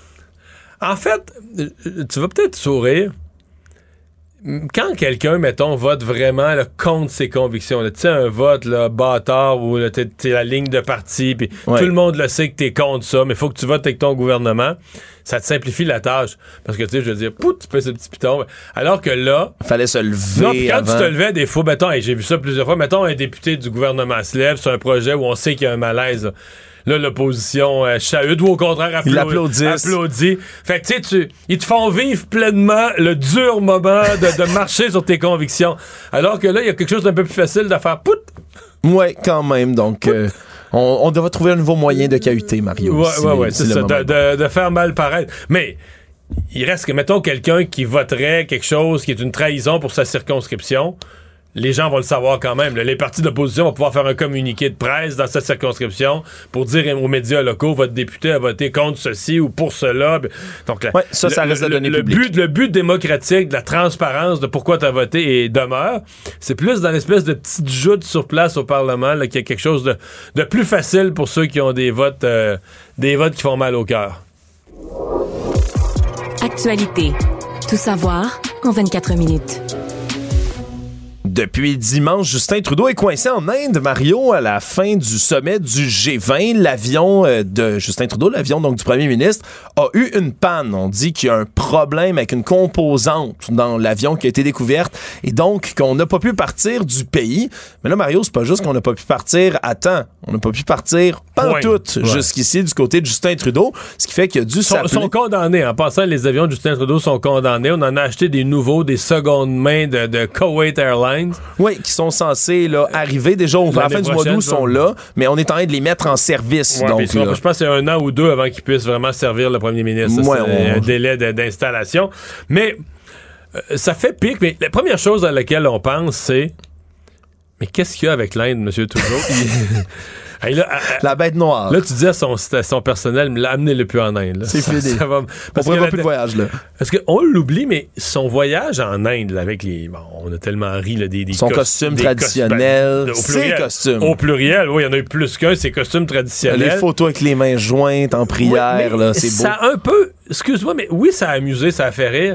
en fait, tu vas peut-être sourire. Quand quelqu'un, mettons, vote vraiment là, contre ses convictions, tu sais, un vote là, bâtard où là, t'es, t'es la ligne de parti, puis ouais. tout le monde le sait que t'es contre ça, mais il faut que tu votes avec ton gouvernement, ça te simplifie la tâche. Parce que, tu sais, je veux dire, pout, tu fais ce petit piton. Alors que là... Fallait se lever non, puis quand avant. tu te levais, des fois, mettons, hey, j'ai vu ça plusieurs fois, mettons, un député du gouvernement se lève sur un projet où on sait qu'il y a un malaise, là. Là, l'opposition euh, chahute ou au contraire applaudit. applaudit. Fait que tu sais, tu, ils te font vivre pleinement le dur moment de, de marcher sur tes convictions. Alors que là, il y a quelque chose d'un peu plus facile de faire pout. Ouais, quand même. Donc, euh, on, on devrait trouver un nouveau moyen de cahuter, Mario. Ouais, si, ouais, ouais, si c'est ça, de, de, de faire mal paraître. Mais il reste que, mettons, quelqu'un qui voterait quelque chose qui est une trahison pour sa circonscription. Les gens vont le savoir quand même. Les partis d'opposition vont pouvoir faire un communiqué de presse dans cette circonscription pour dire aux médias locaux, votre député a voté contre ceci ou pour cela. Donc, ouais, ça, ça le, reste la donnée le, publique. But, le but démocratique, de la transparence de pourquoi tu as voté et demeure, c'est plus dans l'espèce de petite joute sur place au Parlement là, qu'il y a quelque chose de, de plus facile pour ceux qui ont des votes, euh, des votes qui font mal au cœur. Actualité. Tout savoir en vingt-quatre minutes. Depuis dimanche, Justin Trudeau est coincé en Inde, Mario, à la fin du sommet du G vingt. L'avion de Justin Trudeau, l'avion donc du premier ministre, a eu une panne. On dit qu'il y a un problème avec une composante dans l'avion qui a été découverte et donc qu'on n'a pas pu partir du pays. Mais là, Mario, c'est pas juste qu'on n'a pas pu partir à temps. On n'a pas pu partir pantoute ouais. jusqu'ici du côté de Justin Trudeau, ce qui fait qu'il a dû s'appeler... Ils sont condamnés. En passant, les avions de Justin Trudeau sont condamnés. On en a acheté des nouveaux, des secondes mains de, de Kuwait Airlines. Oui, qui sont censés là, arriver déjà au, à la fin du mois d'août, sont là, mais on est en train de les mettre en service. Ouais, donc, là, je pense que c'est un an ou deux avant qu'ils puissent vraiment servir le premier ministre. Ouais, c'est on... un délai de, d'installation. Mais euh, ça fait pique. Mais la première chose à laquelle on pense, c'est mais qu'est-ce qu'il y a avec l'Inde, M. Trudeau? Hey, là, à, la bête noire. Là, tu dis à son, à son personnel, amenez-le plus en Inde. Là. C'est ça, fini. Ça va, parce on ne plus de voyage. Là. Parce qu'on l'oublie, mais son voyage en Inde, là, avec les... Bon, on a tellement ri, là, des, des son cos- costume des traditionnel. Cos- ses costumes. Au pluriel, oui, il y en a eu plus qu'un, ses costumes traditionnels. Les photos avec les mains jointes en prière, oui, là, c'est beau. Ça a un peu... Excuse-moi, mais oui, ça a amusé, ça a fait rire.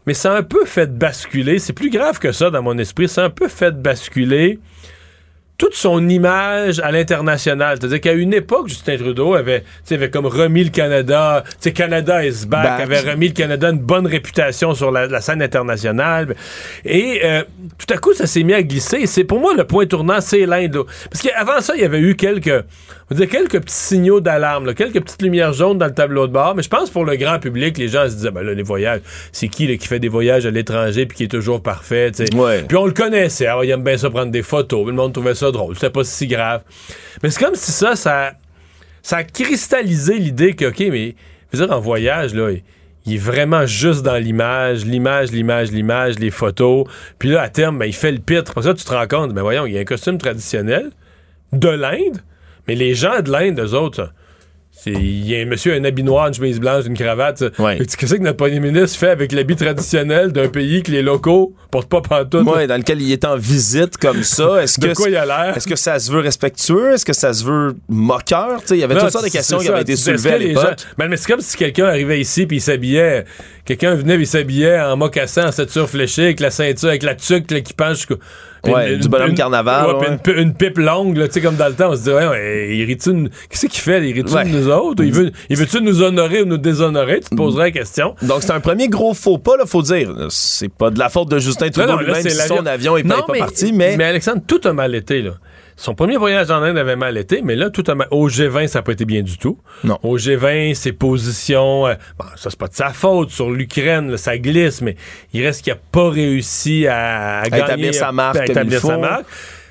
mais ça a un peu fait basculer, c'est plus grave que ça dans mon esprit, ça a un peu fait basculer toute son image à l'international. C'est-à-dire qu'à une époque, Justin Trudeau avait, avait comme remis le Canada, tu sais, Canada is back, back, avait remis le Canada une bonne réputation sur la, la scène internationale. Et euh, tout à coup, ça s'est mis à glisser. Et c'est pour moi le point tournant, c'est l'Inde. Là. Parce qu'avant ça, il y avait eu quelques, on va dire, quelques petits signaux d'alarme, là, quelques petites lumières jaunes dans le tableau de bord. Mais je pense pour le grand public, les gens se disaient, ben là, les voyages, c'est qui là, qui fait des voyages à l'étranger puis qui est toujours parfait, tu sais. Ouais. Puis on le connaissait, alors, il aime bien ça prendre des photos, le monde trouvait ça drôle, c'était pas si grave. Mais c'est comme si ça, ça, ça a cristallisé l'idée que, OK, mais, je veux dire, en voyage, là, il, il est vraiment juste dans l'image, l'image, l'image, l'image, les photos. Puis là, à terme, ben, il fait le pitre. Pour ça, tu te rends compte, ben voyons, il y a un costume traditionnel de l'Inde, mais les gens de l'Inde, eux autres, c'est, il y a un monsieur, un habit noir, une chemise blanche, une cravate. Ouais. Qu'est-ce que notre premier ministre fait avec l'habit traditionnel d'un pays que les locaux portent pas pantoute? Oui, dans lequel il est en visite comme ça. Est-ce de que quoi il a l'air? Est-ce que ça se veut respectueux? Est-ce que ça se veut moqueur? Il y avait non, toutes sortes de questions qui avaient été soulevées à l'époque. Gens... Mais, mais c'est comme si quelqu'un arrivait ici et il s'habillait... Quelqu'un venait et il s'habillait en mocassin, en ceinture fléchée, avec la ceinture, avec la tuque, l'équipage jusqu'au... Ouais, une, du bonhomme une, carnaval. Ouais, ouais. Une, une pipe longue, tu sais, comme dans le temps, on se dit, ouais, ouais, il rit-tu une... Qu'est-ce qu'il fait? Il rit-tu ouais. de nous autres? Il veut, il veut-tu nous honorer ou nous déshonorer? Tu te poserais la question. Donc, c'est un premier gros faux pas, là, faut dire. C'est pas de la faute de Justin Trudeau lui-même si son avion est pas, pas mais, parti, mais... Mais Alexandre, tout a mal été, là. Son premier voyage en Inde avait mal été, mais là, tout a mal... Au G vingt, ça n'a pas été bien du tout. Non. Au G vingt, ses positions... Euh, bon, ça, c'est pas de sa faute. Sur l'Ukraine, là, ça glisse, mais il reste qu'il n'a pas réussi à, à, à gagner... établir sa marque. À établir sa marque.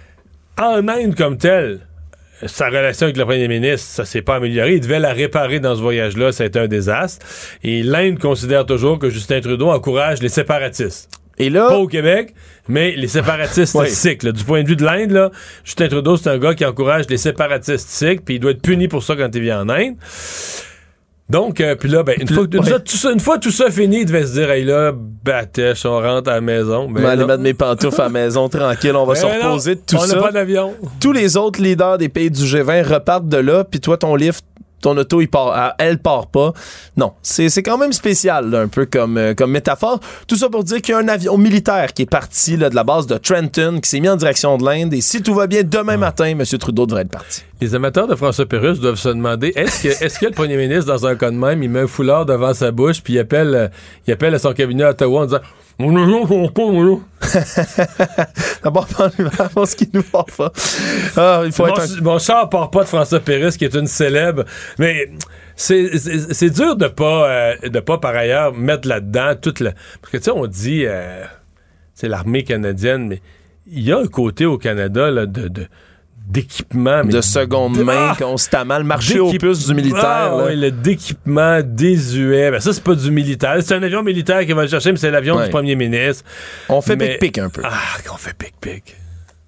En Inde, comme tel, sa relation avec le premier ministre, ça s'est pas amélioré. Il devait la réparer dans ce voyage-là. Ça a été un désastre. Et l'Inde considère toujours que Justin Trudeau encourage les séparatistes. Et là, pas au Québec, mais les séparatistes ouais. sikhs. Là. Du point de vue de l'Inde, là, Justin Trudeau, c'est un gars qui encourage les séparatistes sikhs, puis il doit être puni pour ça quand il vient en Inde. Donc, euh, puis là, ben, une, fois, une, ouais. fois, tout ça, une fois tout ça fini, il devait se dire, hey là, batèche, on rentre à la maison. Ben, je vais aller mettre mes pantoufles à la maison tranquille, on va ben se reposer de tout on ça. On n'a pas d'avion. Tous les autres leaders des pays du G vingt repartent de là, puis toi, ton livre, ton auto, il part, elle part pas. Non, c'est, c'est quand même spécial, là, un peu comme, euh, comme métaphore. Tout ça pour dire qu'il y a un avion militaire qui est parti là, de la base de Trenton, qui s'est mis en direction de l'Inde. Et si tout va bien, demain matin, M. Trudeau devrait être parti. Les amateurs de François Pérusse doivent se demander, est-ce que, est-ce que le premier ministre, dans un cas de même, il met un foulard devant sa bouche, puis il appelle, euh, il appelle à son cabinet à Ottawa en disant « Mon avion, mon con, mon avion. » D'abord, pense ce qu'il nous part pas. Ah, il faut mon, être un... mon char part pas de François Pérusse, qui est une célèbre. Mais c'est, c'est, c'est dur de pas, euh, de pas, par ailleurs, mettre là-dedans toute la... Parce que, tu sais, on dit, euh, c'est l'armée canadienne, mais il y a un côté au Canada, là, de... de d'équipement. De seconde main, ah, constamment. Le marché aux puces du militaire. Ah, là. Oui, le d'équipement désuet. Ben ça, c'est pas du militaire. C'est un avion militaire qui va le chercher, mais c'est l'avion ouais. du premier ministre. On fait mais... pic-pic un peu. Ah, qu'on fait pic-pic.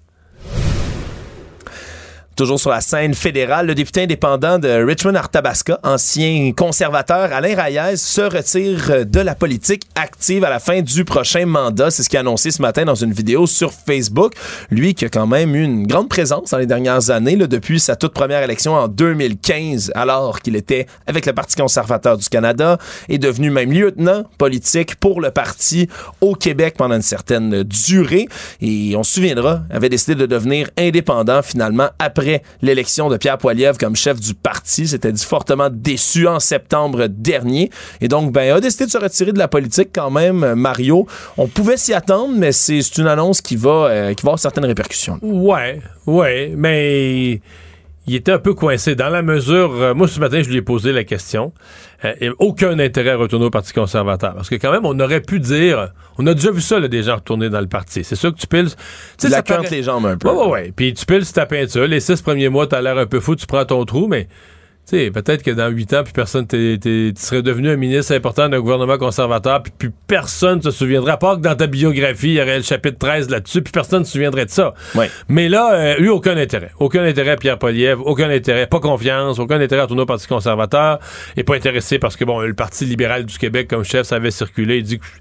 Toujours sur la scène fédérale, le député indépendant de Richmond-Arthabasca, ancien conservateur, Alain Reyes, se retire de la politique active à la fin du prochain mandat. C'est ce qu'il a annoncé ce matin dans une vidéo sur Facebook. Lui qui a quand même eu une grande présence dans les dernières années, là, depuis sa toute première élection en deux mille quinze, alors qu'il était avec le Parti conservateur du Canada, est devenu même lieutenant politique pour le parti au Québec pendant une certaine durée. Et on se souviendra, avait décidé de devenir indépendant finalement après l'élection de Pierre Poilievre comme chef du parti. S'était dit fortement déçu en septembre dernier. Et donc, ben, a décidé de se retirer de la politique quand même, Mario. On pouvait s'y attendre, mais c'est, c'est une annonce qui va, euh, qui va avoir certaines répercussions. Ouais, ouais, mais il était un peu coincé dans la mesure... Euh, moi, ce matin, je lui ai posé la question. Euh, et aucun intérêt à retourner au Parti conservateur. Parce que quand même, on aurait pu dire... On a déjà vu ça, là, des gens retourner dans le parti. C'est sûr que tu piles... Tu la cante les jambes un peu. Ouais, ouais, ouais. Puis tu piles sur ta peinture. Les six premiers mois, t'as l'air un peu fou, tu prends ton trou, mais... Tu sais, peut-être que dans huit ans, puis personne, t'es, t'es, tu serais devenu un ministre important d'un gouvernement conservateur, puis, puis personne ne se souviendrait, à part que dans ta biographie, il y aurait le chapitre treize là-dessus, puis personne ne se souviendrait de ça. Ouais. Mais là, euh, lui, aucun intérêt. Aucun intérêt à Pierre Poilievre, aucun intérêt, pas confiance, aucun intérêt à retourner au Parti conservateur, et pas intéressé parce que, bon, le Parti libéral du Québec comme chef, ça avait circulé, il dit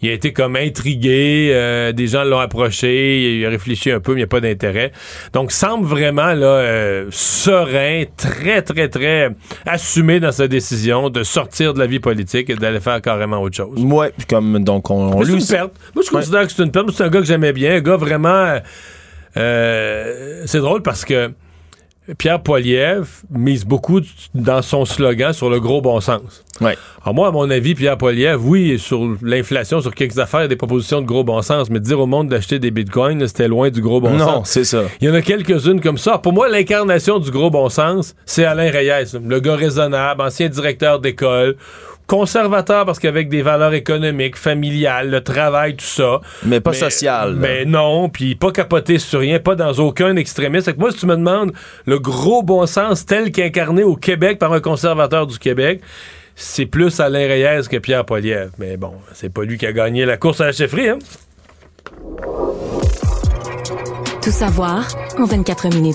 il a été comme intrigué, euh, des gens l'ont approché, il a réfléchi un peu, mais il n'y a pas d'intérêt. Donc, semble vraiment là euh, serein, très, très, très assumé dans sa décision de sortir de la vie politique et d'aller faire carrément autre chose. Ouais, puis comme, donc, on... on c'est une perte. Moi, je considère ouais. que c'est une perte. Moi, c'est un gars que j'aimais bien, un gars vraiment... Euh, c'est drôle parce que Pierre Poilievre mise beaucoup dans son slogan sur le gros bon sens. Ouais. Alors moi, à mon avis, Pierre Poilievre, oui, sur l'inflation, sur quelques affaires, il y a des propositions de gros bon sens, mais dire au monde d'acheter des bitcoins, là, c'était loin du gros bon non, sens. Non, c'est ça. Il y en a quelques-unes comme ça. Pour moi, l'incarnation du gros bon sens, c'est Alain Reyes, le gars raisonnable, ancien directeur d'école, conservateur parce qu'avec des valeurs économiques, familiales, le travail, tout ça. Mais pas mais, social. Mais non, puis pas capoté sur rien, pas dans aucun extrémiste. Fait que moi, si tu me demandes le gros bon sens tel qu'incarné au Québec par un conservateur du Québec, c'est plus Alain Reyes que Pierre Poilievre. Mais bon, c'est pas lui qui a gagné la course à la chefferie, hein? Tout savoir en vingt-quatre minutes.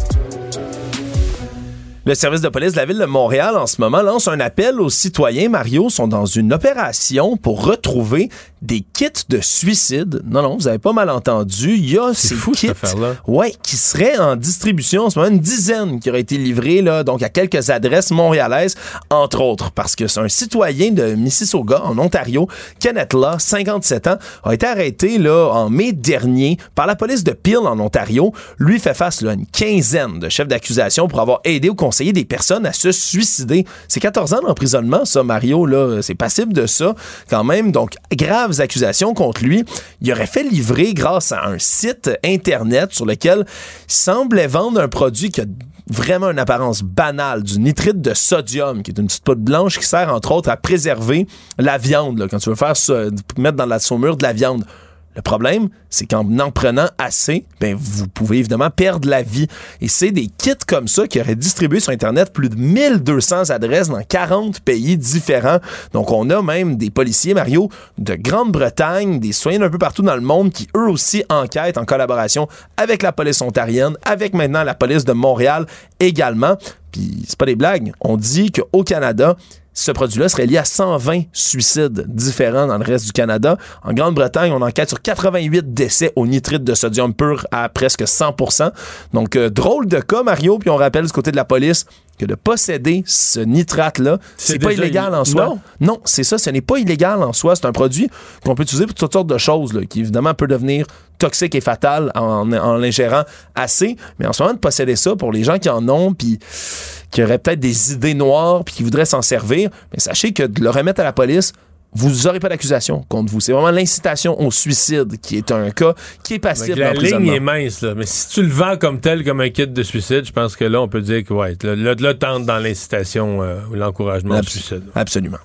Le service de police de la ville de Montréal, en ce moment, lance un appel aux citoyens. Mario, sont dans une opération pour retrouver des kits de suicide. Non, non, vous avez pas mal entendu. Il y a c'est ces fou, kits, cette affaire-là. Ouais, qui seraient en distribution en ce moment, une dizaine qui auraient été livrés, là, donc à quelques adresses montréalaises, entre autres, parce que c'est un citoyen de Mississauga, en Ontario, Kenneth Law, cinquante-sept ans, a été arrêté là en mai dernier par la police de Peel, en Ontario. Lui fait face là, à une quinzaine de chefs d'accusation pour avoir aidé ou conseillé des personnes à se suicider. C'est quatorze ans d'emprisonnement, ça, Mario, là, c'est passible de ça, quand même. Donc, graves accusations contre lui. Il aurait fait livrer grâce à un site Internet sur lequel il semblait vendre un produit qui a vraiment une apparence banale, du nitrite de sodium, qui est une petite poudre blanche qui sert, entre autres, à préserver la viande, là, quand tu veux faire ça, mettre dans la saumure de la viande. Le problème, c'est qu'en en prenant assez, ben, vous pouvez évidemment perdre la vie. Et c'est des kits comme ça qui auraient distribué sur Internet plus de mille deux cents adresses dans quarante pays différents. Donc, on a même des policiers, Mario, de Grande-Bretagne, des citoyens d'un peu partout dans le monde qui, eux aussi, enquêtent en collaboration avec la police ontarienne, avec maintenant la police de Montréal également. Puis, c'est pas des blagues. On dit qu'au Canada, ce produit-là serait lié à cent vingt suicides différents dans le reste du Canada. En Grande-Bretagne, on enquête sur quatre-vingt-huit décès au nitrite de sodium pur à presque cent pour cent. Donc, euh, drôle de cas, Mario. Puis on rappelle du côté de la police que de posséder ce nitrate-là, c'est, c'est pas illégal en soi. Non, non c'est ça, ce n'est pas illégal en soi. C'est un produit qu'on peut utiliser pour toutes sortes de choses, là, qui évidemment peut devenir toxique et fatal en, en l'ingérant assez. Mais en ce moment, de posséder ça pour les gens qui en ont, puis qui auraient peut-être des idées noires, puis qui voudraient s'en servir, mais sachez que de le remettre à la police, vous n'aurez pas d'accusation contre vous. C'est vraiment l'incitation au suicide qui est un cas qui est passible d'emprisonnement. La ligne est mince, là. Mais si tu le vends comme tel, comme un kit de suicide, je pense que là, on peut dire que ouais, là, là, là tente dans l'incitation euh, ou l'encouragement Abs- au suicide. Absolument.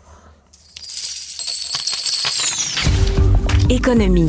Économie.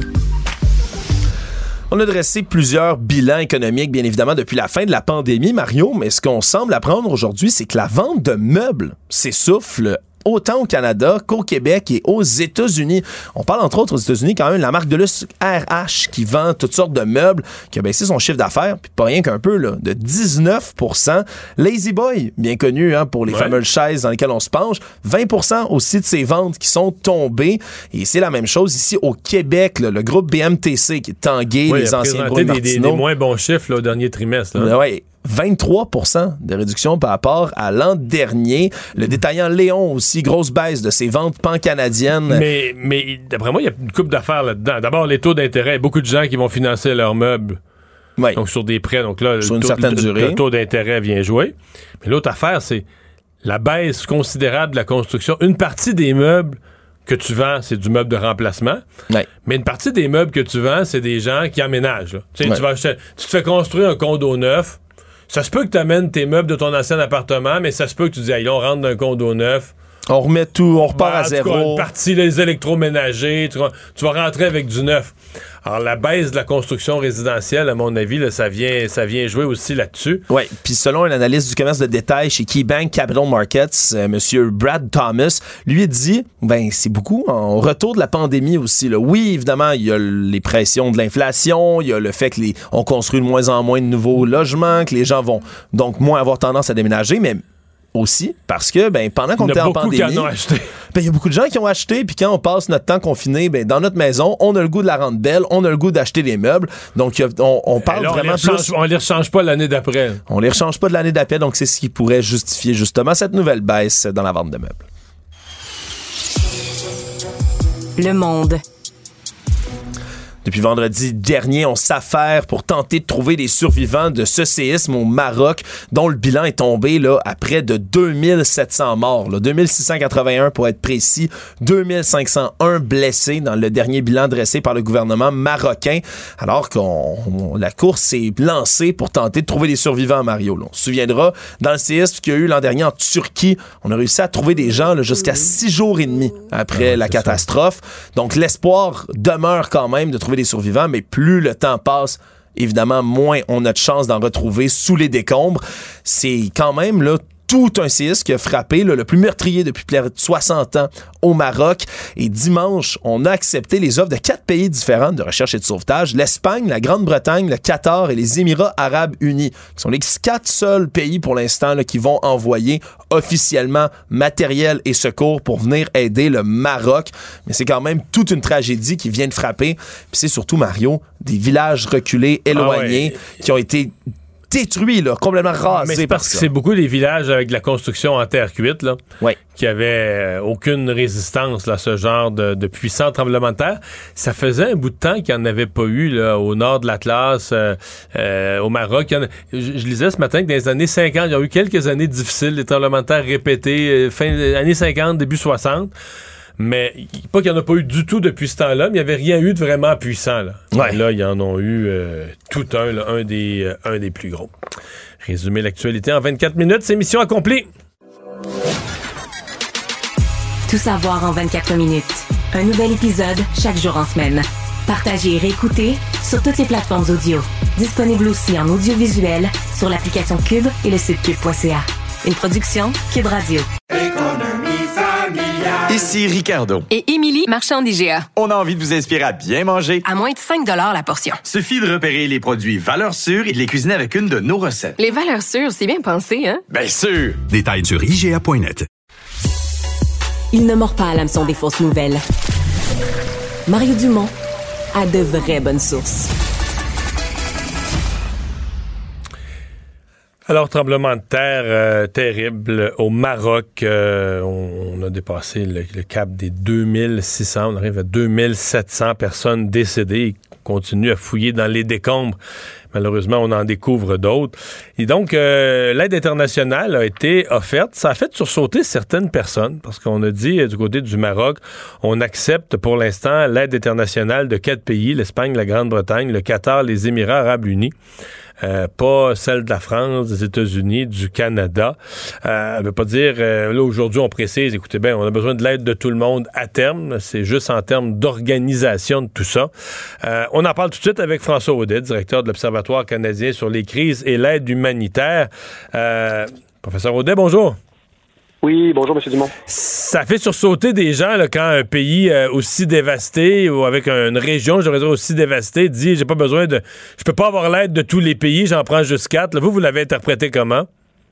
On a dressé plusieurs bilans économiques, bien évidemment, depuis la fin de la pandémie, Mario, mais ce qu'on semble apprendre aujourd'hui, c'est que la vente de meubles s'essouffle autant au Canada qu'au Québec et aux États-Unis. On parle entre autres aux États-Unis quand même de la marque de luxe R H qui vend toutes sortes de meubles, qui a baissé son chiffre d'affaires, puis pas rien qu'un peu, là, de dix-neuf pour cent. La-Z-Boy, bien connu hein, pour les ouais. fameuses chaises dans lesquelles on se penche, vingt pour cent aussi de ses ventes qui sont tombées. Et c'est la même chose ici au Québec, là, le groupe B M T C qui est tangué, ouais, les anciens groupes Martineau. Des, des, des moins bons chiffres là, au dernier trimestre. Là. Ouais. vingt-trois pour cent de réduction par rapport à l'an dernier. Le détaillant Léon aussi, grosse baisse de ses ventes pan-canadiennes. Mais, mais d'après moi, il y a une couple d'affaires là-dedans. D'abord, les taux d'intérêt. Beaucoup de gens qui vont financer leurs meubles. Ouais. Donc, sur des prêts. Donc là, sur le, une taux, certaine le, durée. le taux d'intérêt vient jouer. Mais l'autre affaire, c'est la baisse considérable de la construction. Une partie des meubles que tu vends, c'est du meuble de remplacement. Ouais. Mais une partie des meubles que tu vends, c'est des gens qui emménagent. Là. Tu sais, ouais. tu vas acheter, tu te fais construire un condo neuf. Ça se peut que tu amènes tes meubles de ton ancien appartement, mais ça se peut que tu dis, hey, là, on rentre dans un condo neuf. On remet tout, on repart bah, à zéro. Cas, une partie des électroménagers, tu vas, tu vas rentrer avec du neuf. Alors, la baisse de la construction résidentielle, à mon avis, là, ça vient ça vient jouer aussi là-dessus. Oui, puis selon un analyste du commerce de détail chez KeyBank Capital Markets, euh, M. Brad Thomas, lui dit, ben c'est beaucoup en retour de la pandémie aussi. Là. Oui, évidemment, il y a les pressions de l'inflation, il y a le fait que les, on construit de moins en moins de nouveaux logements, que les gens vont donc moins avoir tendance à déménager, mais aussi, parce que ben pendant qu'on il y était en a en beaucoup pandémie, qui en ont acheté. Ben, il y a beaucoup de gens qui ont acheté, puis quand on passe notre temps confiné, ben dans notre maison, on a le goût de la rendre belle, on a le goût d'acheter des meubles, donc on, on parle là, on vraiment les rechange, plus... On les rechange pas l'année d'après. On les rechange pas de l'année d'après, donc c'est ce qui pourrait justifier justement cette nouvelle baisse dans la vente de meubles. Le Monde. Depuis vendredi dernier, on s'affaire pour tenter de trouver des survivants de ce séisme au Maroc, dont le bilan est tombé là, à près de deux mille sept cents morts, là, deux mille six cent quatre-vingt-un pour être précis, deux mille cinq cent un blessés dans le dernier bilan dressé par le gouvernement marocain, alors que la course s'est lancée pour tenter de trouver des survivants, Mario. Là. On se souviendra, dans le séisme qu'il y a eu l'an dernier en Turquie, on a réussi à trouver des gens là, jusqu'à six jours et demi après ah, la catastrophe. Ça. Donc l'espoir demeure quand même de trouver des survivants, mais plus le temps passe, évidemment, moins on a de chances d'en retrouver sous les décombres. C'est quand même là tout un séisme qui a frappé, là, le plus meurtrier depuis plus de soixante ans au Maroc. Et dimanche, on a accepté les offres de quatre pays différents de recherche et de sauvetage. L'Espagne, la Grande-Bretagne, le Qatar et les Émirats arabes unis, qui sont les quatre seuls pays pour l'instant là, qui vont envoyer officiellement matériel et secours pour venir aider le Maroc. Mais c'est quand même toute une tragédie qui vient de frapper. Puis c'est surtout, Mario, des villages reculés, éloignés, ah ouais. qui ont été détruits, là, complètement rasés. Mais c'est parce que c'est beaucoup des villages avec de la construction en terre cuite, là, ouais. qui avaient euh, aucune résistance là, à ce genre de, de puissant tremblement de terre. Ça faisait un bout de temps qu'il n'y en avait pas eu là, au nord de l'Atlas, euh, euh, au Maroc. En a, je, je lisais ce matin que dans les années cinquante, il y a eu quelques années difficiles, des tremblements de terre répétés, euh, fin des années cinquante, début soixante. Mais pas qu'il n'y en a pas eu du tout depuis ce temps-là, mais il n'y avait rien eu de vraiment puissant. Là, ouais. là ils en ont eu euh, tout un, là, un, des, euh, un des plus gros. Résumer l'actualité en vingt-quatre minutes, c'est mission accomplie. Tout savoir en vingt-quatre minutes. Un nouvel épisode chaque jour en semaine. Partagez et réécoutez sur toutes les plateformes audio. Disponible aussi en audiovisuel sur l'application Cube et le site cube point c a. Une production Cube Radio. Ici Ricardo. Et Émilie, marchand d'I G A. On a envie de vous inspirer à bien manger. À moins de cinq dollars la portion. Suffit de repérer les produits valeurs sûres et de les cuisiner avec une de nos recettes. Les valeurs sûres, c'est bien pensé, hein? Bien sûr! Détails sur I G A point net. Il ne mord pas à l'hameçon des fausses nouvelles. Mario Dumont a de vraies bonnes sources. Alors, tremblement de terre euh, terrible au Maroc. Euh, on, on a dépassé le, le cap des deux mille six cents. On arrive à deux mille sept cents personnes décédées. On continue à fouiller dans les décombres. Malheureusement, on en découvre d'autres. Et donc, euh, l'aide internationale a été offerte. Ça a fait sursauter certaines personnes parce qu'on a dit, euh, du côté du Maroc, on accepte pour l'instant l'aide internationale de quatre pays, l'Espagne, la Grande-Bretagne, le Qatar, les Émirats arabes unis. Euh, pas celle de la France, des États-Unis, du Canada. Euh, ça veut pas dire, euh, là, aujourd'hui, on précise, écoutez bien, on a besoin de l'aide de tout le monde à terme. C'est juste en termes d'organisation de tout ça. Euh, on en parle tout de suite avec François Audet, directeur de l'Observatoire canadien sur les crises et l'aide humanitaire. Euh, professeur Audet, bonjour. Oui, bonjour, M. Dumont. Ça fait sursauter des gens là, quand un pays euh, aussi dévasté ou avec une région, je devrais dire, aussi dévastée, dit j'ai pas besoin de. Je peux pas avoir l'aide de tous les pays, j'en prends juste quatre. Là, vous, vous l'avez interprété comment?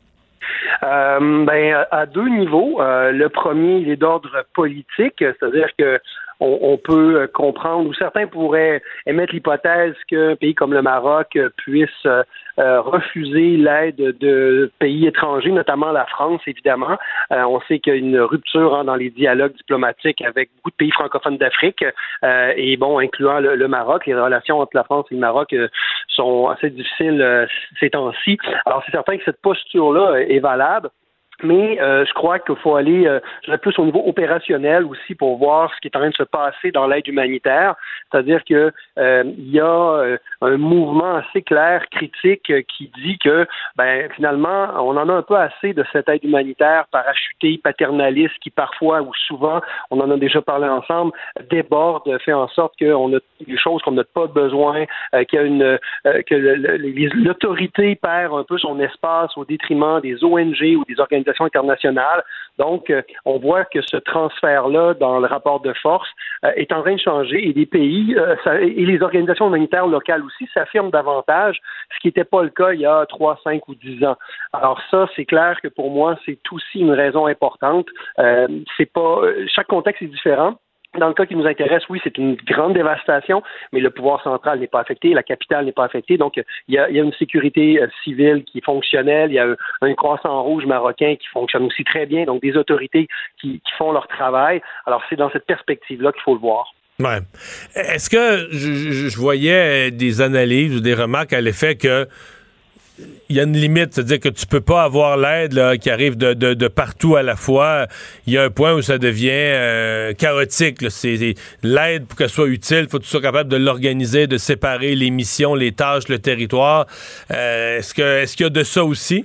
Euh, ben, à deux niveaux. Euh, le premier, il est d'ordre politique, c'est-à-dire que on, on peut comprendre, ou certains pourraient émettre l'hypothèse qu'un pays comme le Maroc puisse euh, refuser l'aide de pays étrangers, notamment la France, évidemment. Euh, on sait qu'il y a une rupture hein, dans les dialogues diplomatiques avec beaucoup de pays francophones d'Afrique, euh, et bon, incluant le, le Maroc. Les relations entre la France et le Maroc euh, sont assez difficiles euh, ces temps-ci. Alors, c'est certain que cette posture-là est valable. Mais euh, je crois qu'il faut aller euh, je dirais plus au niveau opérationnel aussi pour voir ce qui est en train de se passer dans l'aide humanitaire. C'est-à-dire que euh, il y a euh, un mouvement assez clair, critique, euh, qui dit que ben finalement, on en a un peu assez de cette aide humanitaire parachutée, paternaliste, qui parfois ou souvent, on en a déjà parlé ensemble, déborde, fait en sorte qu'on a des choses qu'on n'a pas besoin, euh, qu'il y a une euh, que le, le, l'autorité perd un peu son espace au détriment des O N G ou des organisations organisations internationales. Donc, euh, on voit que ce transfert-là dans le rapport de force euh, est en train de changer et les pays euh, ça, et les organisations humanitaires locales aussi s'affirment davantage, ce qui n'était pas le cas il y a trois, cinq ou dix ans. Alors ça, c'est clair que pour moi, c'est aussi une raison importante. Euh, c'est pas chaque contexte est différent. Dans le cas qui nous intéresse, oui, c'est une grande dévastation, mais le pouvoir central n'est pas affecté, la capitale n'est pas affectée. Donc, il y a, il y a une sécurité euh, civile qui est fonctionnelle, il y a un, un croissant rouge marocain qui fonctionne aussi très bien, donc des autorités qui, qui font leur travail. Alors, c'est dans cette perspective-là qu'il faut le voir. Ouais. Est-ce que je, je, je voyais des analyses ou des remarques à l'effet que il y a une limite, c'est-à-dire que tu peux pas avoir l'aide là, qui arrive de, de, de partout à la fois. Il y a un point où ça devient euh, chaotique. Là. C'est, c'est l'aide pour qu'elle soit utile, faut que tu sois capable de l'organiser, de séparer les missions, les tâches, le territoire. Euh, est-ce que est-ce qu'il y a de ça aussi?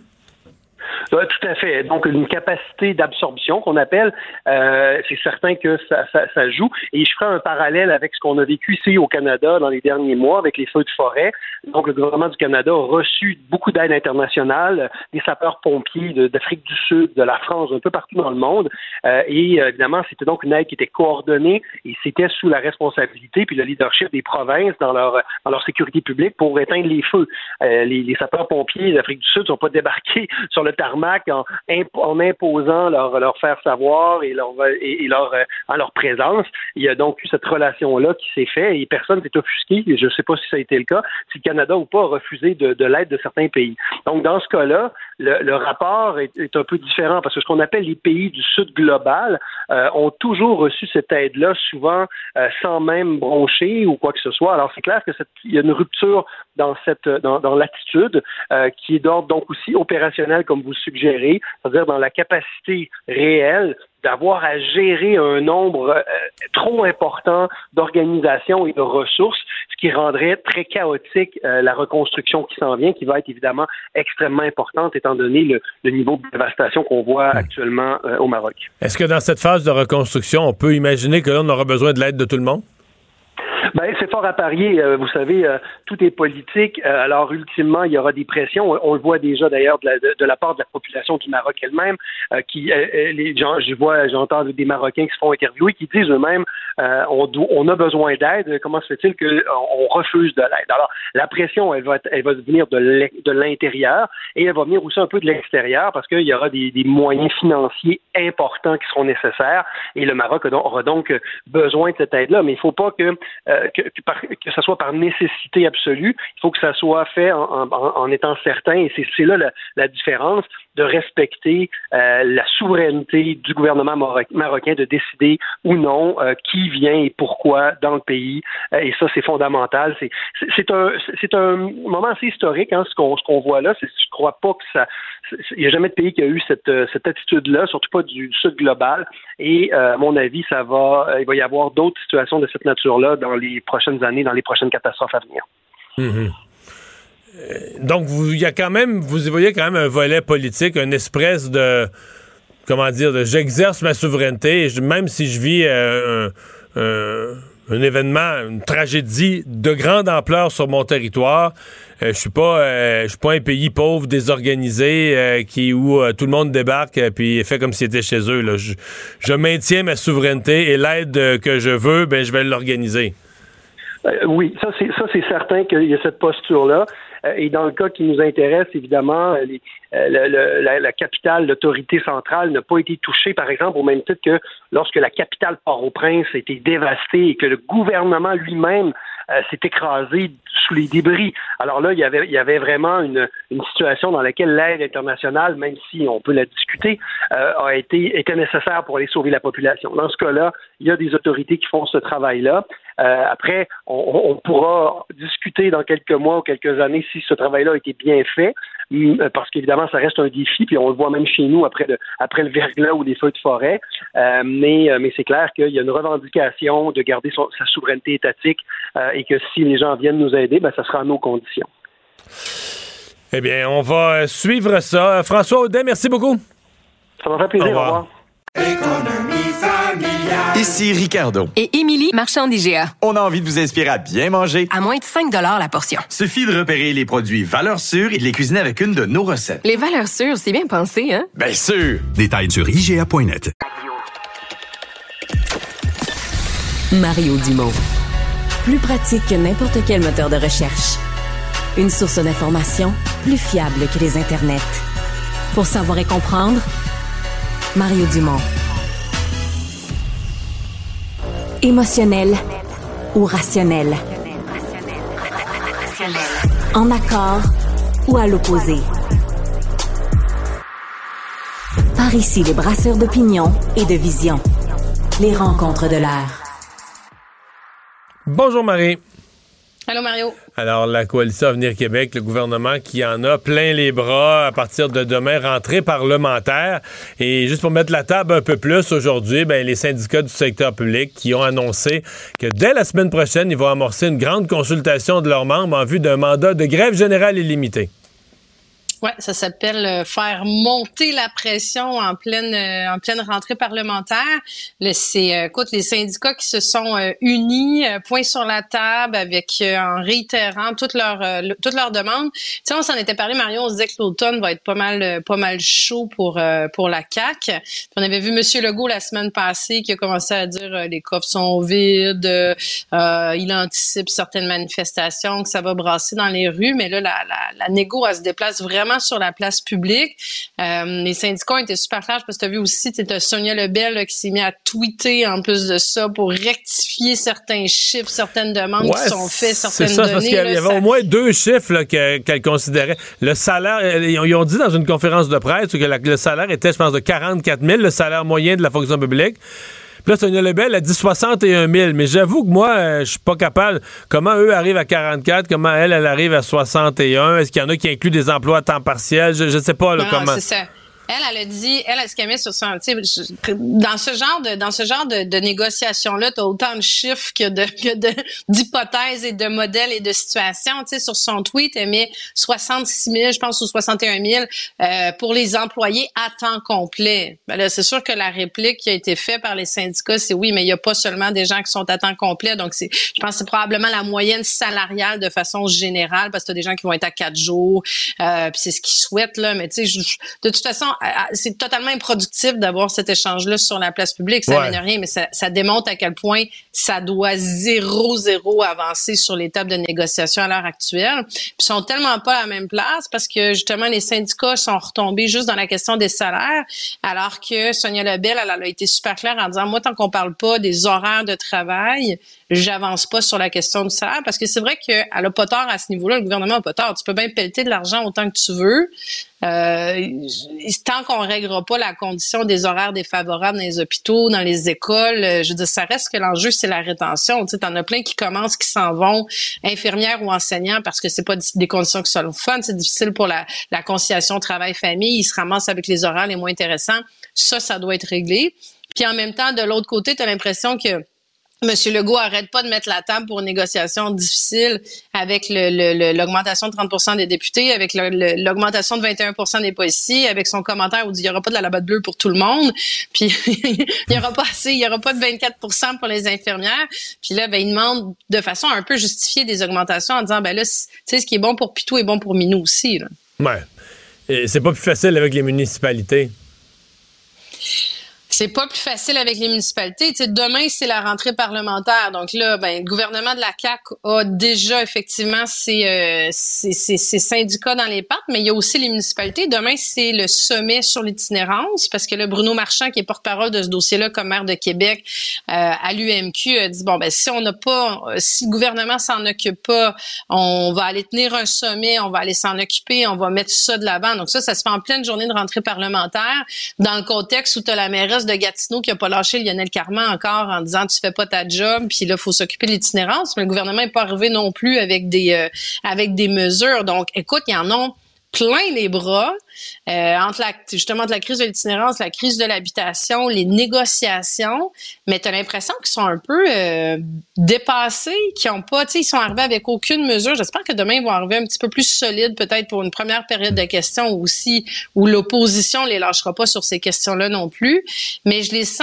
Oui, tout à fait. Donc, une capacité d'absorption qu'on appelle, euh, c'est certain que ça, ça, ça joue. Et je ferai un parallèle avec ce qu'on a vécu ici au Canada dans les derniers mois avec les feux de forêt. Donc, le gouvernement du Canada a reçu beaucoup d'aide internationale, des sapeurs-pompiers de, d'Afrique du Sud, de la France, un peu partout dans le monde. Euh, et euh, évidemment, c'était donc une aide qui était coordonnée et c'était sous la responsabilité puis le leadership des provinces dans leur, dans leur sécurité publique pour éteindre les feux. Euh, les, les sapeurs-pompiers d'Afrique du Sud ne sont pas débarqués sur le tarmac En, en imposant leur, leur faire savoir et leur, et, et leur, en leur présence. Il y a donc eu cette relation-là qui s'est faite et personne s'est offusqué. Je ne sais pas si ça a été le cas, si le Canada ou pas a refusé de, de l'aide de certains pays. Donc, dans ce cas-là, le, le rapport est, est un peu différent parce que ce qu'on appelle les pays du Sud global euh, ont toujours reçu cette aide-là, souvent euh, sans même broncher ou quoi que ce soit. Alors, c'est clair que cette, il y a une rupture dans cette dans, dans l'attitude euh, qui est d'ordre donc aussi opérationnel, comme vous suggérez, c'est-à-dire dans la capacité réelle d'avoir à gérer un nombre euh, trop important d'organisations et de ressources, ce qui rendrait très chaotique euh, la reconstruction qui s'en vient, qui va être évidemment extrêmement importante étant donné le, le niveau de dévastation qu'on voit mmh. actuellement euh, au Maroc. Est-ce que dans cette phase de reconstruction, on peut imaginer que là, on aura besoin de l'aide de tout le monde? Ben, c'est fort à parier. Euh, vous savez, euh, tout est politique. Euh, alors, ultimement, il y aura des pressions. On, on le voit déjà, d'ailleurs, de la, de, de la part de la population du Maroc elle-même, euh, qui, euh, les gens, je vois, j'entends des Marocains qui se font interviewer, qui disent eux-mêmes, euh, on, do, on a besoin d'aide. Comment se fait-il qu'on refuse de l'aide? Alors, la pression, elle va, elle va venir de, de l'intérieur et elle va venir aussi un peu de l'extérieur parce qu'il y aura des, des moyens financiers importants qui seront nécessaires et le Maroc aura donc besoin de cette aide-là. Mais il ne faut pas que Euh, que, que, par, que ça soit par nécessité absolue. Il faut que ça soit fait en, en, en étant certain, et c'est, c'est là la, la différence, de respecter euh, la souveraineté du gouvernement maroc- marocain de décider ou non euh, qui vient et pourquoi dans le pays. Euh, et ça, c'est fondamental. C'est, c'est, c'est, un, c'est un moment assez historique, hein, ce, qu'on, ce qu'on voit là. C'est, je ne crois pas que ça... Il n'y a jamais de pays qui a eu cette, cette attitude-là, surtout pas du Sud global. Et euh, à mon avis, ça va, il va y avoir d'autres situations de cette nature-là dans les prochaines années, dans les prochaines catastrophes à venir. Mmh. Euh, donc, vous, il y a quand même, vous y voyez quand même un volet politique, une espèce de, comment dire, de j'exerce ma souveraineté, je, même si je vis euh, un, un, un événement, une tragédie de grande ampleur sur mon territoire. Euh, je suis pas, euh, je suis pas un pays pauvre, désorganisé, euh, qui où euh, tout le monde débarque euh, puis fait comme s'il était chez eux. Là. Je, je maintiens ma souveraineté et l'aide euh, que je veux, ben je vais l'organiser. Euh, oui, ça c'est ça c'est certain qu'il y a cette posture-là. Euh, et dans le cas qui nous intéresse, évidemment, les, euh, le, le, la, la capitale, l'autorité centrale n'a pas été touchée, par exemple, au même titre que lorsque la capitale Port-au-Prince a été dévastée et que le gouvernement lui-même euh, s'est écrasé sous les débris. Alors là, il y avait, il y avait vraiment une, une situation dans laquelle l'aide internationale, même si on peut la discuter, euh, a été était nécessaire pour aller sauver la population. Dans ce cas-là, il y a des autorités qui font ce travail-là. Euh, après, on, on pourra discuter dans quelques mois ou quelques années si ce travail-là a été bien fait, parce qu'évidemment, ça reste un défi, puis on le voit même chez nous après le, après le verglas ou les feux de forêt. Euh, mais, mais c'est clair qu'il y a une revendication de garder son, sa souveraineté étatique euh, et que si les gens viennent nous aider, ben, ça sera à nos conditions. Eh bien, on va suivre ça. François Audet, merci beaucoup. Ça m'a fait plaisir. Au revoir. Économie familiale. Ici Ricardo. Et Émilie, marchand d'I G A. On a envie de vous inspirer à bien manger. À moins de cinq dollars la portion. Suffit de repérer les produits valeurs sûres et de les cuisiner avec une de nos recettes. Les valeurs sûres, c'est bien pensé, hein? Bien sûr! Détails sur I G A point net. Mario Dumont. Plus pratique que n'importe quel moteur de recherche. Une source d'information plus fiable que les internets. Pour savoir et comprendre, Mario Dumont. Émotionnel ou rationnel. En accord ou à l'opposé. Par ici, les brasseurs d'opinion et de vision. Les rencontres de l'heure. Bonjour Marie. Allô Mario. Alors, la Coalition Avenir Québec, le gouvernement qui en a plein les bras à partir de demain, rentrée parlementaire. Et juste pour mettre la table un peu plus aujourd'hui, ben, les syndicats du secteur public qui ont annoncé que dès la semaine prochaine, ils vont amorcer une grande consultation de leurs membres en vue d'un mandat de grève générale illimité. Ouais, ça s'appelle euh, faire monter la pression en pleine euh, en pleine rentrée parlementaire. Le, c'est euh, écoute, les syndicats qui se sont euh, unis, euh, point sur la table, avec euh, en réitérant toutes leurs euh, le, toutes leurs demandes. Tu sais, on s'en était parlé, Marion, on se disait que l'automne va être pas mal euh, pas mal chaud pour euh, pour la C A Q. Puis on avait vu Monsieur Legault la semaine passée qui a commencé à dire euh, les coffres sont vides, euh, euh, il anticipe certaines manifestations, que ça va brasser dans les rues, mais là la la, la négo elle se déplace vraiment sur la place publique. Euh, les syndicats ont été super clairs. Je sais pas si tu as vu aussi, tu as Sonia Lebel là, qui s'est mis à tweeter en plus de ça pour rectifier certains chiffres, certaines demandes ouais, qui sont faites, certaines c'est ça, données. Parce qu'il y avait là, ça... au moins deux chiffres là, que, qu'elle considérait. Le salaire, ils ont, ils ont dit dans une conférence de presse que la, le salaire était, je pense, de quarante-quatre mille, le salaire moyen de la fonction publique. Puis là, Sonia Lebel a dit soixante et un mille. Mais j'avoue que moi, euh, je suis pas capable. Comment eux arrivent à quarante-quatre? Comment elle, elle arrive à soixante et un? Est-ce qu'il y en a qui incluent des emplois à temps partiel? Je ne sais pas là, non, comment. Non, c'est ça. Elle, elle a dit, elle, ce qu'elle met sur son, tu sais, dans ce genre de, dans ce genre de, de négociation-là, t'as autant de chiffres que de, que de, d'hypothèses et de modèles et de situations. Tu sais, sur son tweet, elle met soixante-six mille, je pense, ou soixante et un mille, euh, pour les employés à temps complet. Ben là, c'est sûr que la réplique qui a été faite par les syndicats, c'est oui, mais il n'y a pas seulement des gens qui sont à temps complet. Donc, c'est, je pense que c'est probablement la moyenne salariale de façon générale, parce que t'as des gens qui vont être à quatre jours, euh, puis c'est ce qu'ils souhaitent, là. Mais tu sais, de toute façon, c'est totalement improductif d'avoir cet échange-là sur la place publique. Ça ouais. mène rien, mais ça, ça démontre à quel point ça doit zéro, zéro avancer sur les tables de négociation à l'heure actuelle. Puis ils sont tellement pas à la même place parce que, justement, les syndicats sont retombés juste dans la question des salaires, alors que Sonia Lebel, elle, elle a été super claire en disant, moi, tant qu'on parle pas des horaires de travail, j'avance pas sur la question du salaire, parce que c'est vrai qu'elle a pas tort à ce niveau-là, le gouvernement a pas tort. Tu peux bien pelleter de l'argent autant que tu veux. Euh, tant qu'on ne réglera pas la condition des horaires défavorables dans les hôpitaux, dans les écoles, je veux dire, ça reste que l'enjeu, c'est la rétention. Tu sais, t'en as plein qui commencent, qui s'en vont, infirmières ou enseignants, parce que c'est pas des conditions qui sont fun, c'est difficile pour la, la conciliation travail-famille, ils se ramassent avec les horaires les moins intéressants. Ça, ça doit être réglé. Puis en même temps, de l'autre côté, tu as l'impression que Monsieur Legault arrête pas de mettre la table pour une négociation difficile avec le, le, le, l'augmentation de trente pour cent des députés, avec le, le, l'augmentation de vingt et un pour cent des policiers, avec son commentaire où il dit il y aura pas de la labat bleue pour tout le monde, puis il y aura pas assez, il y aura pas de vingt-quatre pour cent pour les infirmières. Puis là, ben il demande de façon un peu justifiée des augmentations en disant ben là, tu sais, ce qui est bon pour Pitou est bon pour Minou aussi. Là. Ouais. Et c'est pas plus facile avec les municipalités. C'est pas plus facile avec les municipalités. Tu sais, demain, c'est la rentrée parlementaire. Donc là, ben, le gouvernement de la C A Q a déjà effectivement ses, euh, ses, ses, ses syndicats dans les pattes, mais il y a aussi les municipalités. Demain, c'est le sommet sur l'itinérance, parce que là, Bruno Marchand, qui est porte-parole de ce dossier-là comme maire de Québec, euh, à l'U M Q, a dit, bon, ben, si on n'a pas, si le gouvernement s'en occupe pas, on va aller tenir un sommet, on va aller s'en occuper, on va mettre ça de l'avant. Donc ça, ça se fait en pleine journée de rentrée parlementaire, dans le contexte où tu as la mairesse de Gatineau qui a pas lâché Lionel Carman encore en disant tu fais pas ta job, puis là faut s'occuper de l'itinérance, mais le gouvernement est pas arrivé non plus avec des euh, avec des mesures. Donc écoute, il y en a plein les bras euh, entre la justement entre la crise de l'itinérance, la crise de l'habitation, les négociations, mais tu as l'impression qu'ils sont un peu euh, dépassés, qu'ils ont pas, tu sais, ils sont arrivés avec aucune mesure. J'espère que demain ils vont arriver un petit peu plus solides, peut-être pour une première période de questions aussi, où l'opposition les lâchera pas sur ces questions-là non plus, mais je les sens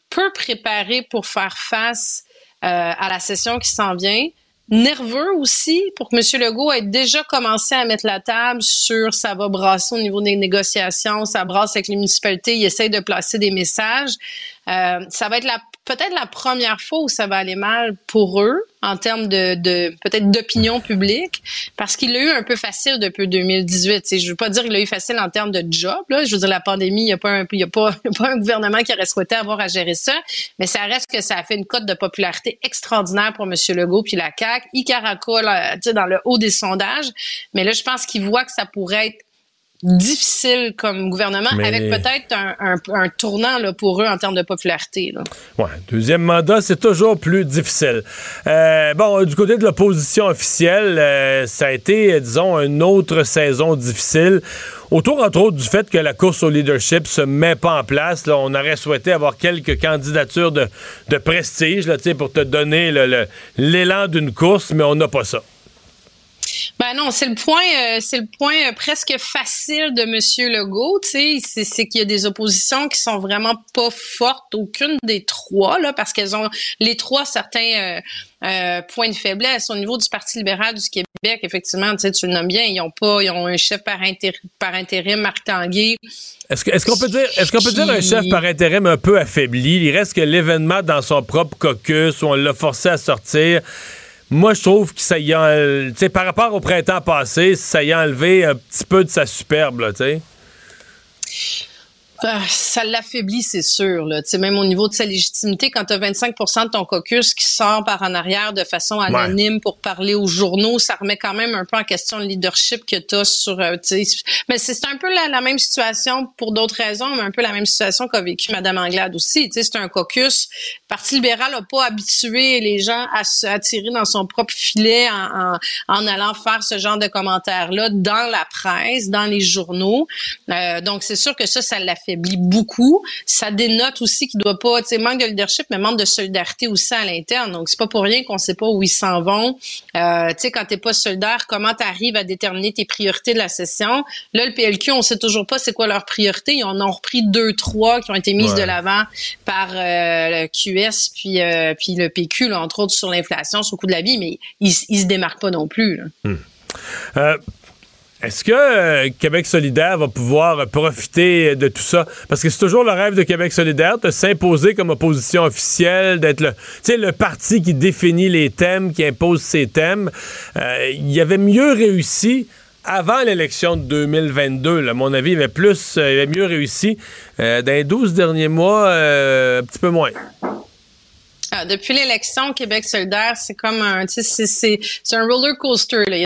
peu préparé pour faire face euh, à la session qui s'en vient. Nerveux aussi pour que M. Legault ait déjà commencé à mettre la table sur ça va brasser au niveau des négociations, ça brasse avec les municipalités, il essaie de placer des messages. Euh, ça va être la, peut-être la première fois où ça va aller mal pour eux en termes de, de peut-être d'opinion publique, parce qu'il l'a eu un peu facile depuis deux mille dix-huit. T'sais, je veux pas dire qu'il l'a eu facile en termes de job. Là. Je veux dire, la pandémie, il n'y a, pas un, y a, pas, y a pas un gouvernement qui aurait souhaité avoir à gérer ça, mais ça reste que ça a fait une cote de popularité extraordinaire pour M. Legault puis la C A Q. Il caracole dans le haut des sondages, mais là, je pense qu'il voit que ça pourrait être difficile comme gouvernement, mais avec peut-être un, un, un tournant là, pour eux en termes de popularité. Là. Ouais, deuxième mandat, c'est toujours plus difficile. Euh, bon, du côté de l'opposition officielle, euh, ça a été, disons, une autre saison difficile. Autour, entre autres, du fait que la course au leadership se met pas en place. Là, on aurait souhaité avoir quelques candidatures de, de prestige là, pour te donner le, le, l'élan d'une course, mais on n'a pas ça. Ben non, c'est le point, euh, c'est le point euh, presque facile de M. Legault, tu sais, c'est, c'est qu'il y a des oppositions qui sont vraiment pas fortes, aucune des trois, là, parce qu'elles ont les trois certains euh, euh, points de faiblesse. Au niveau du Parti libéral du Québec, effectivement, tu sais, tu le nommes bien, ils ont pas, ils ont un chef par intérim, par intérim Marc Tanguay. Est-ce, que, est-ce qu'on peut dire, est-ce qu'on peut dire un chef par intérim un peu affaibli? Il reste que l'événement dans son propre caucus où on l'a forcé à sortir. Moi, je trouve que ça y a, tu sais, par rapport au printemps passé, ça y a enlevé un petit peu de sa superbe, là, tu sais. Euh, ça l'affaiblit, c'est sûr. Là. Tu sais, même au niveau de sa légitimité, quand tu as vingt-cinq pour cent de ton caucus qui sort par en arrière de façon anonyme ouais. pour parler aux journaux, ça remet quand même un peu en question le leadership que tu as sur... Euh, tu sais, mais c'est, c'est un peu la, la même situation pour d'autres raisons, mais un peu la même situation qu'a vécu Mme Anglade aussi. Tu sais, c'est un caucus. Le Parti libéral n'a pas habitué les gens à se attirer dans son propre filet en, en, en allant faire ce genre de commentaires-là dans la presse, dans les journaux. Euh, donc, c'est sûr que ça, ça l'affaiblit beaucoup. Ça dénote aussi qu'il doit pas, tu sais, manque de leadership, mais manque de solidarité aussi à l'interne. Donc, c'est pas pour rien qu'on sait pas où ils s'en vont. Euh, tu sais, quand t'es pas solidaire, comment t'arrives à déterminer tes priorités de la session? Là, le P L Q, on sait toujours pas c'est quoi leurs priorités. Ils en ont repris deux, trois qui ont été mises ouais. de l'avant par euh, le Q S puis, euh, puis le P Q, là, entre autres sur l'inflation, sur le coût de la vie, mais ils, ils se démarquent pas non plus. Là. Hum. Euh, Est-ce que euh, Québec solidaire va pouvoir euh, profiter de tout ça? Parce que c'est toujours le rêve de Québec solidaire, de s'imposer comme opposition officielle, d'être le, tu sais, le parti qui définit les thèmes, qui impose ses thèmes. Euh, il y avait mieux réussi avant l'élection de deux mille vingt-deux. Là, à mon avis, il avait, plus, euh, il avait mieux réussi. Euh, dans les douze derniers mois, euh, un petit peu moins. Ah, depuis l'élection, Québec solidaire, c'est comme un, tu sais, c'est, c'est, c'est un roller coaster, là.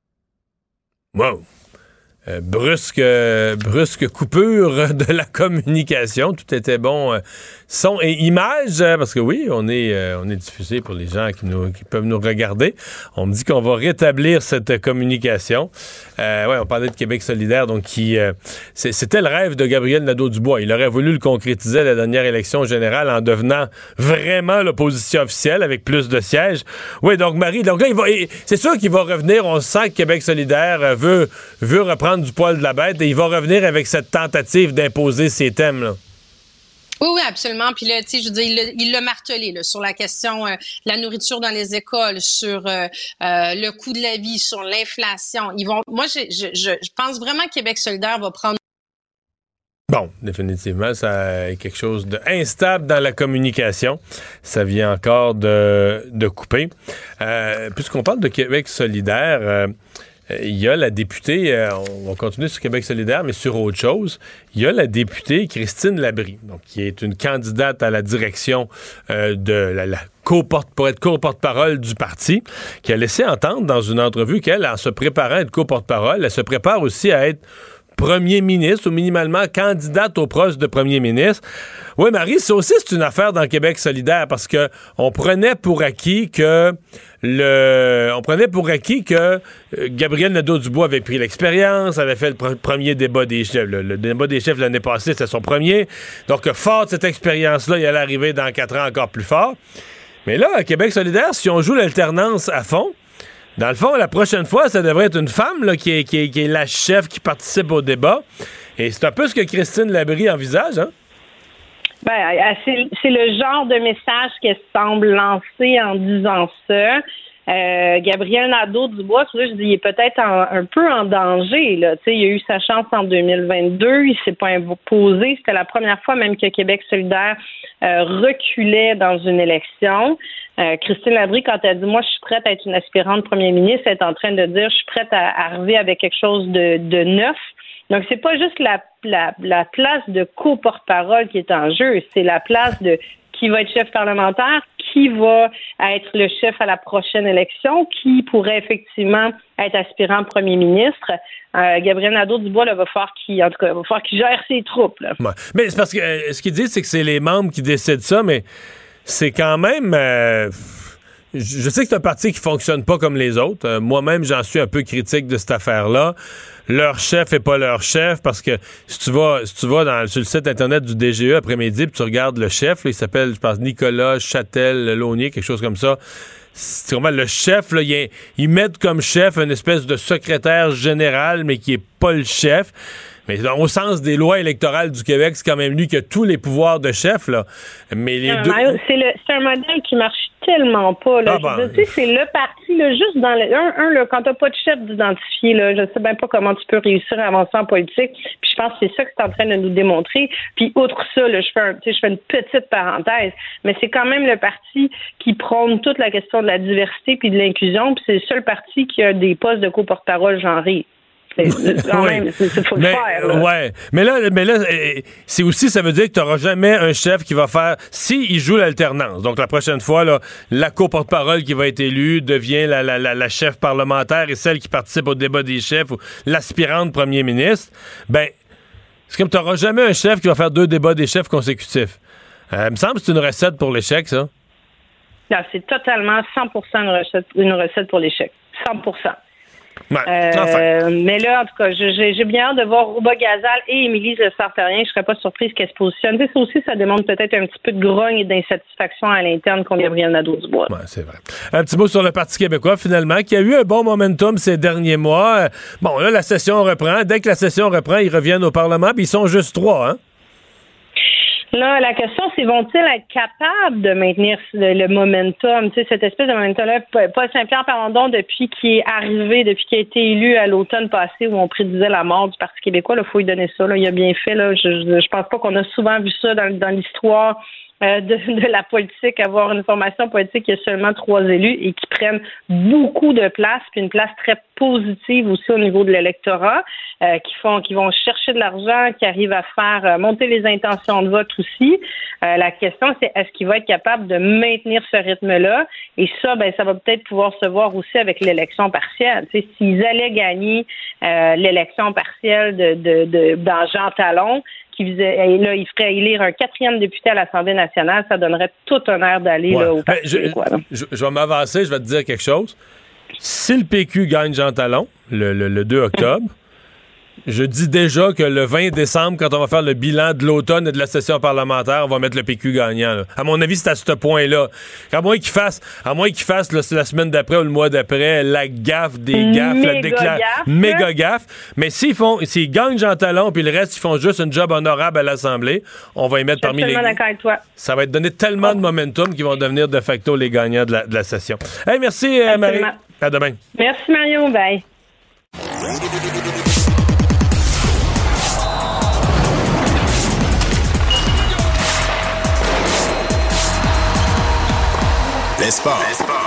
Wow! Euh, brusque, euh, brusque coupure de la communication. Tout était bon. Euh, son et images, euh, parce que oui, on est, euh, on est diffusé pour les gens qui, nous, qui peuvent nous regarder. On me dit qu'on va rétablir cette communication. Euh, ouais, on parlait de Québec solidaire, donc qui, euh, c'est, c'était le rêve de Gabriel Nadeau-Dubois. Il aurait voulu le concrétiser à la dernière élection générale en devenant vraiment l'opposition officielle avec plus de sièges. Oui, donc Marie, donc là, il va, c'est sûr qu'il va revenir. On sent que Québec solidaire veut, veut reprendre du poil de la bête et il va revenir avec cette tentative d'imposer ses thèmes, là. Oui, oui, absolument. Puis là, tu sais, je veux dire, il l'a, il l'a martelé là, sur la question euh, de la nourriture dans les écoles, sur euh, euh, le coût de la vie, sur l'inflation. Ils vont. Moi, je, je, je pense vraiment que Québec solidaire va prendre. Bon, définitivement, ça est quelque chose d'instable dans la communication. Ça vient encore de, de couper. Euh, puisqu'on parle de Québec solidaire. Euh, Il y a la députée, euh, on va continuer sur Québec solidaire, mais sur autre chose. Il y a la députée Christine Labrie, donc, qui est une candidate à la direction euh, de la, la co-porte, pour être co-porte-parole du parti, qui a laissé entendre dans une entrevue qu'elle, en se préparant à être co-porte-parole, elle se prépare aussi à être premier ministre ou minimalement candidate au poste de premier ministre. Oui, Marie, ça aussi, c'est une affaire dans Québec solidaire parce que on prenait pour acquis que le, on prenait pour acquis que euh, Gabriel Nadeau-Dubois avait pris l'expérience, avait fait le pr- premier débat des chefs. Le, le débat des chefs l'année passée, c'était son premier. Donc, fort de cette expérience-là, il allait arriver dans quatre ans encore plus fort. Mais là, à Québec solidaire, si on joue l'alternance à fond, dans le fond, la prochaine fois, ça devrait être une femme là, qui, est, qui, est, qui est la chef qui participe au débat. Et c'est un peu ce que Christine Labrie envisage, hein? Ben, c'est, c'est le genre de message qu'elle semble lancer en disant ça. Euh, Gabriel Nadeau-Dubois, tu vois, je dis, il est peut-être en, un peu en danger, là. Tu sais, il a eu sa chance en deux mille vingt-deux, il s'est pas imposé. C'était la première fois même que Québec solidaire euh, reculait dans une élection. Euh, Christine Labrie, quand elle dit, moi, je suis prête à être une aspirante premier ministre, elle est en train de dire, je suis prête à, à arriver avec quelque chose de, de neuf. Donc, c'est pas juste la, la, la place de co-porte-parole qui est en jeu, c'est la place de qui va être chef parlementaire, qui va être le chef à la prochaine élection, qui pourrait effectivement être aspirant premier ministre. Euh, Gabriel Nadeau-Dubois, là, va falloir qu'il, en tout cas, va falloir qu'il gère ses troupes, là. Ouais. Mais c'est parce que euh, ce qu'ils disent, c'est que c'est les membres qui décident ça, mais c'est quand même... Euh... Je sais que c'est un parti qui fonctionne pas comme les autres. Euh, moi-même, j'en suis un peu critique de cette affaire-là. Leur chef est pas leur chef parce que si tu vas, si tu vas dans, sur le site internet du D G E après-midi puis tu regardes le chef, là, il s'appelle, je pense, Nicolas Châtel-Launier, quelque chose comme ça. C'est vraiment le chef, là, ils, ils mettent comme chef une espèce de secrétaire général, mais qui est pas le chef. Mais au sens des lois électorales du Québec, c'est quand même lui qui a tous les pouvoirs de chef, là. Mais les non, deux... Mario, c'est, le, c'est un modèle qui marche tellement pas, là. Ah ben... Je veux dire, c'est le parti, là, juste dans le... Un, un là, quand t'as pas de chef d'identifier, là, je sais même pas comment tu peux réussir à avancer en politique. Puis je pense que c'est ça que c'est en train de nous démontrer. Puis outre ça, là, je fais un, je fais une petite parenthèse, mais c'est quand même le parti qui prône toute la question de la diversité puis de l'inclusion, puis c'est le seul parti qui a des postes de co-porte-parole genrés. C'est, c'est quand oui. même, c'est, c'est faut mais, le faire. Là. Ouais. Mais là, mais là, c'est aussi, ça veut dire que tu n'auras jamais un chef qui va faire, si il joue l'alternance. Donc la prochaine fois, là, la co-porte-parole qui va être élue devient la, la, la, la chef parlementaire et celle qui participe au débat des chefs ou l'aspirante premier ministre. Ben, c'est comme tu n'auras jamais un chef qui va faire deux débats des chefs consécutifs. Euh, il me semble que c'est une recette pour l'échec, ça. Non, c'est totalement cent pour cent une recette, une recette pour l'échec. cent pour cent. Ouais, euh, enfin. Mais là, en tout cas, j'ai, j'ai bien hâte de voir Rouba Gazal et Émilie Sartérien. Je serais pas surprise qu'elle se positionne. Tu sais, ça aussi, ça demande peut-être un petit peu de grogne et d'insatisfaction à l'interne contre Gabriel Nadeau-Dubois. Ouais, c'est vrai. Un petit mot sur le Parti québécois, finalement, qui a eu un bon momentum ces derniers mois. Bon, là, la session reprend. Dès que la session reprend, ils reviennent au Parlement, puis ils sont juste trois, hein? Là, la question, c'est vont-ils être capables de maintenir le, le momentum, tu sais, cette espèce de momentum-là. Paul Saint-Pierre Plamondon, depuis qu'il est arrivé, depuis qu'il a été élu à l'automne passé, où on prédisait la mort du Parti québécois, il faut lui donner ça. Là, il a bien fait. Là. Je, je, je pense pas qu'on a souvent vu ça dans, dans l'histoire euh, de, de la politique, avoir une formation politique qui a seulement trois élus et qui prennent beaucoup de place, puis une place très positive aussi au niveau de l'électorat, euh, qui font, qui vont chercher de l'argent, qui arrivent à faire euh, monter les intentions de vote aussi. Euh, la question, c'est est-ce qu'il va être capable de maintenir ce rythme-là? Et ça, ben, ça va peut-être pouvoir se voir aussi avec l'élection partielle. Tu sais, s'ils allaient gagner euh, l'élection partielle de, de, de, dans Jean Talon, qui faisait, et là, il ferait élire un quatrième député à l'Assemblée nationale, ça donnerait tout un air d'aller ouais. là, au Parti je, québécois. Là. Je, je vais m'avancer, je vais te dire quelque chose. Si le P Q gagne Jean Talon, le, le, le deux octobre, je dis déjà que le vingt décembre, quand on va faire le bilan de l'automne et de la session parlementaire, on va mettre le P Q gagnant. Là. À mon avis, c'est à ce point-là. À moins qu'il fasse, à moins qu'il fasse là, la semaine d'après ou le mois d'après, la gaffe des gaffes, méga la décla- gaffe. méga gaffe. Mais s'ils font, s'ils gagnent Jean Talon, puis le reste, ils font juste un job honorable à l'Assemblée, on va y mettre parmi les. D'accord avec toi. Ça va être donné tellement de momentum qu'ils vont devenir de facto les gagnants de la, de la session. Hey, merci, euh, Marie. À demain. Merci, Mario. Bye. Les sports.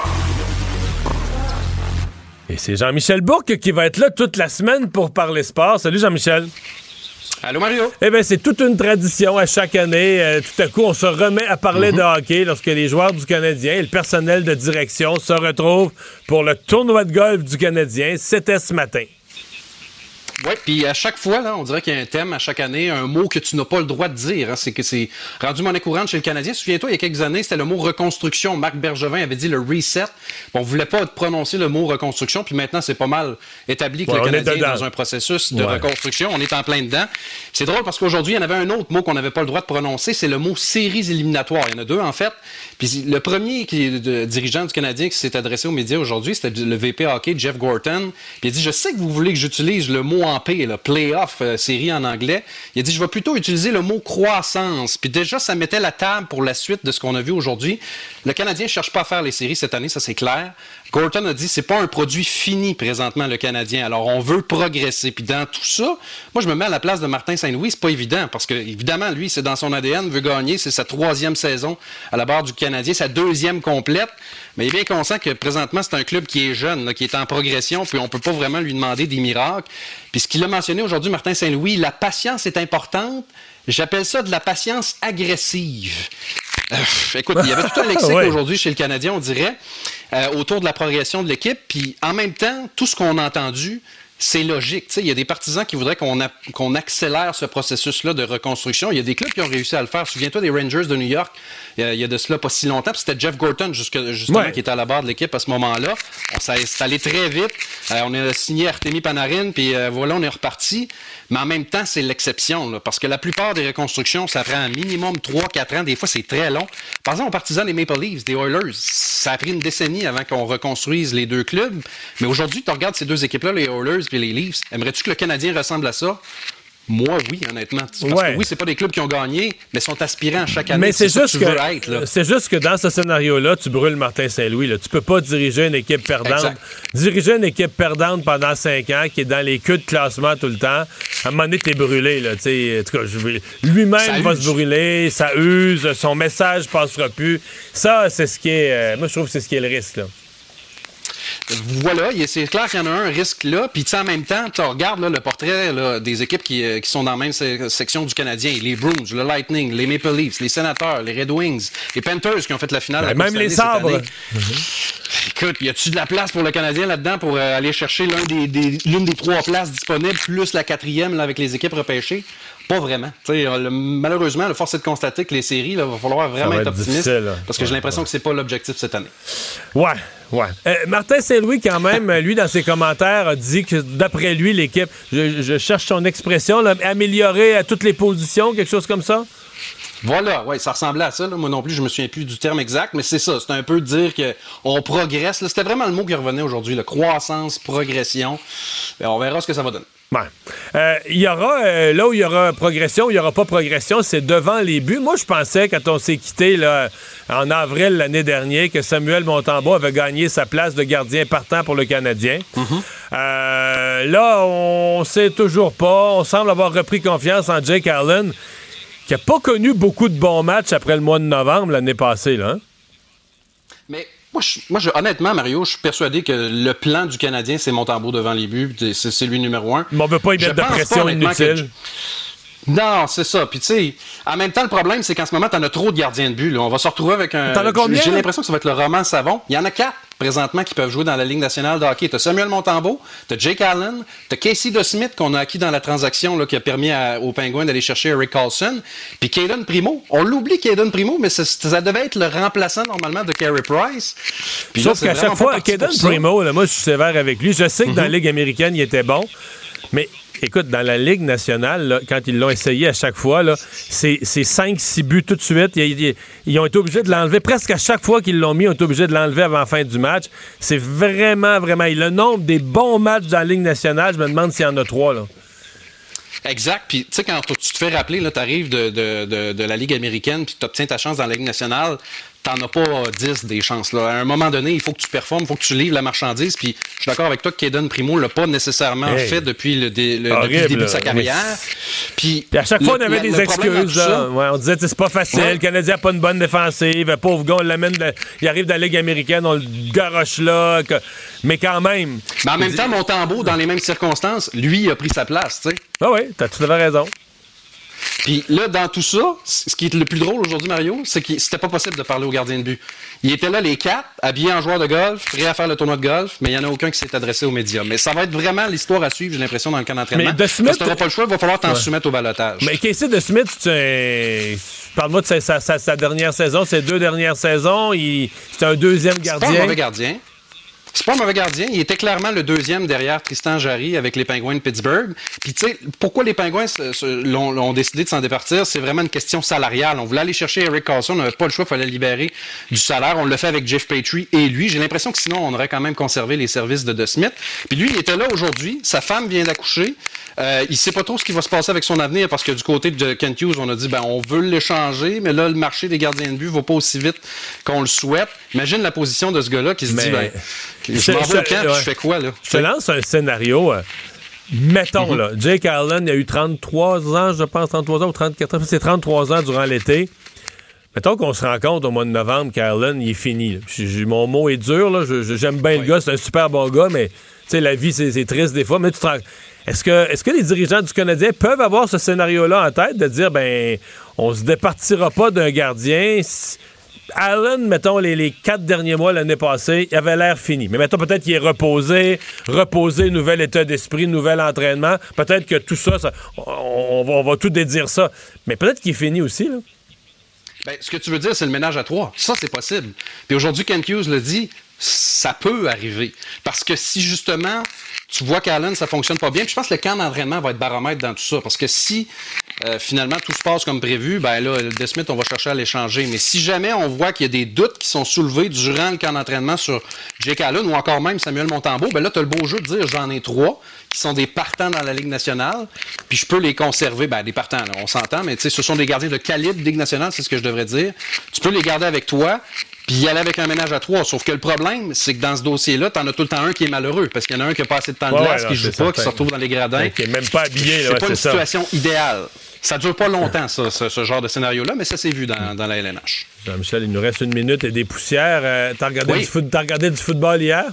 Et c'est Jean-Michel Bourque qui va être là toute la semaine pour parler sport. Salut Jean-Michel. Allô Mario. Eh bien, c'est toute une tradition à chaque année. Euh, tout à coup, on se remet à parler mm-hmm. de hockey lorsque les joueurs du Canadien et le personnel de direction se retrouvent pour le tournoi de golf du Canadien. C'était ce matin. Oui, puis à chaque fois, là, on dirait qu'il y a un thème à chaque année, un mot que tu n'as pas le droit de dire. Hein. C'est que c'est rendu monnaie courante chez le Canadien. Souviens-toi, il y a quelques années, c'était le mot reconstruction. Marc Bergevin avait dit le reset. On ne voulait pas prononcer le mot reconstruction, puis maintenant, c'est pas mal établi que ouais, le Canadien est, est dans un processus de ouais. reconstruction. On est en plein dedans. C'est drôle parce qu'aujourd'hui, il y en avait un autre mot qu'on n'avait pas le droit de prononcer, c'est le mot séries éliminatoires. Il y en a deux, en fait. Puis le premier qui est de, dirigeant du Canadien qui s'est adressé aux médias aujourd'hui, c'était le V P hockey, Jeff Gorton. Puis il a dit, je sais que vous voulez que j'utilise le mot en P, là, playoff, euh, série en anglais. Il a dit, je vais plutôt utiliser le mot croissance. Puis déjà, ça mettait la table pour la suite de ce qu'on a vu aujourd'hui. Le Canadien ne cherche pas à faire les séries cette année, ça c'est clair. Gorton a dit, c'est pas un produit fini présentement, le Canadien. Alors, on veut progresser. Puis dans tout ça, moi, je me mets à la place de Martin Saint-Louis. C'est pas évident parce que, évidemment, lui, c'est dans son A D N, veut gagner. C'est sa troisième saison à la barre du Canadien, sa deuxième complète. Mais il est bien conscient que présentement, c'est un club qui est jeune, là, qui est en progression, puis on peut pas vraiment lui demander des miracles. Puis ce qu'il a mentionné aujourd'hui, Martin Saint-Louis, la patience est importante. J'appelle ça de la patience agressive. Euh, écoute, il y avait tout un lexique ouais. aujourd'hui chez le Canadien, on dirait, euh, autour de la progression de l'équipe. Puis en même temps, tout ce qu'on a entendu, c'est logique. Il y a des partisans qui voudraient qu'on, a, qu'on accélère ce processus-là de reconstruction. Il y a des clubs qui ont réussi à le faire. Souviens-toi des Rangers de New York, il y a de cela pas si longtemps. Puis c'était Jeff Gorton, jusque, justement, ouais. qui était à la barre de l'équipe à ce moment-là. On s'est installé très vite. Euh, on a signé Artemi Panarin, puis euh, voilà, on est reparti. Mais en même temps, c'est l'exception, là, parce que la plupart des reconstructions, ça prend un minimum trois quatre ans. Des fois, c'est très long. Par exemple, aux partisans des Maple Leafs, des Oilers, ça a pris une décennie avant qu'on reconstruise les deux clubs. Mais aujourd'hui, tu regardes ces deux équipes-là, les Oilers et les Leafs. Aimerais-tu que le Canadien ressemble à ça? Moi, oui, honnêtement. Parce ouais. que oui, c'est pas des clubs qui ont gagné, mais sont aspirants chaque année. Mais c'est, c'est juste que, tu veux que être, là. c'est juste que dans ce scénario-là, tu brûles Martin Saint-Louis. Là. Tu peux pas diriger une équipe perdante. Exact. Diriger une équipe perdante pendant cinq ans, qui est dans les queues de classement tout le temps, à un moment donné, t'es brûlé. Là, en tout cas, je, lui-même ça va use. se brûler, ça use, son message passera plus. Ça, c'est ce qui est... Euh, moi, je trouve que c'est ce qui est le risque, là. Voilà, c'est clair qu'il y en a un risque là. Puis en même temps, tu regardes là, le portrait là, des équipes qui, euh, qui sont dans la même se- section du Canadien. Les Bruins, le Lightning, les Maple Leafs, les Sénateurs, les Red Wings, les Panthers qui ont fait la finale. Ben, même les Sabres. Mm-hmm. Écoute, y a-tu de la place pour le Canadien là-dedans pour euh, aller chercher l'un des, des, l'une des trois places disponibles, plus la quatrième là, avec les équipes repêchées? Pas vraiment. Le, malheureusement, le force est de constater que les séries, il va falloir vraiment être, être optimiste parce que ouais, j'ai l'impression ouais. que c'est pas l'objectif cette année. Ouais, ouais. Euh, Martin Saint-Louis, quand même, lui, dans ses commentaires, a dit que d'après lui, l'équipe, je, je cherche son expression, là, améliorer à toutes les positions, quelque chose comme ça? Voilà, oui, ça ressemblait à ça. Là. Moi non plus, je me souviens plus du terme exact, mais c'est ça. C'est un peu de dire qu'on progresse. Là. C'était vraiment le mot qui revenait aujourd'hui, là. Croissance, progression. Et on verra ce que ça va donner. Il ouais. euh, y aura, euh, là où il y aura progression, il n'y aura pas progression, c'est devant les buts. Moi, je pensais, quand on s'est quitté là, en avril l'année dernière, que Samuel Montembeault avait gagné sa place de gardien partant pour le Canadien. Mm-hmm. Euh, là, on sait toujours pas. On semble avoir repris confiance en Jake Allen, qui n'a pas connu beaucoup de bons matchs après le mois de novembre l'année passée. Là, hein? Mais... Moi, je, moi je, honnêtement, Mario, je suis persuadé que le plan du Canadien, c'est Montembeault devant les buts. C'est, c'est lui numéro un. Mais on ne veut pas y mettre de pression inutile. Que... Non, c'est ça. Puis, tu sais, en même temps, le problème, c'est qu'en ce moment, t'en as trop de gardiens de but. Là. On va se retrouver avec un... T'en as combien? J'ai l'impression que ça va être le roman savon. Il y en a quatre, présentement, qui peuvent jouer dans la Ligue nationale de hockey. T'as Samuel Montembeault, t'as Jake Allen, t'as Casey DeSmith, qu'on a acquis dans la transaction là, qui a permis à, aux Penguins d'aller chercher Eric Carlson, puis Caden Primo. On l'oublie, Caden Primo, mais ça, ça devait être le remplaçant, normalement, de Carey Price. Puis sauf là, qu'à chaque fois, Caden Primo, là, moi, je suis sévère avec lui. Je sais que mm-hmm. dans la Ligue américaine, il était bon, mais... Écoute, dans la Ligue nationale, là, quand ils l'ont essayé à chaque fois, là, c'est, c'est cinq six buts tout de suite. Ils, ils, ils ont été obligés de l'enlever. Presque à chaque fois qu'ils l'ont mis, ils ont été obligés de l'enlever avant la fin du match. C'est vraiment, vraiment... Le nombre des bons matchs dans la Ligue nationale, je me demande s'il y en a trois, là. Exact. Puis, tu sais, quand tu te fais rappeler, là, t'arrives de, de, de, de la Ligue américaine, puis tu obtiens ta chance dans la Ligue nationale, t'en as pas dix des chances. Là. À un moment donné, il faut que tu performes, il faut que tu livres la marchandise. Puis, je suis d'accord avec toi que Caden Primo l'a pas nécessairement hey. fait depuis le, dé, le, depuis le début de sa carrière. Puis, puis à chaque le, fois, on avait le, des le excuses. Là. Ouais, on disait que c'est pas facile, ouais. Le Canadien n'a pas une bonne défensive, pauvre gars, on l'amène, de, il arrive dans la Ligue américaine, on le garoche là. Que, mais quand même. Mais en même dit... temps, Montembeault, dans les mêmes circonstances, lui, a pris sa place, tu sais. Ah oui, t'as tout à fait raison. Puis là, dans tout ça, ce qui est le plus drôle aujourd'hui, Mario, c'est que c'était pas possible de parler aux gardiens de but. Ils étaient là, les quatre, habillés en joueurs de golf, prêts à faire le tournoi de golf, mais il n'y en a aucun qui s'est adressé aux médias. Mais ça va être vraiment l'histoire à suivre, j'ai l'impression, dans le camp d'entraînement. Mais de Smith, parce que tu n'auras pas le choix, il va falloir t'en ouais. soumettre au balotage. Mais Casey DeSmith, tu es... parle-moi de sa, sa, sa, sa dernière saison, ses deux dernières saisons. Il... C'est un deuxième gardien. C'est pas un mauvais gardien. C'est pas un mauvais gardien. Il était clairement le deuxième derrière Tristan Jarry avec les Penguins de Pittsburgh. Puis, tu sais, pourquoi les Penguins se, se, l'ont, l'ont décidé de s'en départir? C'est vraiment une question salariale. On voulait aller chercher Eric Carlson. On n'avait pas le choix. Il fallait libérer du salaire. On l'a fait avec Jeff Petrie et lui. J'ai l'impression que sinon, on aurait quand même conservé les services de DeSmith. Puis lui, il était là aujourd'hui. Sa femme vient d'accoucher. Euh, il sait pas trop ce qui va se passer avec son avenir parce que du côté de Kent Hughes, on a dit, ben, on veut l'échanger, mais là, le marché des gardiens de but va pas aussi vite qu'on le souhaite. Imagine la position de ce gars-là qui se mais... dit, ben, je m'en vais au camp, ouais. Je fais quoi, là? Je te lance un scénario. Euh, mettons, mm-hmm. là, Jake Allen, il a eu trente-trois ans, je pense, trente-trois ans ou trente-quatre ans. C'est trente-trois ans durant l'été. Mettons qu'on se rend compte au mois de novembre qu'Allen, il est fini. J'ai, j'ai, mon mot est dur, là. Je, je, j'aime bien oui. le gars, c'est un super bon gars, mais tu sais, la vie, c'est, c'est triste des fois. Mais tu te rends... Est-ce que, est-ce que les dirigeants du Canadien peuvent avoir ce scénario-là en tête de dire, ben, on se départira pas d'un gardien? Allen, mettons, les, les quatre derniers mois l'année passée, il avait l'air fini. Mais mettons, peut-être qu'il est reposé, reposé, nouvel état d'esprit, nouvel entraînement. Peut-être que tout ça, ça on, on, va, on va tout dédire ça. Mais peut-être qu'il est fini aussi, là. Ben, ce que tu veux dire, c'est le ménage à trois. Ça, c'est possible. Puis aujourd'hui, Kent Hughes le dit, ça peut arriver. Parce que si, justement, tu vois qu'Allen, ça fonctionne pas bien, puis je pense que le camp d'entraînement va être baromètre dans tout ça. Parce que si, euh, finalement, tout se passe comme prévu, ben là, DeSmith, on va chercher à l'échanger. Mais si jamais on voit qu'il y a des doutes qui sont soulevés durant le camp d'entraînement sur Jake Allen ou encore même Samuel Montembeault, ben là, tu as le beau jeu de dire, j'en ai trois qui sont des partants dans la Ligue nationale, puis je peux les conserver. Ben, des partants, là, on s'entend, mais tu sais, ce sont des gardiens de calibre Ligue nationale, c'est ce que je devrais dire. Tu peux les garder avec toi, puis y aller avec un ménage à trois. Sauf que le problème, c'est que dans ce dossier-là, t'en as tout le temps un qui est malheureux, parce qu'il y en a un qui a pas assez de temps de ouais, glace, ouais, qui joue pas, qui se retrouve dans les gradins. Qui est même pas habillé. C'est là, pas c'est une ça. situation idéale. Ça dure pas longtemps, ça, ce, ce genre de scénario-là, mais ça s'est vu dans, dans la L N H. Jean-Michel, il nous reste une minute et des poussières. Euh, t'as, regardé oui. du foot, t'as regardé du football hier?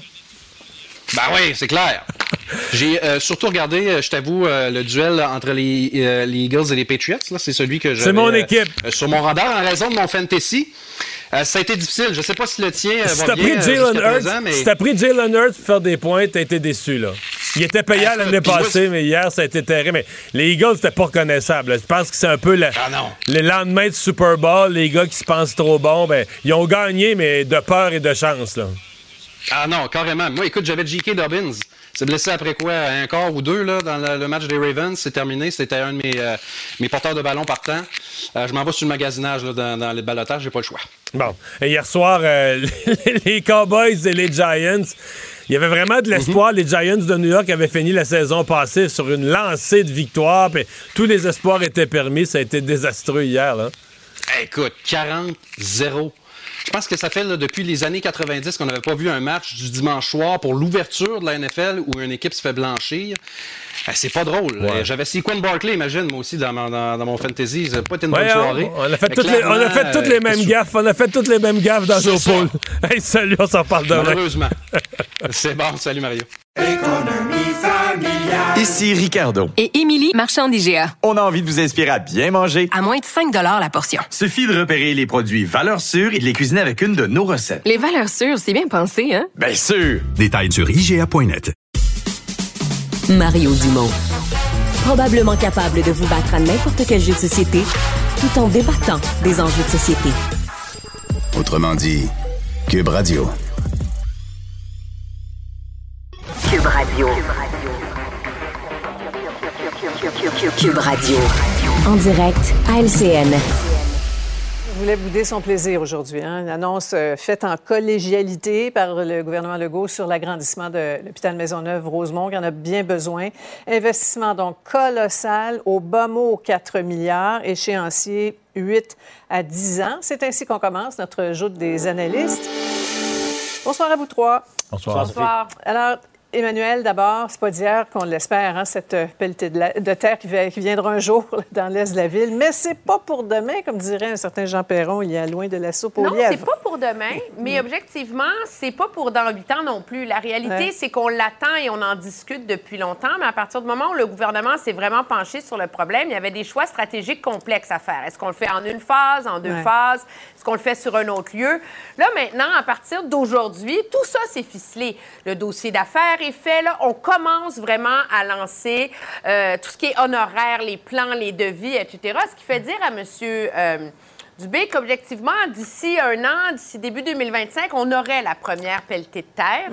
Ben oui, c'est clair. J'ai euh, surtout regardé, euh, je t'avoue, euh, le duel entre les, euh, les Eagles et les Patriots. Là, c'est celui que j'avais, c'est mon équipe. Euh, sur mon radar en raison de mon fantasy. Euh, ça a été difficile. Je sais pas si le tien euh, si va t'as bien pris Jalen euh, Hurts, présent, mais... Si t'as pris Jalen Hurts pour faire des points, t'as été déçu, là. Il était payant ah, l'année passée, mais hier, ça a été terrible. Mais les Eagles, c'était pas reconnaissable. Je pense que c'est un peu le, ah, non. le lendemain de Super Bowl. Les gars qui se pensent trop bons, ben, ils ont gagné, mais de peur et de chance, là. Ah non, carrément. Moi, écoute, j'avais J K. Dobbins. C'est blessé après quoi? Un quart ou deux là, dans le, le match des Ravens. C'est terminé. C'était un de mes, euh, mes porteurs de ballon partant. Euh, je m'en vais sur le magasinage là, dans, dans les ballottages. J'ai pas le choix. Bon. Et hier soir, euh, les Cowboys et les Giants, il y avait vraiment de l'espoir. Mm-hmm. Les Giants de New York avaient fini la saison passée sur une lancée de victoires. Puis tous les espoirs étaient permis. Ça a été désastreux hier. Là. Écoute, quarante zéro. Je pense que ça fait là, depuis les années quatre-vingt-dix qu'on n'avait pas vu un match du dimanche soir pour l'ouverture de la N F L où une équipe se fait blanchir. Ben, c'est pas drôle. Ouais. J'avais Saquon Barkley, imagine, moi aussi, dans, dans, dans mon fantasy. Ça n'a pas été une bonne ouais, soirée. On, on, a fait toutes les, on a fait toutes les mêmes euh, gaffes. On a fait toutes les mêmes gaffes dans nos poules. Hey, salut, on s'en parle demain. Malheureusement. C'est bon, salut Mario. Ici Ricardo. Et Émilie, marchand d'I G A. On a envie de vous inspirer à bien manger. À moins de cinq dollars la portion. Suffit de repérer les produits valeurs sûres et de les cuisiner avec une de nos recettes. Les valeurs sûres, c'est bien pensé, hein? Bien sûr! Détails sur I G A point net. Mario Dumont. Probablement capable de vous battre à n'importe quel jeu de société, tout en débattant des enjeux de société. Autrement dit, Cube Radio. Cube Radio. Cube Radio. En direct à L C N. Il voulait bouder son plaisir aujourd'hui. Hein? Une annonce euh, faite en collégialité par le gouvernement Legault sur l'agrandissement de l'hôpital Maisonneuve-Rosemont, qui en a bien besoin. Investissement donc colossal, au bas mot quatre milliards, échéancier huit à dix ans. C'est ainsi qu'on commence notre joute des analystes. Bonsoir à vous trois. Bonsoir. Bonsoir. Alors, Emmanuel, d'abord, c'est pas d'hier qu'on l'espère, hein, cette pelletée de, la, de terre qui, va, qui viendra un jour dans l'est de la ville, mais c'est pas pour demain, comme dirait un certain Jean Perron, il y a loin de la soupe aux non, lièvres. Non, c'est pas pour demain, mais objectivement, c'est pas pour dans huit ans non plus. La réalité, ouais. c'est qu'on l'attend et on en discute depuis longtemps, mais à partir du moment où le gouvernement s'est vraiment penché sur le problème, il y avait des choix stratégiques complexes à faire. Est-ce qu'on le fait en une phase, en deux ouais. phases? Est-ce qu'on le fait sur un autre lieu? Là, maintenant, à partir d'aujourd'hui, tout ça, c'est ficelé. Le dossier d'affaires est fait, là, on commence vraiment à lancer euh, tout ce qui est honoraire, les plans, les devis, et cetera. Ce qui fait dire à M. Euh, Dubé qu'objectivement, d'ici un an, d'ici début deux mille vingt-cinq, on aurait la première pelletée de terre. Mm.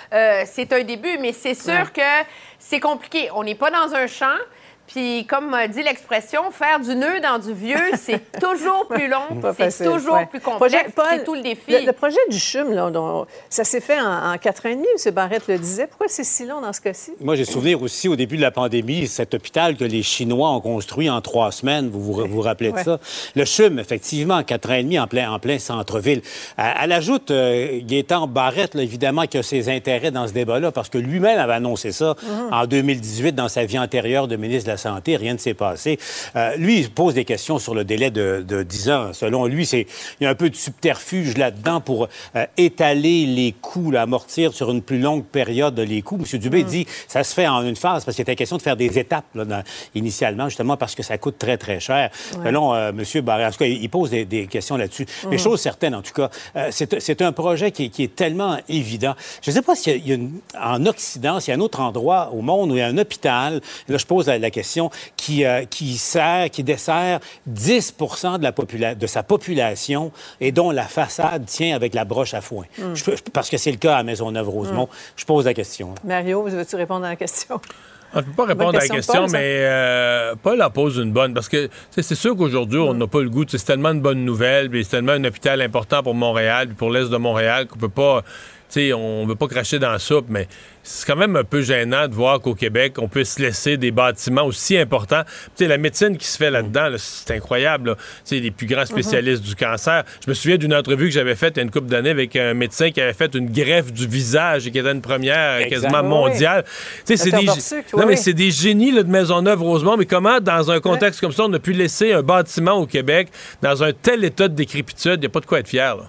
euh, c'est un début, mais c'est sûr ouais. que c'est compliqué. On n'est pas dans un champ. Puis, comme dit l'expression, faire du nœud dans du vieux, c'est toujours plus long, c'est facile, toujours ouais. plus complexe, projet, Paul, c'est tout le défi. Le, le projet du C H U M, là, dont, ça s'est fait en, en quatre ans et demi, M. Barrette le disait. Pourquoi c'est si long dans ce cas-ci? Moi, j'ai souvenir aussi, au début de la pandémie, cet hôpital que les Chinois ont construit en trois semaines, vous vous, vous rappelez de ouais. ça? Le C H U M, effectivement, en quatre ans et demi, en plein, en plein centre-ville. À, à l'ajoute, euh, Gaétan Barrette, là, évidemment, qui a ses intérêts dans ce débat-là, parce que lui-même avait annoncé ça mm-hmm. en deux mille dix-huit, dans sa vie antérieure de ministre de la Santé, rien ne s'est passé. Euh, lui, il pose des questions sur le délai de, de dix ans. Selon lui, c'est, il y a un peu de subterfuge là-dedans pour euh, étaler les coûts, là, amortir sur une plus longue période les coûts. M. Dubé mm. dit ça se fait en une phase parce qu'il était question de faire des étapes là, dans, initialement, justement parce que ça coûte très, très cher. Ouais. Selon euh, M. Barrette, en tout cas, il pose des, des questions là-dessus. Mm. Mais chose certaine, en tout cas, euh, c'est, c'est un projet qui, qui est tellement évident. Je ne sais pas s'il y a, il y a une, en Occident, s'il y a un autre endroit au monde où il y a un hôpital, là, je pose la, la question, qui euh, qui sert, qui dessert dix pour cent de, la popula- de sa population et dont la façade tient avec la broche à foin. Mm. Je, parce que c'est le cas à Maisonneuve-Rosemont. Mm. Je pose la question. Mario, veux-tu répondre à la question? On ne peut pas répondre à la question, Paul, mais euh, Paul en pose une bonne. Parce que c'est sûr qu'aujourd'hui, on n'a pas le goût. C'est tellement une bonne nouvelle, puis c'est tellement un hôpital important pour Montréal, puis pour l'Est de Montréal, qu'on peut pas... T'sais, on ne veut pas cracher dans la soupe, mais c'est quand même un peu gênant de voir qu'au Québec, on peut se laisser des bâtiments aussi importants. T'sais, la médecine qui se fait là-dedans, là, c'est incroyable. Là. Les plus grands spécialistes mm-hmm. du cancer. Je me souviens d'une entrevue que j'avais faite il y a une couple d'années avec un médecin qui avait fait une greffe du visage et qui était une première exact. quasiment mondiale. Oui. C'est des, Borsuc, non, oui. mais c'est des génies là, de Maisonneuve-Rosemont. Mais comment, dans un contexte ouais. comme ça, on a pu laisser un bâtiment au Québec dans un tel état de décrépitude? Il n'y a pas de quoi être fier, là.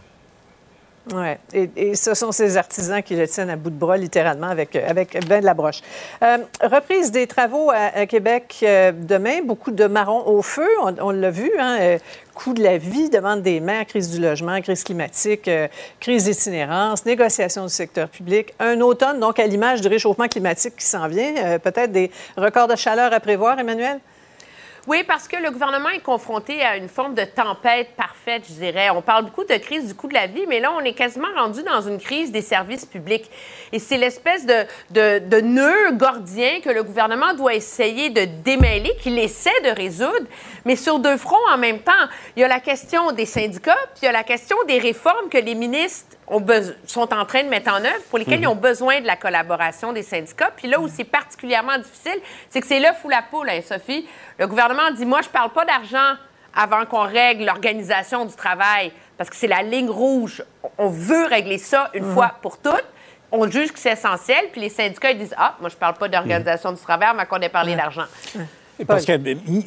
Oui, et, et ce sont ces artisans qui le tiennent à bout de bras, littéralement, avec, avec ben de la broche. Euh, reprise des travaux à, à Québec euh, demain, beaucoup de marrons au feu, on, on l'a vu, hein, euh, coût de la vie, demande des maires, crise du logement, crise climatique, euh, crise d'itinérance, négociation du secteur public, un automne, donc à l'image du réchauffement climatique qui s'en vient, euh, peut-être des records de chaleur à prévoir, Emmanuel? Oui, parce que le gouvernement est confronté à une forme de tempête parfaite, je dirais. On parle beaucoup de crise du coût de la vie, mais là, on est quasiment rendu dans une crise des services publics. Et c'est l'espèce de, de, de nœud gordien que le gouvernement doit essayer de démêler, qu'il essaie de résoudre, mais sur deux fronts en même temps. Il y a la question des syndicats, puis il y a la question des réformes que les ministres ont beso- sont en train de mettre en œuvre, pour lesquelles mmh. ils ont besoin de la collaboration des syndicats. Puis là où c'est particulièrement difficile, c'est que c'est l'œuf ou la poule, hein, Sophie. Le gouvernement dit, moi, je parle pas d'argent avant qu'on règle l'organisation du travail, parce que c'est la ligne rouge. On veut régler ça une mmh. fois pour toutes. On juge que c'est essentiel, puis les syndicats, ils disent, ah, moi, je parle pas d'organisation mmh. du travail avant qu'on ait parlé mmh. d'argent. Mmh. Parce que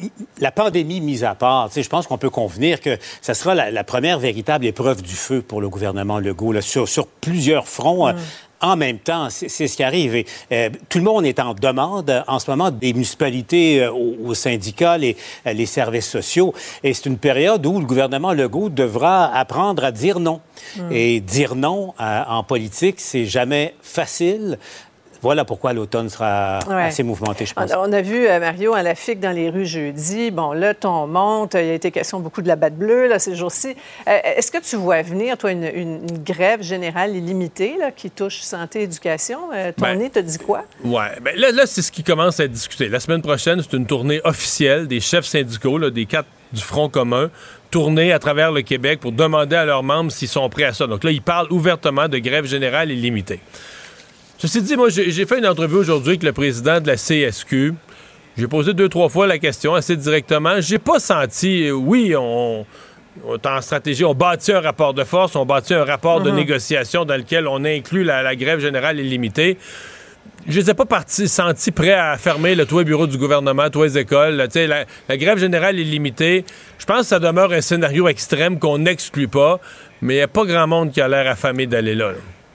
la pandémie mise à part, je pense qu'on peut convenir que ça sera la, la première véritable épreuve du feu pour le gouvernement Legault, là, sur, sur plusieurs fronts. Mm. En même temps, c'est, c'est ce qui arrive. Et, euh, tout le monde est en demande en ce moment des municipalités euh, aux, aux syndicats, les, les services sociaux. Et c'est une période où le gouvernement Legault devra apprendre à dire non. Mm. Et dire non euh, en politique, c'est jamais facile. Voilà pourquoi l'automne sera ouais. assez mouvementé, je pense. Alors, on a vu, euh, Mario, à la F I C dans les rues jeudi. Bon, le ton monte. Il a été question beaucoup de la batte bleue là, ces jours-ci. Euh, est-ce que tu vois venir, toi, une, une, une grève générale illimitée là, qui touche santé et éducation? Euh, ton ben, nez te dit quoi? Oui. Ben, là, là, c'est ce qui commence à être discuté. La semaine prochaine, c'est une tournée officielle des chefs syndicaux, là, des quatre du Front commun, tournée à travers le Québec pour demander à leurs membres s'ils sont prêts à ça. Donc là, ils parlent ouvertement de grève générale illimitée. Ceci dit, moi, j'ai, j'ai fait une entrevue aujourd'hui avec le président de la C S Q. J'ai posé deux, trois fois la question assez directement. J'ai pas senti, oui, on, on est en stratégie, on bâtit un rapport de force, on bâtit un rapport mm-hmm. de négociation dans lequel on inclut la, la grève générale illimitée. Je ne les ai pas partis, sentis prêts à fermer le toit bureau du gouvernement, toit les écoles. Là, la, la grève générale illimitée, je pense que ça demeure un scénario extrême qu'on n'exclut pas, mais il n'y a pas grand monde qui a l'air affamé d'aller là.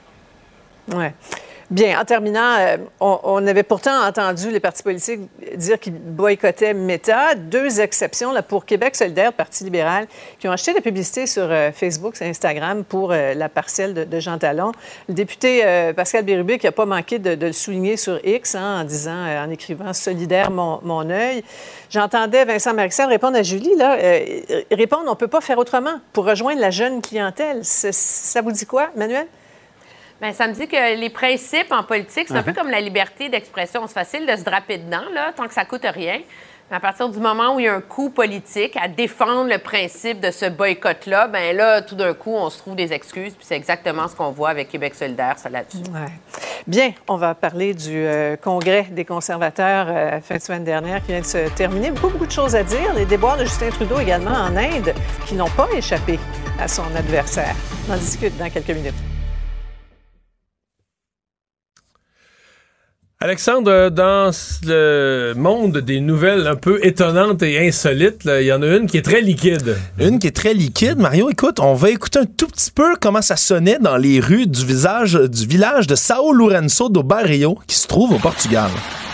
là. Ouais. Bien, en terminant, euh, on, on avait pourtant entendu les partis politiques dire qu'ils boycottaient Meta. Deux exceptions là, pour Québec solidaire, Parti libéral, qui ont acheté de la publicité sur euh, Facebook, sur Instagram pour euh, la parcelle de, de Jean Talon. Le député euh, Pascal Bérubé qui n'a pas manqué de, de le souligner sur X hein, en disant, euh, en écrivant « Solidaire, mon, mon œil ». J'entendais Vincent Marissal répondre à Julie, là, euh, répondre « On ne peut pas faire autrement » pour rejoindre la jeune clientèle. C'est, ça vous dit quoi, Manuel? Bien, ça me dit que les principes en politique, c'est un peu comme la liberté d'expression. C'est facile de se draper dedans, là, tant que ça coûte rien. Mais à partir du moment où il y a un coût politique à défendre le principe de ce boycott-là, bien là, tout d'un coup, on se trouve des excuses. Puis c'est exactement ce qu'on voit avec Québec solidaire, ça là-dessus. Ouais. Bien, on va parler du euh, congrès des conservateurs euh, fin de semaine dernière qui vient de se terminer. Beaucoup, beaucoup de choses à dire. Les déboires de Justin Trudeau également en Inde qui n'ont pas échappé à son adversaire. On en discute dans quelques minutes. Alexandre, dans le monde des nouvelles un peu étonnantes et insolites, il y en a une qui est très liquide. Une qui est très liquide. Mario, écoute, on va écouter un tout petit peu comment ça sonnait dans les rues du, visage, du village de São Lourenço do Barrio, qui se trouve au Portugal.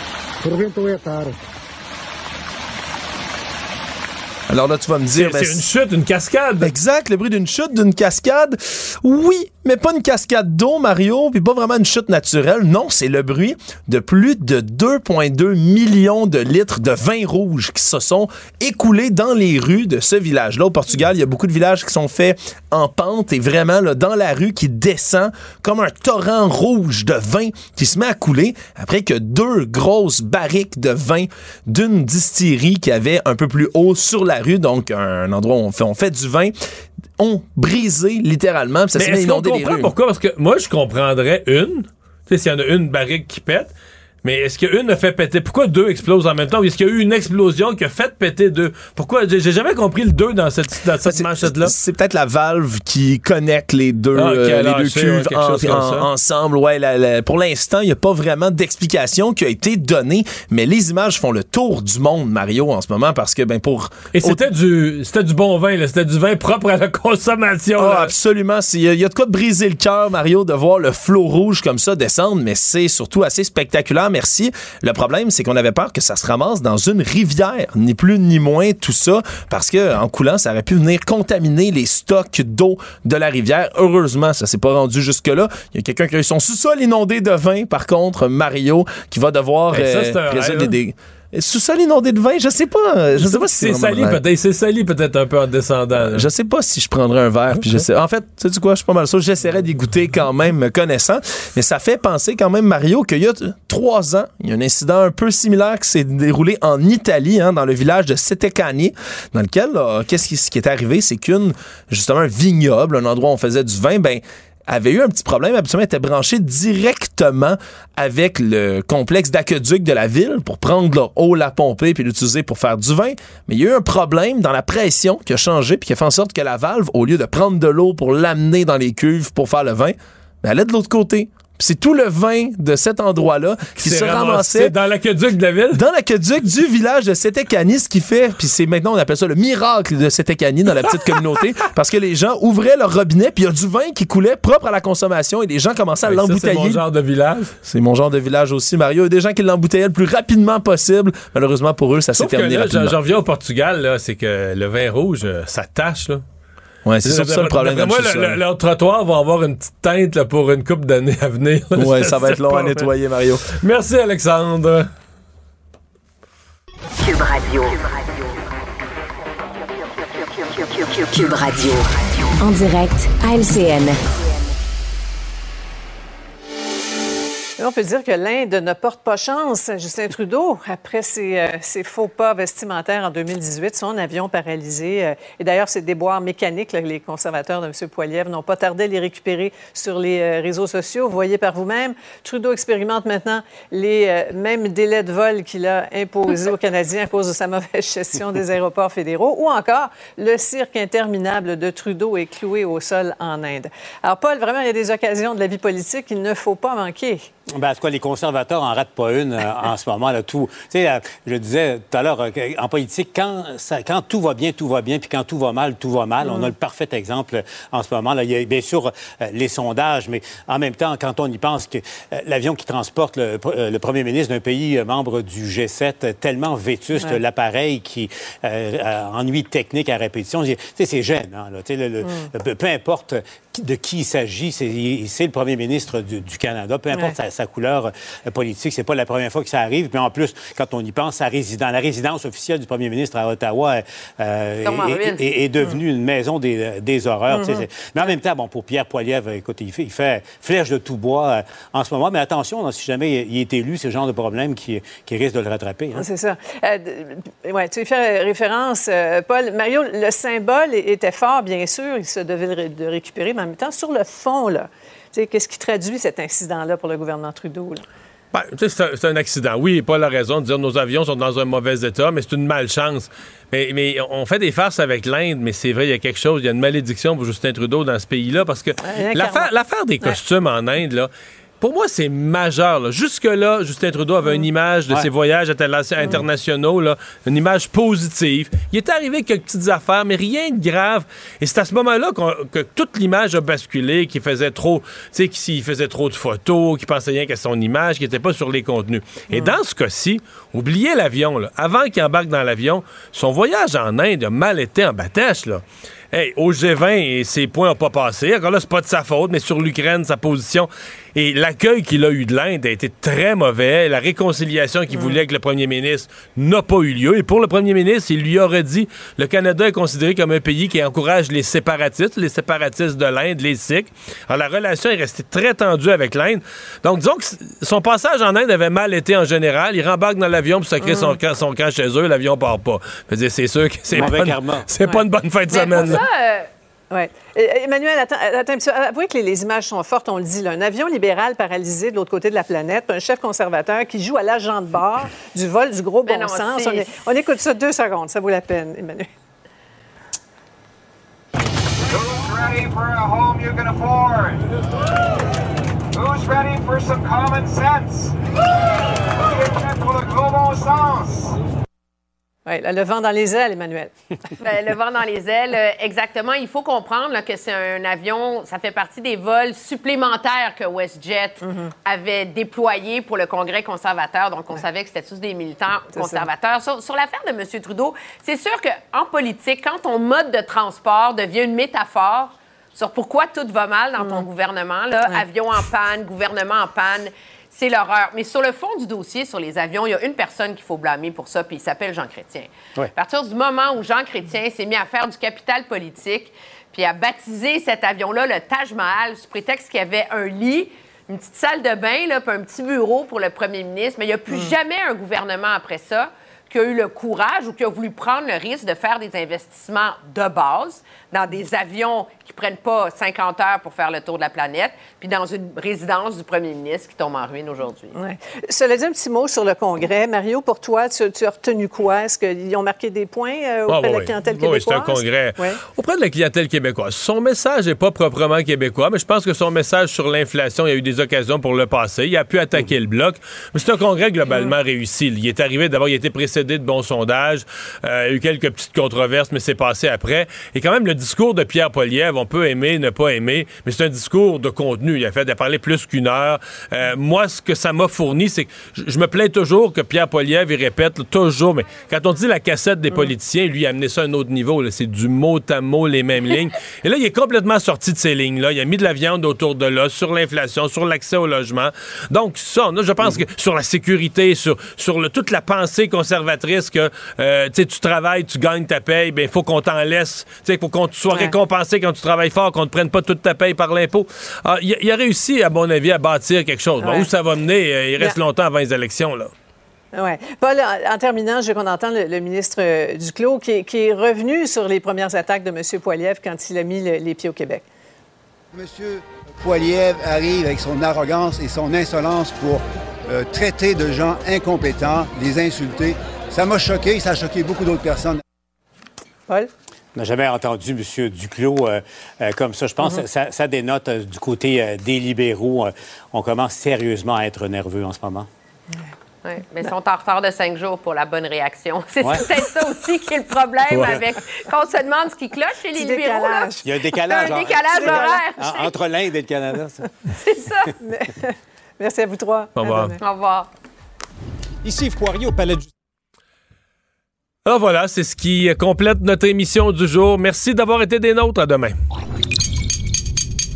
Alors là, tu vas me dire... C'est, ben, c'est une chute, une cascade. Exact, le bruit d'une chute, d'une cascade. Oui, mais pas une cascade d'eau, Mario, puis pas vraiment une chute naturelle. Non, c'est le bruit de plus de deux virgule deux millions de litres de vin rouge qui se sont écoulés dans les rues de ce village-là. Au Portugal, il y a beaucoup de villages qui sont faits en pente et vraiment là, dans la rue qui descend comme un torrent rouge de vin qui se met à couler après que deux grosses barriques de vin d'une distillerie qui avait un peu plus haut sur la rue, donc un endroit où on fait, on fait du vin, ont brisé littéralement. Ça s'est inondé les rues. Pourquoi? Parce que moi, je comprendrais une. Tu sais, s'il y en a une barrique qui pète, mais est-ce qu'une a fait péter? Pourquoi deux explosent en même temps? Ou est-ce qu'il y a eu une explosion qui a fait péter deux? Pourquoi? J'ai, j'ai jamais compris le deux dans cette, dans cette c'est, manchette-là. C'est peut-être la valve qui connecte les deux, ah, okay, euh, les deux cuves ouais, en, en, ensemble. Ouais, la, la, pour l'instant, il n'y a pas vraiment d'explication qui a été donnée, mais les images font le tour du monde, Mario, en ce moment, parce que, ben, pour... Et c'était, au... du, c'était du bon vin, là. C'était du vin propre à la consommation. Ah, là. Absolument. Il y, y a de quoi de briser le cœur, Mario, de voir le flot rouge comme ça descendre, mais c'est surtout assez spectaculaire. Merci. Le problème, c'est qu'on avait peur que ça se ramasse dans une rivière, ni plus ni moins tout ça, parce que en coulant, ça aurait pu venir contaminer les stocks d'eau de la rivière. Heureusement, ça s'est pas rendu jusque-là. Il y a quelqu'un qui a eu son sous-sol inondé de vin, par contre, Mario, qui va devoir hey, ça, euh, résoudre des dégâts. Sous-sol inondé de vin, je sais pas. Je sais pas si c'est, c'est sali peut-être. C'est sali peut-être un peu en descendant. Là. Je sais pas si je prendrais un verre. Puis j'essaie... En fait, sais-tu quoi, je suis pas mal sûr. J'essaierais d'y goûter quand même, me connaissant. Mais ça fait penser quand même, Mario, qu'il y a trois ans, il y a un incident un peu similaire qui s'est déroulé en Italie, hein, dans le village de Setecani, dans lequel, là, qu'est-ce qui, ce qui est arrivé, c'est qu'une, justement, un vignoble, un endroit où on faisait du vin, ben, avait eu un petit problème. Habituellement, était branché directement avec le complexe d'aqueduc de la ville pour prendre leur eau, la pomper puis l'utiliser pour faire du vin. Mais il y a eu un problème dans la pression qui a changé puis qui a fait en sorte que la valve, au lieu de prendre de l'eau pour l'amener dans les cuves pour faire le vin, ben, elle allait de l'autre côté. C'est tout le vin de cet endroit-là qui se ramassait dans l'aqueduc de la ville. Dans l'aqueduc du village de Setecani, ce qui fait, puis c'est maintenant on appelle ça le miracle de Setecani dans la petite communauté, parce que les gens ouvraient leur robinet, puis il y a du vin qui coulait propre à la consommation et les gens commençaient à ouais, l'embouteiller. Ça, c'est mon genre de village. C'est mon genre de village aussi, Mario. Il y a des gens qui l'emboutteillaient le plus rapidement possible. Malheureusement pour eux, ça Sauf s'est terminé là, rapidement. J'en reviens au Portugal, là, c'est que le vin rouge, ça tâche, là. Ouais, c'est surtout ça le problème. Moi, le, le, leur trottoir va avoir une petite teinte là, pour une couple d'années à venir. Ouais, ça va être long à nettoyer, Mario. Merci, Alexandre. Cube Radio. Cube Radio. En direct à L C N. On peut dire que l'Inde ne porte pas chance. Justin Trudeau, après ses, euh, ses faux pas vestimentaires en deux mille dix-huit, son avion paralysé. Euh, et d'ailleurs, ces déboires mécaniques, là, les conservateurs de M. Poilievre n'ont pas tardé à les récupérer sur les euh, réseaux sociaux. Vous voyez par vous-même, Trudeau expérimente maintenant les euh, mêmes délais de vol qu'il a imposés aux Canadiens à cause de sa mauvaise gestion des aéroports fédéraux. Ou encore, le cirque interminable de Trudeau est cloué au sol en Inde. Alors, Paul, vraiment, il y a des occasions de la vie politique qu'il ne faut pas manquer. Ben, en tout cas, les conservateurs en ratent pas une euh, en ce moment. Là, tout. Tu sais, euh, je disais tout à l'heure, euh, en politique, quand, ça, quand tout va bien, tout va bien, puis quand tout va mal, tout va mal. Mm-hmm. On a le parfait exemple euh, en ce moment. Là. Il y a bien sûr euh, les sondages, mais en même temps, quand on y pense que euh, l'avion qui transporte le, euh, le premier ministre d'un pays euh, membre du G sept, euh, tellement vétuste, ouais. l'appareil qui euh, euh, ennuie technique à répétition, tu sais, c'est gênant. Là, le, le, mm. le, peu importe de qui il s'agit. C'est, c'est le premier ministre du, du Canada, peu importe ouais. sa, sa couleur euh, politique. C'est pas la première fois que ça arrive. Puis en plus, quand on y pense, sa résidence, la résidence officielle du premier ministre à Ottawa euh, est, est, est devenue mmh. une maison des, des horreurs. Mmh. C'est... Mais en même temps, bon, pour Pierre Poilievre, écoute, il fait, il fait flèche de tout bois euh, en ce moment. Mais attention, si jamais il est élu, c'est le genre de problème qui, qui risque de le rattraper. Hein. C'est ça. Euh, ouais, tu fais référence, euh, Paul. Mario, le symbole était fort, bien sûr. Il se devait de récupérer. Mais en même temps, sur le fond, là, qu'est-ce qui traduit cet incident-là pour le gouvernement Trudeau? Là? Ben, c'est, un, c'est un accident. Oui, pas la raison de dire que nos avions sont dans un mauvais état, mais c'est une malchance. Mais, mais on fait des farces avec l'Inde, mais c'est vrai, il y a quelque chose, il y a une malédiction pour Justin Trudeau dans ce pays-là, parce que ouais, l'affaire, l'affaire des costumes ouais. en Inde, là, pour moi, c'est majeur. Là. Jusque-là, Justin Trudeau avait mmh. une image de ouais. ses voyages internationaux, là, une image positive. Il est arrivé avec quelques petites affaires, mais rien de grave. Et c'est à ce moment-là qu'on, que toute l'image a basculé, qu'il faisait trop, tu sais, qu'il faisait trop de photos, qu'il pensait rien qu'à son image, qu'il n'était pas sur les contenus. Mmh. Et dans ce cas-ci, oubliez l'avion. Là. Avant qu'il embarque dans l'avion, son voyage en Inde a mal été en batèche, là. Hey, au G vingt, ses points n'ont pas passé. Encore là, c'est pas de sa faute, mais sur l'Ukraine, sa position. Et l'accueil qu'il a eu de l'Inde a été très mauvais. La réconciliation qu'il mmh. voulait avec le premier ministre n'a pas eu lieu. Et pour le premier ministre, il lui aurait dit le Canada est considéré comme un pays qui encourage les séparatistes, les séparatistes de l'Inde, les Sikhs. Alors, la relation est restée très tendue avec l'Inde. Donc, disons que son passage en Inde avait mal été en général. Il rembarque dans l'avion pour sacrer mmh. son, camp, son camp chez eux. L'avion part pas. Je veux dire, c'est sûr que c'est, pas une, c'est ouais. pas une bonne fin de mais semaine. Euh... Oui. Emmanuel, attends, attends un petit peu. Avouez que les, les images sont fortes, on le dit. Là. Un avion libéral paralysé de l'autre côté de la planète, un chef conservateur qui joue à l'agent de bord du vol du gros bon non, sens. On, est, on écoute ça deux secondes, ça vaut la peine, Emmanuel. Who's ready for a home you can afford? Who's ready for some common sense? Qui est pour le gros bon sens? Oui, le vent dans les ailes, Emmanuel. Ben, le vent dans les ailes, exactement. Il faut comprendre là, que c'est un avion, ça fait partie des vols supplémentaires que WestJet mm-hmm. avait déployés pour le Congrès conservateur. Donc, on ouais. savait que c'était tous des militants c'est conservateurs. Sur, sur l'affaire de M. Trudeau, c'est sûr qu'en politique, quand ton mode de transport devient une métaphore sur pourquoi tout va mal dans mm. ton gouvernement, là, ouais. avion en panne, gouvernement en panne, c'est l'horreur. Mais sur le fond du dossier, sur les avions, il y a une personne qu'il faut blâmer pour ça, puis il s'appelle Jean Chrétien. Oui. À partir du moment où Jean Chrétien s'est mis à faire du capital politique, puis à baptiser cet avion-là le Taj Mahal, sous prétexte qu'il y avait un lit, une petite salle de bain, là, puis un petit bureau pour le premier ministre, mais il n'y a plus mmh. jamais un gouvernement après ça qui a eu le courage ou qui a voulu prendre le risque de faire des investissements de base dans des avions qui prennent pas cinquante heures pour faire le tour de la planète, puis dans une résidence du premier ministre qui tombe en ruine aujourd'hui. Ouais. Cela dit, un petit mot sur le Congrès. Mario, pour toi, tu, tu as retenu quoi? Est-ce qu'ils ont marqué des points euh, auprès oh, de la oui. clientèle québécoise? Oui, c'est un congrès. Ouais. Auprès de la clientèle québécoise. Son message n'est pas proprement québécois, mais je pense que son message sur l'inflation, il y a eu des occasions pour le passer. Il a pu attaquer mmh. le bloc. Mais c'est un congrès globalement mmh. réussi. Il est arrivé, d'abord, il a été précédé de bons sondages. Euh, il y a eu quelques petites controverses, mais c'est passé après. Et quand même, le discours de Pierre Poilievre, on peut aimer, ne pas aimer, mais c'est un discours de contenu. Il a fait de parler plus qu'une heure. Euh, moi, ce que ça m'a fourni, c'est que je, je me plains toujours que Pierre Poilievre, il répète là, toujours, mais quand on dit la cassette des mmh. politiciens, lui, il a amené ça à un autre niveau. Là. C'est du mot à mot, les mêmes lignes. Et là, il est complètement sorti de ces lignes-là. Il a mis de la viande autour de là, sur l'inflation, sur l'accès au logement. Donc, ça, là, je pense mmh. que sur la sécurité, sur, sur le, toute la pensée conservatrice que euh, tu travailles, tu gagnes ta paye, bien, il faut qu'on t'en laisse. Il faut qu'on soit ouais. récompensé quand tu travailles fort, qu'on ne te prenne pas toute ta paye par l'impôt. Ah, il, il a réussi, à mon avis, à bâtir quelque chose. Ouais. Bon, où ça va mener, euh, il reste yeah. longtemps avant les élections, là. Oui. Paul, en, en terminant, je veux qu'on entende le, le ministre euh, Duclos qui, qui est revenu sur les premières attaques de M. Poilievre quand il a mis le, les pieds au Québec. M. Poilievre arrive avec son arrogance et son insolence pour euh, traiter de gens incompétents, les insulter. Ça m'a choqué, ça a choqué beaucoup d'autres personnes. Paul? On n'a jamais entendu M. Duclos euh, euh, comme ça. Je pense mm-hmm. que ça, ça dénote euh, du côté euh, des libéraux. Euh, on commence sérieusement à être nerveux en ce moment. Oui, mais ils sont en retard de cinq jours pour la bonne réaction. C'est ouais. peut-être ça aussi qui est le problème ouais. avec... Quand on se demande ce qui cloche chez les libéraux, là, il y a un décalage. un décalage horaire. En, entre l'Inde et le Canada, ça. C'est ça. Mais, merci à vous trois. Au revoir. Au revoir. Ici Yves Poirier au Palais du... Alors voilà, c'est ce qui complète notre émission du jour. Merci d'avoir été des nôtres. À demain.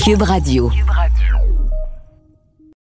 Cube Radio.